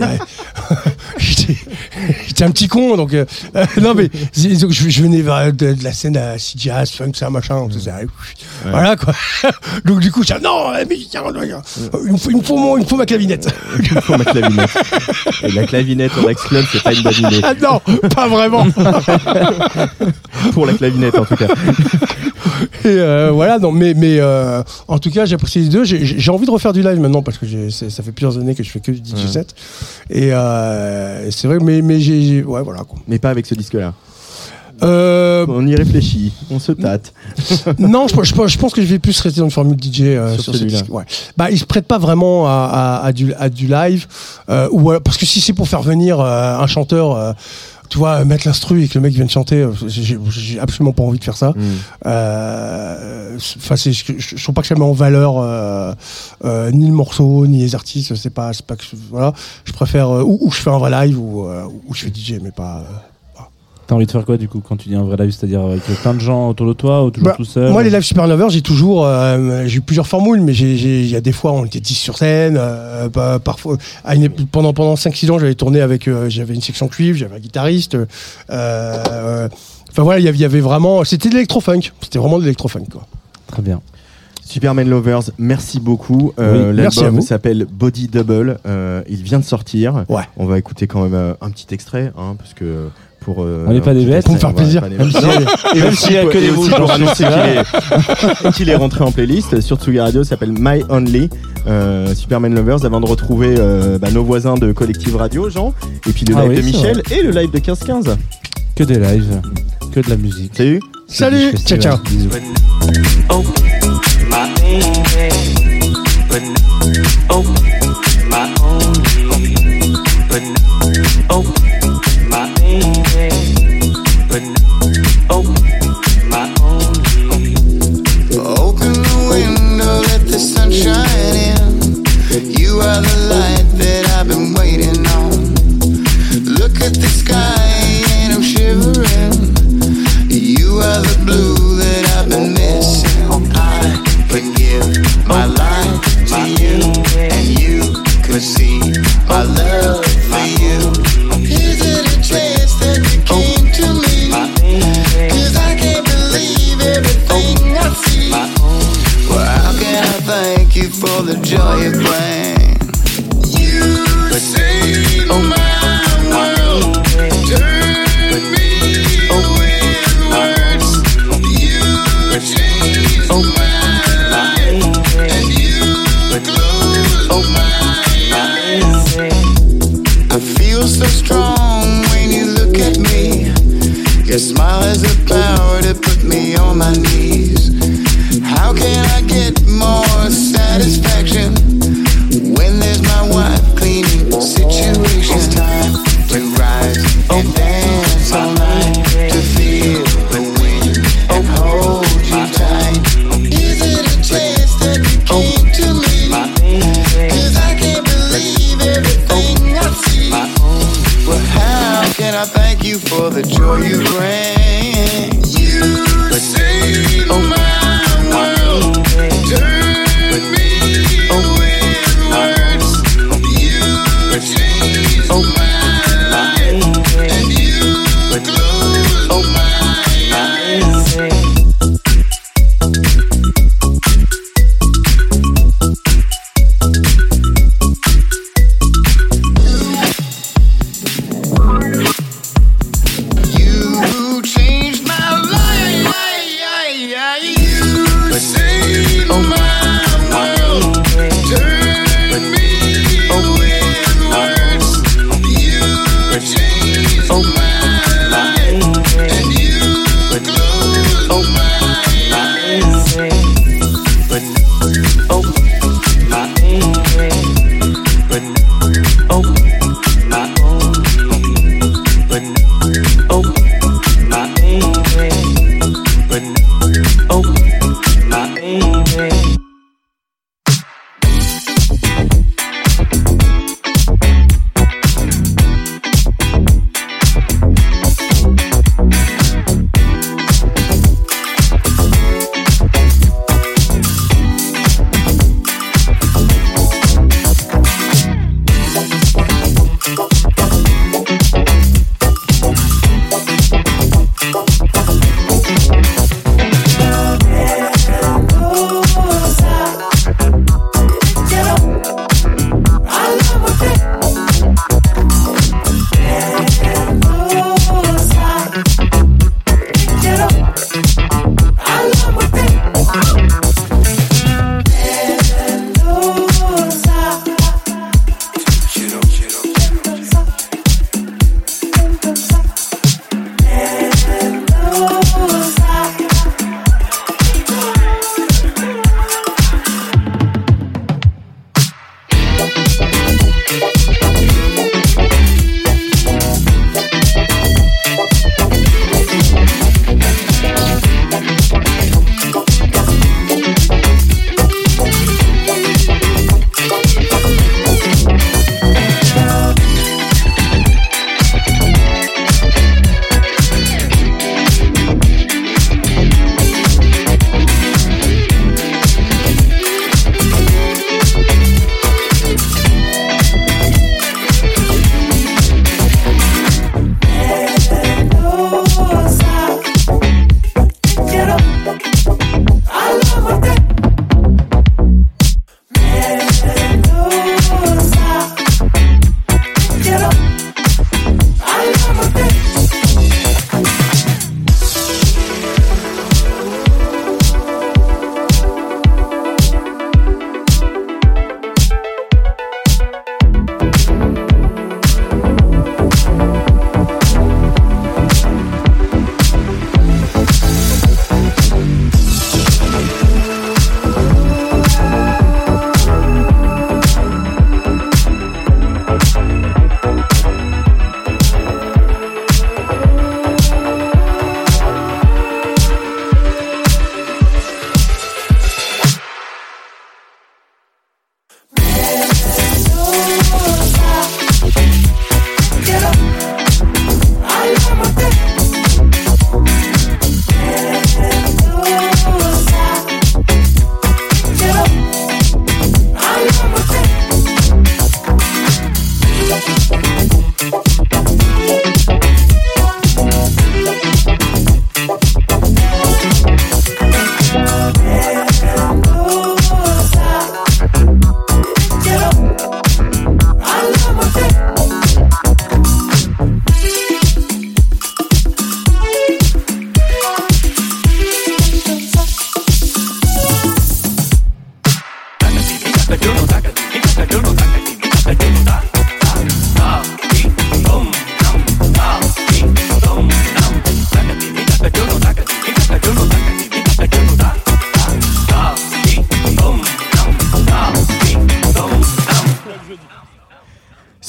J'étais un petit con, donc non mais je venais de la scène à jazz, funk, ça machin, voilà quoi. Donc du coup, j'ai non, mais il me faut ma clavinette. Il me faut ma clavinette. Et la clavinette au Rex Club, c'est pas une bonne idée. Ah non, pas vraiment. Pour la clavinette en tout cas. Et voilà, non, mais en tout cas, j'apprécie les deux. J'ai envie de refaire du live maintenant parce que ça fait plusieurs années que je fais que du DJ set. Et c'est vrai, mais ouais, voilà quoi. Mais pas avec ce disque-là. On y réfléchit, on se tâte. Non, je pense que je vais plus rester dans une formule DJ sur ce disque. Ouais. Bah, il se prête pas vraiment à du live, parce que si c'est pour faire venir un chanteur. Tu vois, mettre l'instru et que le mec vienne chanter, j'ai absolument pas envie de faire ça. Enfin, je trouve pas que ça met en valeur ni le morceau ni les artistes. C'est pas que voilà. Je préfère ou je fais un vrai live ou je fais DJ, mais pas. T'as envie de faire quoi du coup quand tu dis un vrai live, c'est-à-dire avec plein de gens autour de toi ou toujours tout seul? Moi, les lives Super Lover, j'ai eu plusieurs formules, mais il y a des fois on était 10 sur scène, parfois pendant 5-6 ans, j'avais tourné avec j'avais une section cuivre, j'avais un guitariste. Enfin voilà, il y avait vraiment, c'était de l'électro-funk, c'était vraiment de l'électro-funk quoi. Très bien. Superman Lovers, merci beaucoup. L'album s'appelle Body Double. Il vient de sortir. Ouais. On va écouter quand même un petit extrait, parce que on n'est pas des bêtes. Pour me faire plaisir. Et même s'il y a que des bouches pour annoncer qu'il est rentré en playlist sur Tsugi Radio, s'appelle My Only. Superman Lovers, avant de retrouver nos voisins de Collective Radio, Jean, et puis le live de Michel et le live de 15-15. Que des lives, que de la musique. Salut, ciao ciao. Bisous. My only, but oh, my only, but oh, my only, but oh, my only. Open the window, let the sun shine in. You are the light that I've been waiting on. Look at the sky and I'm shivering. You are the blue that I've been missing. Give my life to you, and you could see my love for you. Is it a chance that you came to me? 'Cause I can't believe everything I see. Well, how can I thank you for the joy you bring? You saved my world, turned me with words. You changed my I feel so strong when you look at me. Your smile has the power to put me on my knees. How can I get more satisfaction when there's my wife cleaning situation? It's time to rise and dance all night to feel the wind and hold you tight. Is it a chance that you came to me? 'Cause I can't believe everything I see. Well, how can I thank you for the joy you bring? You saved my world, turned me with words. You changed my life, and you closed my eyes.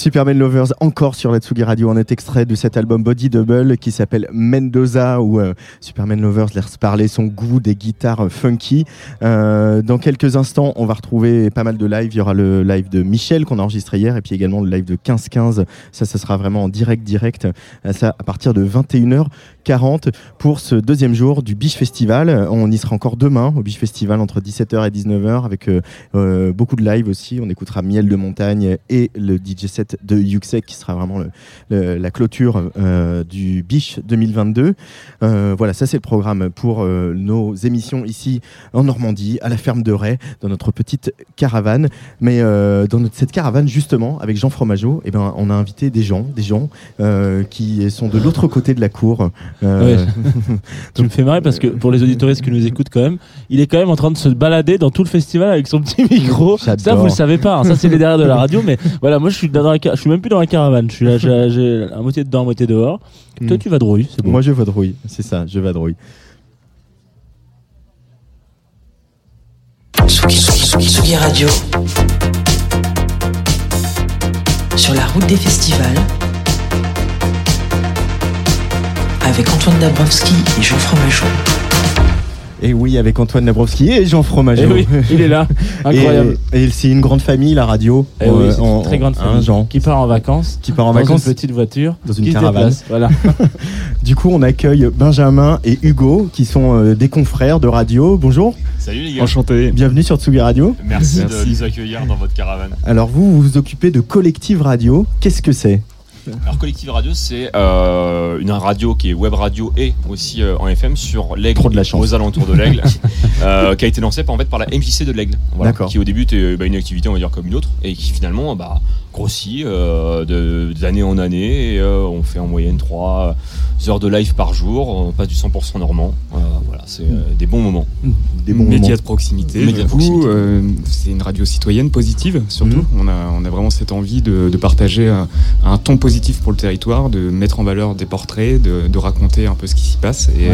Superman Lovers encore sur la Tsugi Radio. On est extrait de cet album Body Double qui s'appelle Mendoza, où Superman Lovers laisse parler son goût des guitares funky. Dans quelques instants, on va retrouver pas mal de live. Il y aura le live de Michel qu'on a enregistré hier et puis également le live de 15-15. Ça sera vraiment en direct. Ça à partir de 21h40 pour ce deuxième jour du Biche Festival. On y sera encore demain au Biche Festival entre 17h et 19h avec beaucoup de live aussi. On écoutera Miel de Montagne et le DJ set de Yuxek qui sera vraiment la clôture du Biche 2022. Voilà, ça c'est le programme pour nos émissions ici en Normandie, à la ferme de Ray, dans notre petite caravane. Mais dans cette caravane, justement, avec Jean Fromageau, on a invité des gens qui sont de l'autre côté de la cour. Ouais. Tu me fais marrer parce que pour les auditoristes qui nous écoutent quand même, il est quand même en train de se balader dans tout le festival avec son petit micro. J'adore. Ça, vous le savez pas, hein. Ça c'est les derrière de la radio, mais voilà, moi je suis même plus dans la caravane. Je suis là, j'ai à moitié dedans, à moitié dehors. Toi tu vadrouilles, c'est bon. Moi je vadrouille, c'est ça, je vadrouille. Tsugi Radio. Sur la route des festivals. Avec Antoine Dabrowski et Jean Fromageau. Et oui, avec Antoine Dabrowski et Jean Fromageau. Et oui, il est là, incroyable. Et c'est une grande famille, la radio. Et oui, c'est une très grande famille. Jean. Qui part en vacances. Dans une petite voiture. Dans une caravane. Voilà. Du coup, on accueille Benjamin et Hugo, qui sont des confrères de radio. Bonjour. Salut les gars. Enchanté. Bienvenue sur Tsugi Radio. Merci de nous accueillir dans votre caravane. Alors vous vous occupez de Collective Radio. Qu'est-ce que c'est ? Alors Collective Radio, c'est une radio qui est web radio et aussi en FM sur l'Aigle, trop de la chance. Aux alentours de l'Aigle, qui a été lancée par la MJC de l'Aigle, voilà, qui au début était une activité on va dire comme une autre et qui finalement grossit d'année en année et on fait en moyenne 3 heures de live par jour, on passe du 100% normand, voilà, c'est des bons moments. Des bons Média moments. de proximité. Média de proximité. C'est une radio citoyenne positive surtout. On a vraiment cette envie de partager un ton positif pour le territoire, de mettre en valeur des portraits, de raconter un peu ce qui s'y passe et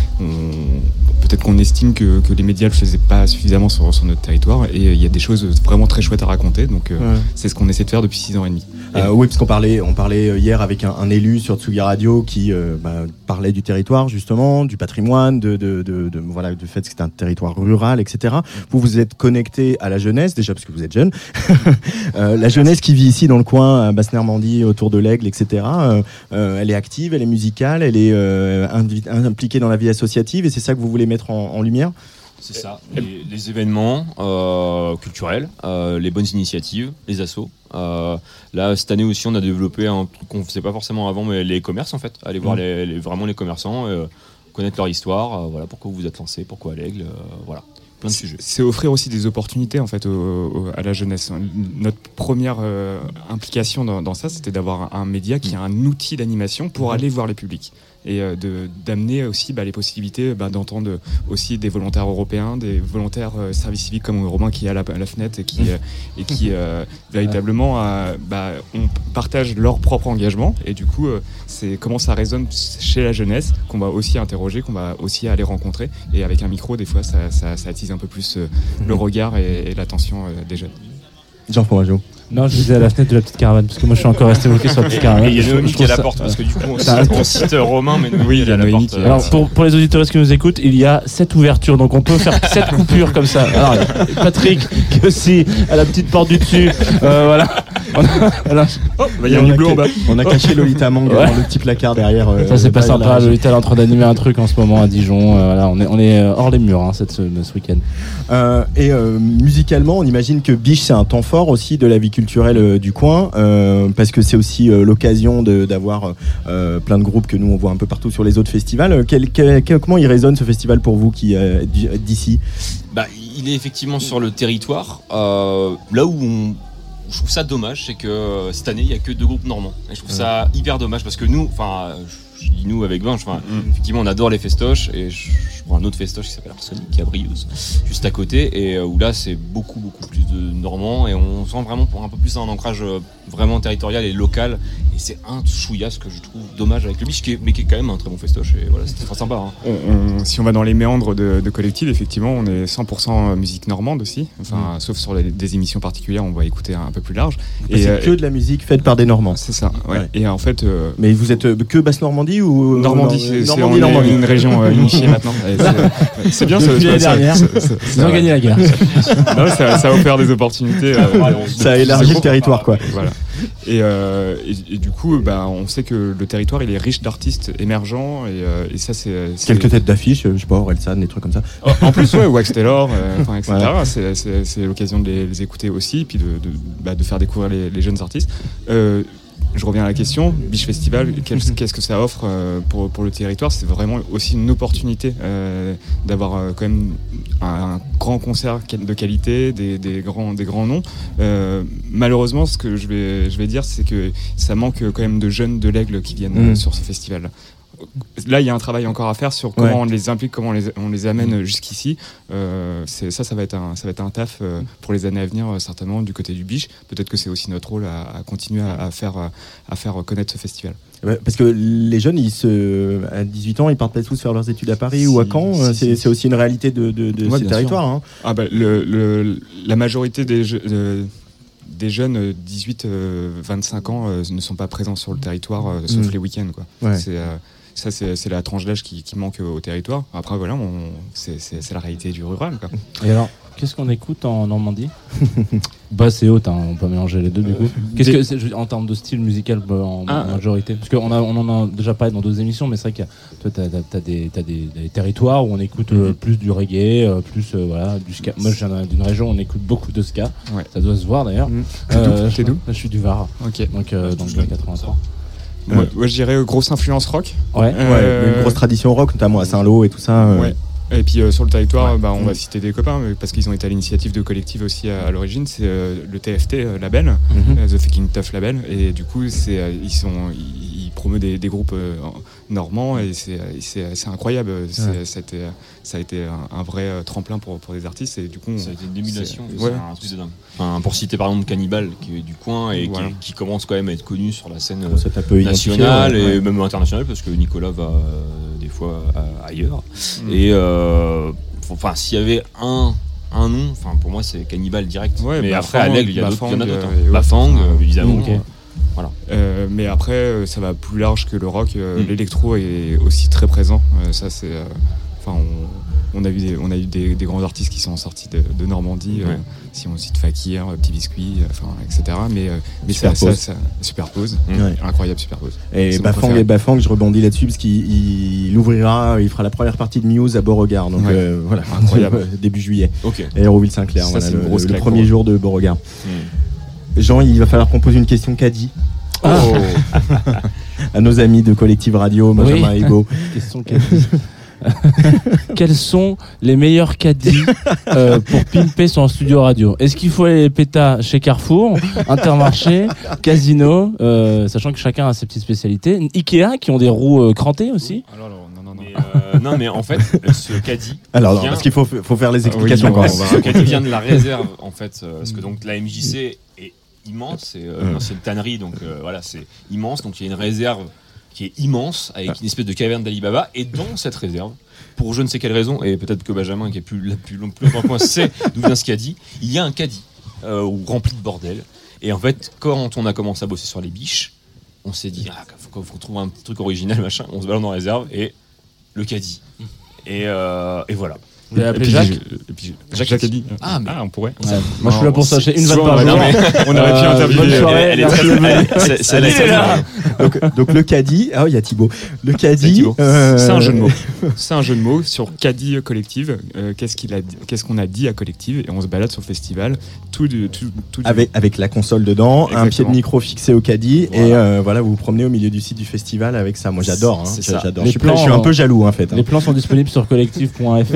peut-être qu'on estime que les médias le faisaient pas suffisamment sur notre territoire et il y a des choses vraiment très chouettes à raconter donc c'est ce qu'on essaie de faire depuis 6 ans et demi. Oui, parce qu'on parlait hier avec un élu sur Tsugi Radio qui parlait du territoire justement, du patrimoine, voilà, du fait que c'est un territoire rural, etc. Vous êtes connecté à la jeunesse déjà parce que vous êtes jeune, la jeunesse qui vit ici dans le coin, à Basse-Normandie, autour de l'Aigle, etc. Elle est active, elle est musicale, elle est impliquée dans la vie associative et c'est ça que vous voulez mettre en lumière. C'est ça, les événements culturels, les bonnes initiatives, les assos. Là, cette année aussi, on a développé un truc qu'on ne faisait pas forcément avant, mais les commerces en fait. Aller voir vraiment les commerçants, connaître leur histoire, voilà, pourquoi vous vous êtes lancé, pourquoi à l'Aigle, voilà. Plein de sujets. C'est offrir aussi des opportunités en fait à la jeunesse. Notre première implication dans ça, c'était d'avoir un média qui a un outil d'animation pour aller voir les publics et d'amener aussi les possibilités d'entendre aussi des volontaires européens, des volontaires service civique comme Romain qui est à la fenêtre et qui véritablement on partage leur propre engagement et du coup c'est comment ça résonne chez la jeunesse qu'on va aussi interroger, qu'on va aussi aller rencontrer et avec un micro des fois ça attise un peu plus le regard et l'attention des jeunes. Jean Fromageau. Non, je disais à la fenêtre de la petite caravane parce que moi je suis encore resté bloqué sur la petite caravane. Et il y a Noémie qui est à la porte parce que du coup on cite Romain mais Noémie il est à la porte. Alors pour les auditeurs qui nous écoutent, il y a 7 ouvertures donc on peut faire 7 coupures comme ça. Alors Patrick qui aussi à la petite porte du dessus, voilà. Il y a un hublot en bas. On a caché Lolita Mang dans le petit placard derrière. Ça c'est pas sympa. Lolita est en train d'animer un truc en ce moment à Dijon. Voilà, on est hors les murs ce week-end. Et musicalement, on imagine que Biche c'est un temps fort aussi de la vie culturelle du coin, parce que c'est aussi l'occasion d'avoir plein de groupes que nous on voit un peu partout sur les autres festivals. Comment il résonne ce festival pour vous qui d'ici? Il est effectivement sur le territoire. Là où je trouve ça dommage, c'est que cette année il n'y a que 2 groupes normands. Et je trouve ça hyper dommage parce que nous, je dis nous avec Vinge, effectivement on adore les festoches et je je prends un autre festoche qui s'appelle Arsenic, qui est à Briouze, juste à côté, et où là c'est beaucoup plus de normand, et on sent vraiment pour un peu plus un ancrage vraiment territorial et local, et c'est un chouïa, ce que je trouve dommage avec le biche, mais qui est quand même un très bon festoche, et voilà, c'était très sympa. Hein. Si on va dans les méandres de Collective, effectivement, on est 100% musique normande aussi, enfin, sauf sur des émissions particulières, on va écouter un peu plus large. Et c'est que de la musique faite par des Normands. C'est ça, ouais. Et en fait. Mais vous êtes que Basse-Normandie ou. Normandie, c'est une région unifiée maintenant. C'est bien, depuis l'année dernière. Ils ont gagné la guerre. Non, ça a offert des opportunités. Ça a élargi le territoire, quoi. Voilà. Et du coup, on sait que le territoire il est riche d'artistes émergents et ça c'est quelques têtes d'affiche, je sais pas, Orelsan, des trucs comme ça. En plus, ouais, Wax Taylor, etc. Voilà. C'est l'occasion de les écouter aussi, et puis de faire découvrir les jeunes artistes. Je reviens à la question, Biche Festival, qu'est-ce que ça offre pour le territoire? C'est vraiment aussi une opportunité d'avoir quand même un grand concert de qualité, des grands noms. Malheureusement, ce que je vais dire, c'est que ça manque quand même de jeunes de l'Aigle qui viennent sur ce festival. Là, il y a un travail encore à faire sur comment on les implique, comment on les amène jusqu'ici. Ça va être un taf pour les années à venir, certainement, du côté du Biche. Peut-être que c'est aussi notre rôle à continuer à faire connaître ce festival. Parce que les jeunes, à 18 ans, ils partent pas tous faire leurs études à Paris ou à Caen. C'est aussi une réalité de ces territoires. Hein. La majorité des jeunes 18-25 ans ne sont pas présents sur le territoire, sauf les week-ends, quoi. Ouais. C'est la tranche d'âge qui manque au territoire. Après, voilà, c'est la réalité du rural, quoi. Et alors, qu'est-ce qu'on écoute en Normandie? Basse et haute, hein, on peut mélanger les deux du coup. Qu'est-ce que c'est en termes de style musical en majorité? Parce qu'on en a déjà parlé dans d'autres émissions, mais c'est vrai que toi, t'as des territoires où on écoute plus du reggae, plus du ska. Moi, je viens d'une région où on écoute beaucoup de ska. Ouais. Ça doit se voir d'ailleurs. T'es d'où? Je suis du Var. Ok. Donc dans le 83. Moi, je dirais grosse influence rock. Ouais. Une grosse tradition rock, notamment à Saint-Lô et tout ça. Ouais. Et puis sur le territoire, on va citer des copains parce qu'ils ont été à l'initiative de Collective aussi à l'origine. C'est le TFT label, The Fucking Tough label, et du coup ils promeuvent des groupes normands et c'est incroyable. Ça a été un vrai tremplin pour des artistes, et du coup ça a été une émulation. C'est un truc de dingue. Enfin, pour citer par exemple Cannibal qui est du coin et qui commence quand même à être connu sur la scène nationale et même internationale, parce que Nicolas va des fois ailleurs. Et enfin, s'il y avait un nom, enfin pour moi c'est Cannibal direct. Mais Bafang, après à l'Aigle il y en a d'autres. Bafang évidemment. Okay. Voilà. Mais après ça va plus large que le rock. L'électro est aussi très présent. Ça c'est. Enfin, on a eu des grands artistes qui sont sortis de Normandie. Si on cite Fakir, Petit Biscuit, etc. Mais Superpose. Incroyable Superpose. Et Bafang, je rebondis là-dessus parce qu'il il fera la première partie de Muse à Beauregard. Donc voilà, incroyable. Début juillet. Okay. Et Hérouville-Saint-Clair, le premier jour de Beauregard. Jean, il va falloir qu'on pose une question caddie. À nos amis de Collective Radio, Benjamin et Hugo. Question caddie. Quels sont les meilleurs caddies pour pimper son studio radio? Est-ce qu'il faut aller péta chez Carrefour, Intermarché, Casino, sachant que chacun a ses petites spécialités, Ikea qui ont des roues crantées aussi? Non, mais en fait, ce caddie. Alors, parce qu'il faut faire les explications quand même. Ce caddie vient de la réserve, en fait, parce que donc la MJC est immense, c'est une tannerie, donc voilà, c'est immense, donc il y a une réserve qui est immense, avec une espèce de caverne d'Alibaba, et dans cette réserve, pour je ne sais quelle raison, et peut-être que Benjamin, qui est plus loin sait d'où vient ce caddie, il y a un caddie rempli de bordel. Et en fait, quand on a commencé à bosser sur les biches, on s'est dit, faut trouver un petit truc original, machin, on se balade dans la réserve, et le caddie. Et voilà. Vous l'avez appelé Jacques? Jacques a dit. On pourrait. Moi je suis là pour ça, j'ai une vanne par jour. On aurait pu interviewer. Bonne soirée. Elle est là. Donc le caddie, il y a Thibaut. Le caddie, c'est un jeu de mots. C'est un jeu de mots sur caddie collective. Qu'est-ce qu'on a dit à collective, et on se balade sur le festival. Avec la console dedans, exactement. Un pied de micro fixé au caddie, et voilà, vous vous promenez au milieu du site du festival avec ça. Moi j'adore. J'adore. Je suis un peu jaloux en fait. Les plans sont disponibles sur collective.fr.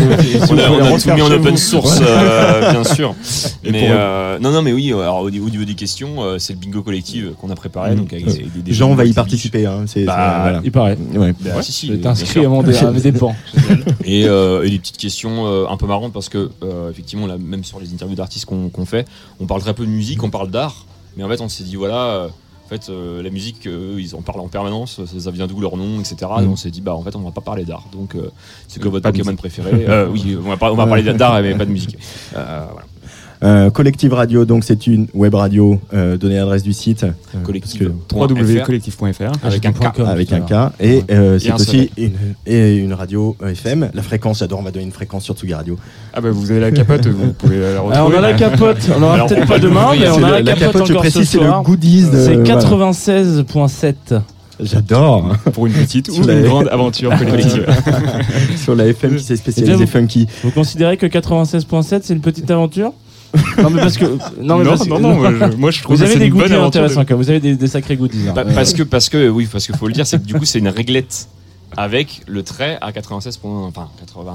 On a tout mis en open source, bien sûr. Mais non, mais oui. Alors au niveau des questions, c'est le bingo collectif qu'on a préparé. Donc avec des Jean va y participer. Hein, voilà. Il paraît. Ouais. Si, il est inscrit à mes dépens. Et des petites questions un peu marrantes parce que effectivement, là, même sur les interviews d'artistes qu'on fait, on parle très peu de musique, on parle d'art. Mais en fait, on s'est dit voilà. En fait, la musique, ils en parlent en permanence, ça vient d'où leur nom, etc. Et on s'est dit, en fait, on va pas parler d'art. Donc, c'est que votre Pokémon préféré. Oui, on va parler d'art, mais pas de musique. Voilà. Collective Radio, donc c'est une web radio. Donnez l'adresse du site. www.collective.fr avec un K. Avec un K. Et c'est aussi une radio FM. La fréquence, j'adore, on va donner une fréquence sur Tsugi Radio. Ah bah vous avez la capote, vous pouvez la retrouver. Alors on a la capote, on aura peut-être pas demain, mais on a la capote je encore précise, ce c'est soir. le goodies. C'est 96.7. J'adore. Pour une petite ou une grande aventure collective. Sur la FM qui s'est spécialisée funky. Vous considérez que 96.7 c'est une petite aventure? Non mais parce que non, moi je trouve vous que avez c'est des une bonne goodies aventure. intéressants quand même. Vous avez des sacrés goodies. Parce que faut le dire, c'est que du coup c'est une réglette avec le trait à 96 80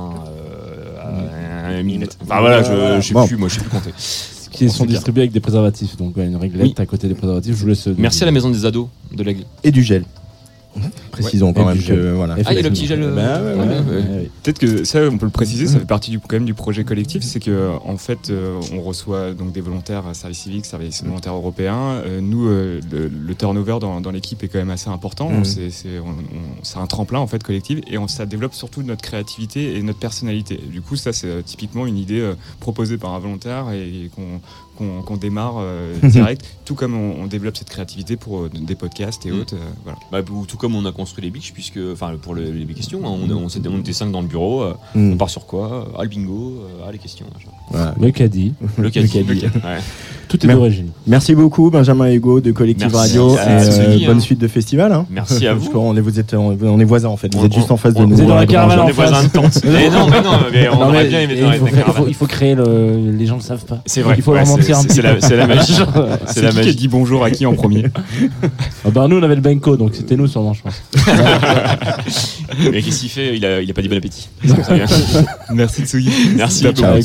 mm. Enfin voilà, je sais plus, moi je sais plus compter. Qui sont distribués avec des préservatifs, donc une réglette à côté des préservatifs. Je vous laisse. Merci à la maison des ados de l'Aigle. Et du gel. Précisons quand même que voilà. Ah, il y a le petit gel. Peut-être que ça, on peut le préciser, ça fait partie quand même du projet collectif, c'est que en fait, on reçoit donc des volontaires service civique, service volontaire européen. Nous, le turnover dans l'équipe est quand même assez important. C'est un tremplin en fait collectif et ça développe surtout notre créativité et notre personnalité. Du coup, ça c'est typiquement une idée proposée par un volontaire et qu'on démarre direct, tout comme on développe cette créativité pour des podcasts et autres. Voilà. Tout comme on a construit les bitches, puisque, enfin, pour les questions, hein, on était 5 dans le bureau. On part sur quoi? Le bingo, les questions. Voilà. Le caddie. Le caddie. Ouais. Tout est d'origine. Merci beaucoup, Benjamin Ego de Collective Radio. Bonne suite de festival. Hein. Merci à vous. On est voisins en fait. Vous êtes juste en face de nous. Vous êtes dans la caravane en face. Voisins de tente. Mais non, on aurait bien aimé dans la caravane. Il faut créer les gens ne le savent pas. C'est vrai. Il faut leur mentir un petit peu. C'est la magie. C'est la magie. Qui a dit bonjour à qui en premier? Nous on avait le Benko, donc c'était nous sûrement, je pense. Mais qu'est-ce qu'il fait? Il a pas dit bon appétit. Merci Tsugi. Merci. Ciao.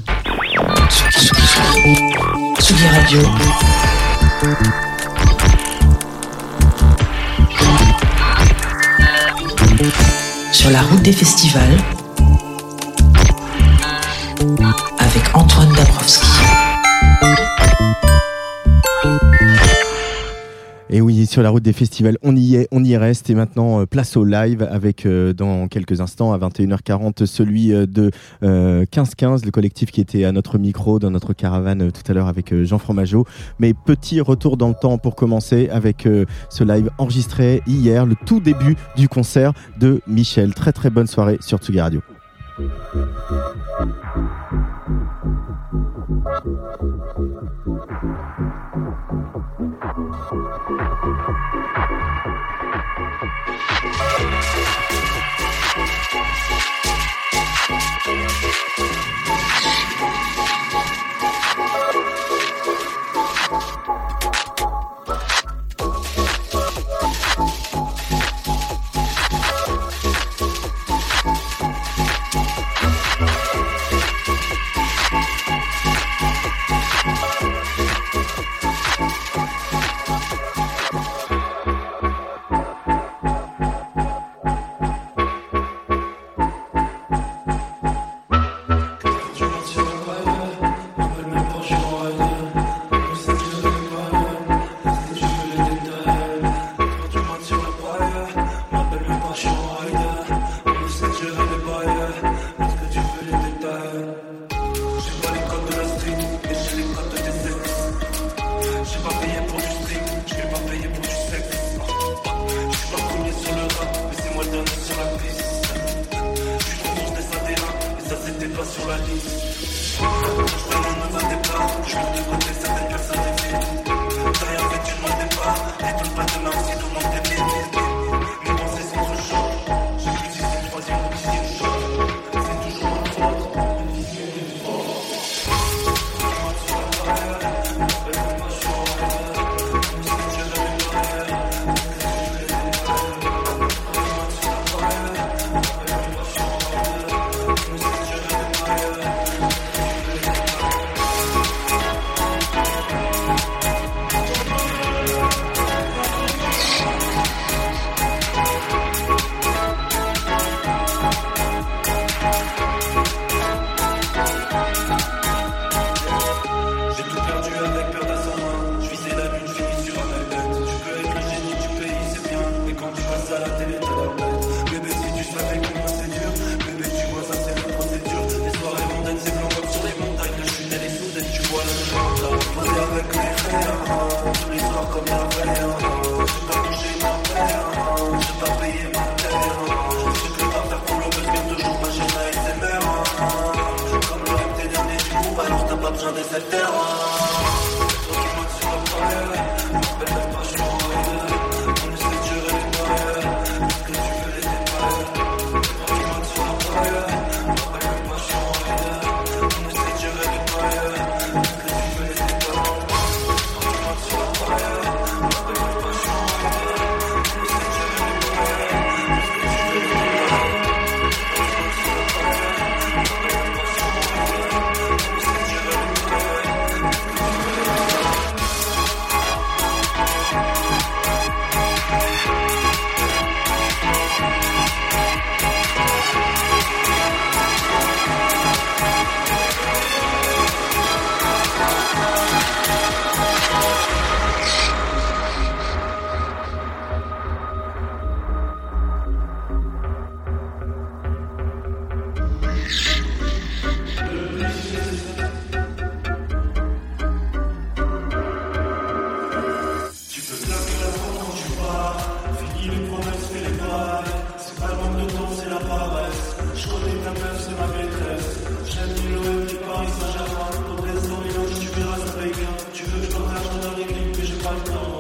Tsugi Radio. Sur la route des festivals avec Antoine Dabrowski. Et oui, sur la route des festivals, on y reste. Et maintenant, place au live avec, dans quelques instants, à 21h40, celui de 15-15, le collectif qui était à notre micro, dans notre caravane tout à l'heure avec Jean Fromageau. Mais petit retour dans le temps pour commencer avec ce live enregistré hier, le tout début du concert de Michel. Très très bonne soirée sur Tsugi Radio. ta meuf c'est ma maîtresse. J'aime l'OM du Paris Saint-Germain. Au resto Milan, tu verras ça paye bien. Tu veux que je partage dans les clips mais j'ai pas le temps.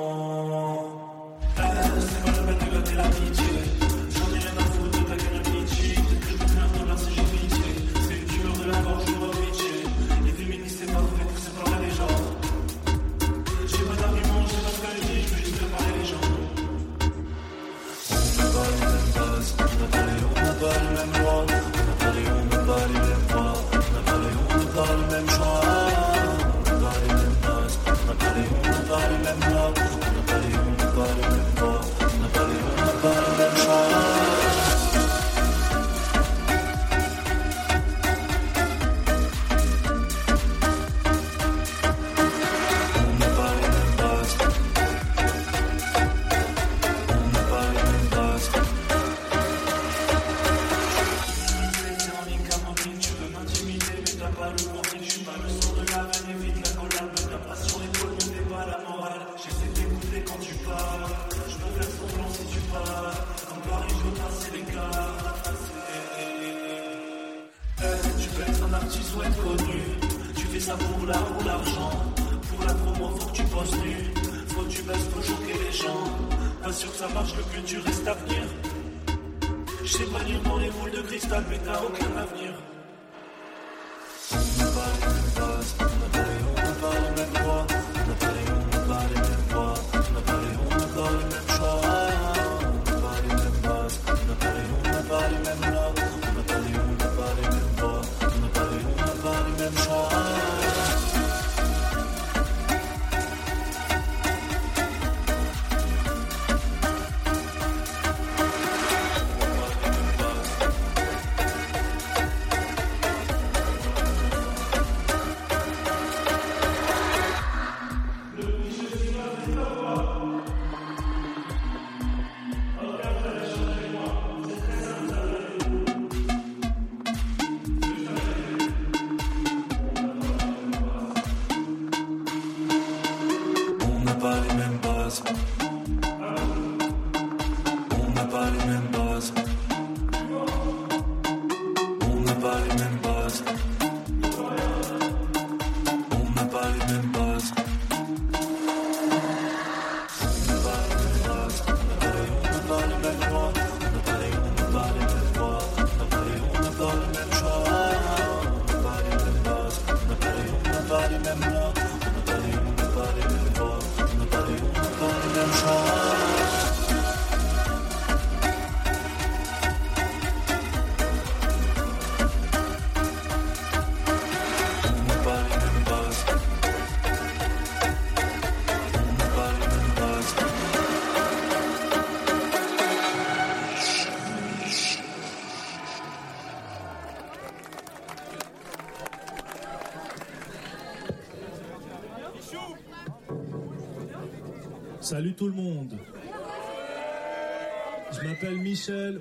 C'est pas la peine de gâter l'amitié. J'en ai rien à foutre de ta gueule de Nietzsche. Peut-être que je me fais un dollar si j'ai pitié. C'est une tumeur de la gorge, je me pitché. Les féministes c'est parfait pour séparer les gens. J'ai pas d'argument, j'ai pas de qualité, je veux juste préparer les gens. On n'a pas les mêmes bases, on n'a pas les mêmes lois. On n'a pas les mêmes voix, on n'a pas les mêmes choix. On n'a pas les mêmes bases, on n'a pas les mêmes lois. On n'a pas les mêmes voix, on n'a pas les mêmes choix. Salut tout le monde. Je m'appelle Michel.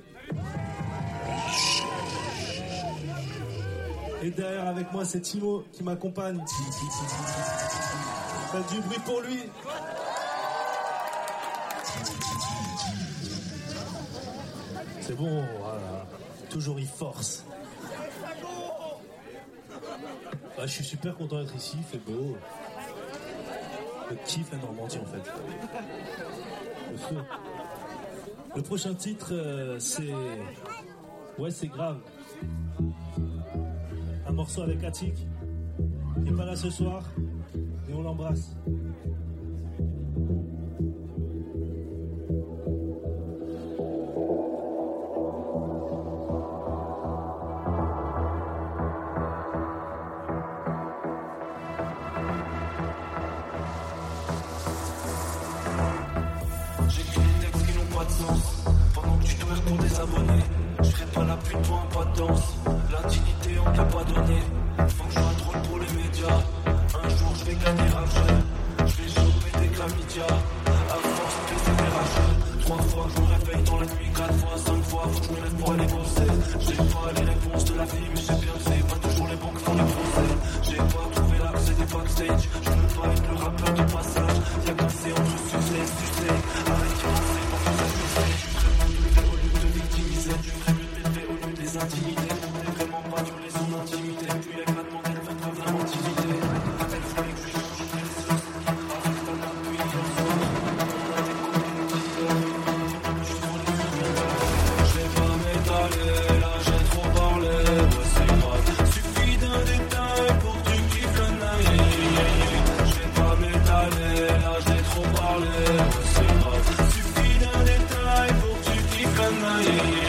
Et derrière avec moi c'est Timo qui m'accompagne. Faites du bruit pour lui. C'est bon, voilà. Toujours il force. Bah, je suis super content d'être ici, il fait beau. Je kiffe la Normandie en fait. Le feu. Le prochain titre c'est... Ouais, c'est grave. Un morceau avec Attic qui est pas là ce soir et on l'embrasse. Pendant que tu twerk pour des abonnés, je ferai pas la pute pour un pas de danse. L'indignité on t'a pas donné. Faut que je sois drôle pour les médias. Un jour je vais gagner rageux. Je vais choper des chlamydia. À force de baiser des rageux. 3 fois je me réveille dans la nuit, 4 fois, 5 fois. Faut que je me lève pour aller bosser. J'ai pas les réponses de la vie, mais j'ai bien que c'est pas toujours les banques font les procès. J'ai pas trouvé l'accès des backstage. Je veux pas être le rappeur de passage. Y'a cassé entre sucer et sucer. Arrête de penser pour que ça suce. Tu ferais mieux de lever au lieu de victimiser. Tu ferais mieux de lever au lieu les intimider. T'es vraiment pas violer son intimité. Puis les grattements d'elle veulent pas vraiment t'imiter. Elle voulait que je lui change les sauces. Avec ta main depuis hier soir. On a découvert je suis trop je vais pas m'étaler, là j'ai trop parlé. Ouais c'est grave, suffit d'un détail pour que tu kiffes le night. Je vais pas m'étaler, là j'ai trop parlé. Ouais c'est grave, suffit d'un détail pour que tu kiffes le night.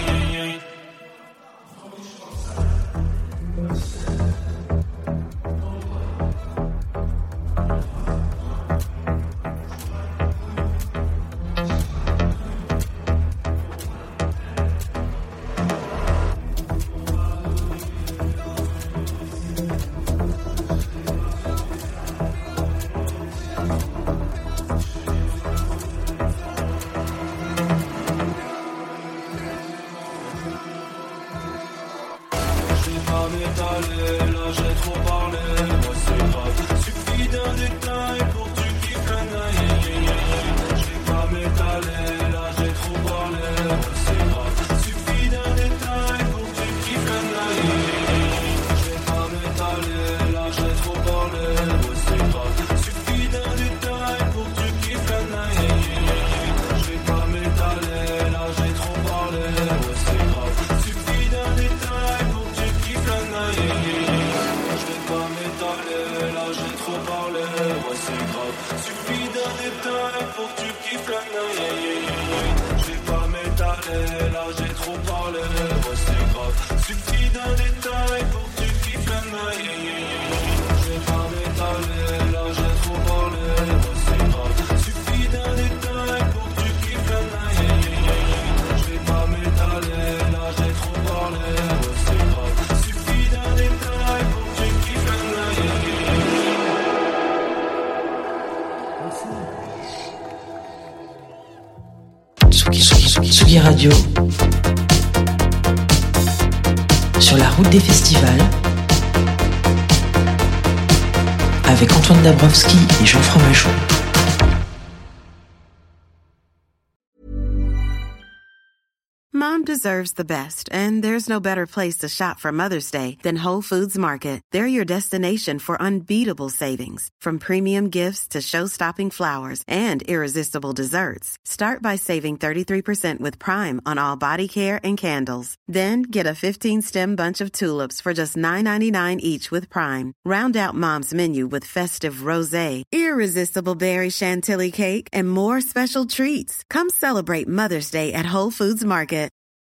Là j'ai trop parlé, moi c'est grave. Suffit d'un détail pour que tu kiffes le night. Je vais pas m'étaler, là j'ai trop parlé, moi c'est grave. Suffit d'un détail pour que tu kiffes le night. Je vais pas m'étaler, là j'ai trop parlé, moi c'est grave. Suffit d'un détail pour que tu kiffes le night. Je vais pas m'étaler, là j'ai trop parlé, moi c'est grave. Suffit d'un détail pour que tu kiffes le night. Là j'ai trop parlé, ouais c'est grave. Suffit d'un détail pour que tu kiffes la night. Je vais pas m'étaler, là j'ai trop parlé, ouais c'est grave. Suffit d'un détail pour que tu kiffes la night. Je vais pas m'étaler, là j'ai trop parlé, ouais c'est grave. Suffit d'un détail pour que tu kiffes la night. Je vais pas m'étaler, là j'ai trop parlé, ouais c'est grave. Suffit d'un détail pour que tu kiffes la night. Tsugi Radio, sur la route des festivals, avec Antoine Dabrowski et Jean Fromageau. Mom deserves the best, and there's no better place to shop for Mother's Day than Whole Foods Market. They're your destination for unbeatable savings, from premium gifts to show-stopping flowers and irresistible desserts. Start by saving 33% with Prime on all body care and candles. Then get a 15-stem bunch of tulips for just $9.99 each with Prime. Round out Mom's menu with festive rosé, irresistible berry chantilly cake, and more special treats. Come celebrate Mother's Day at Whole Foods Market.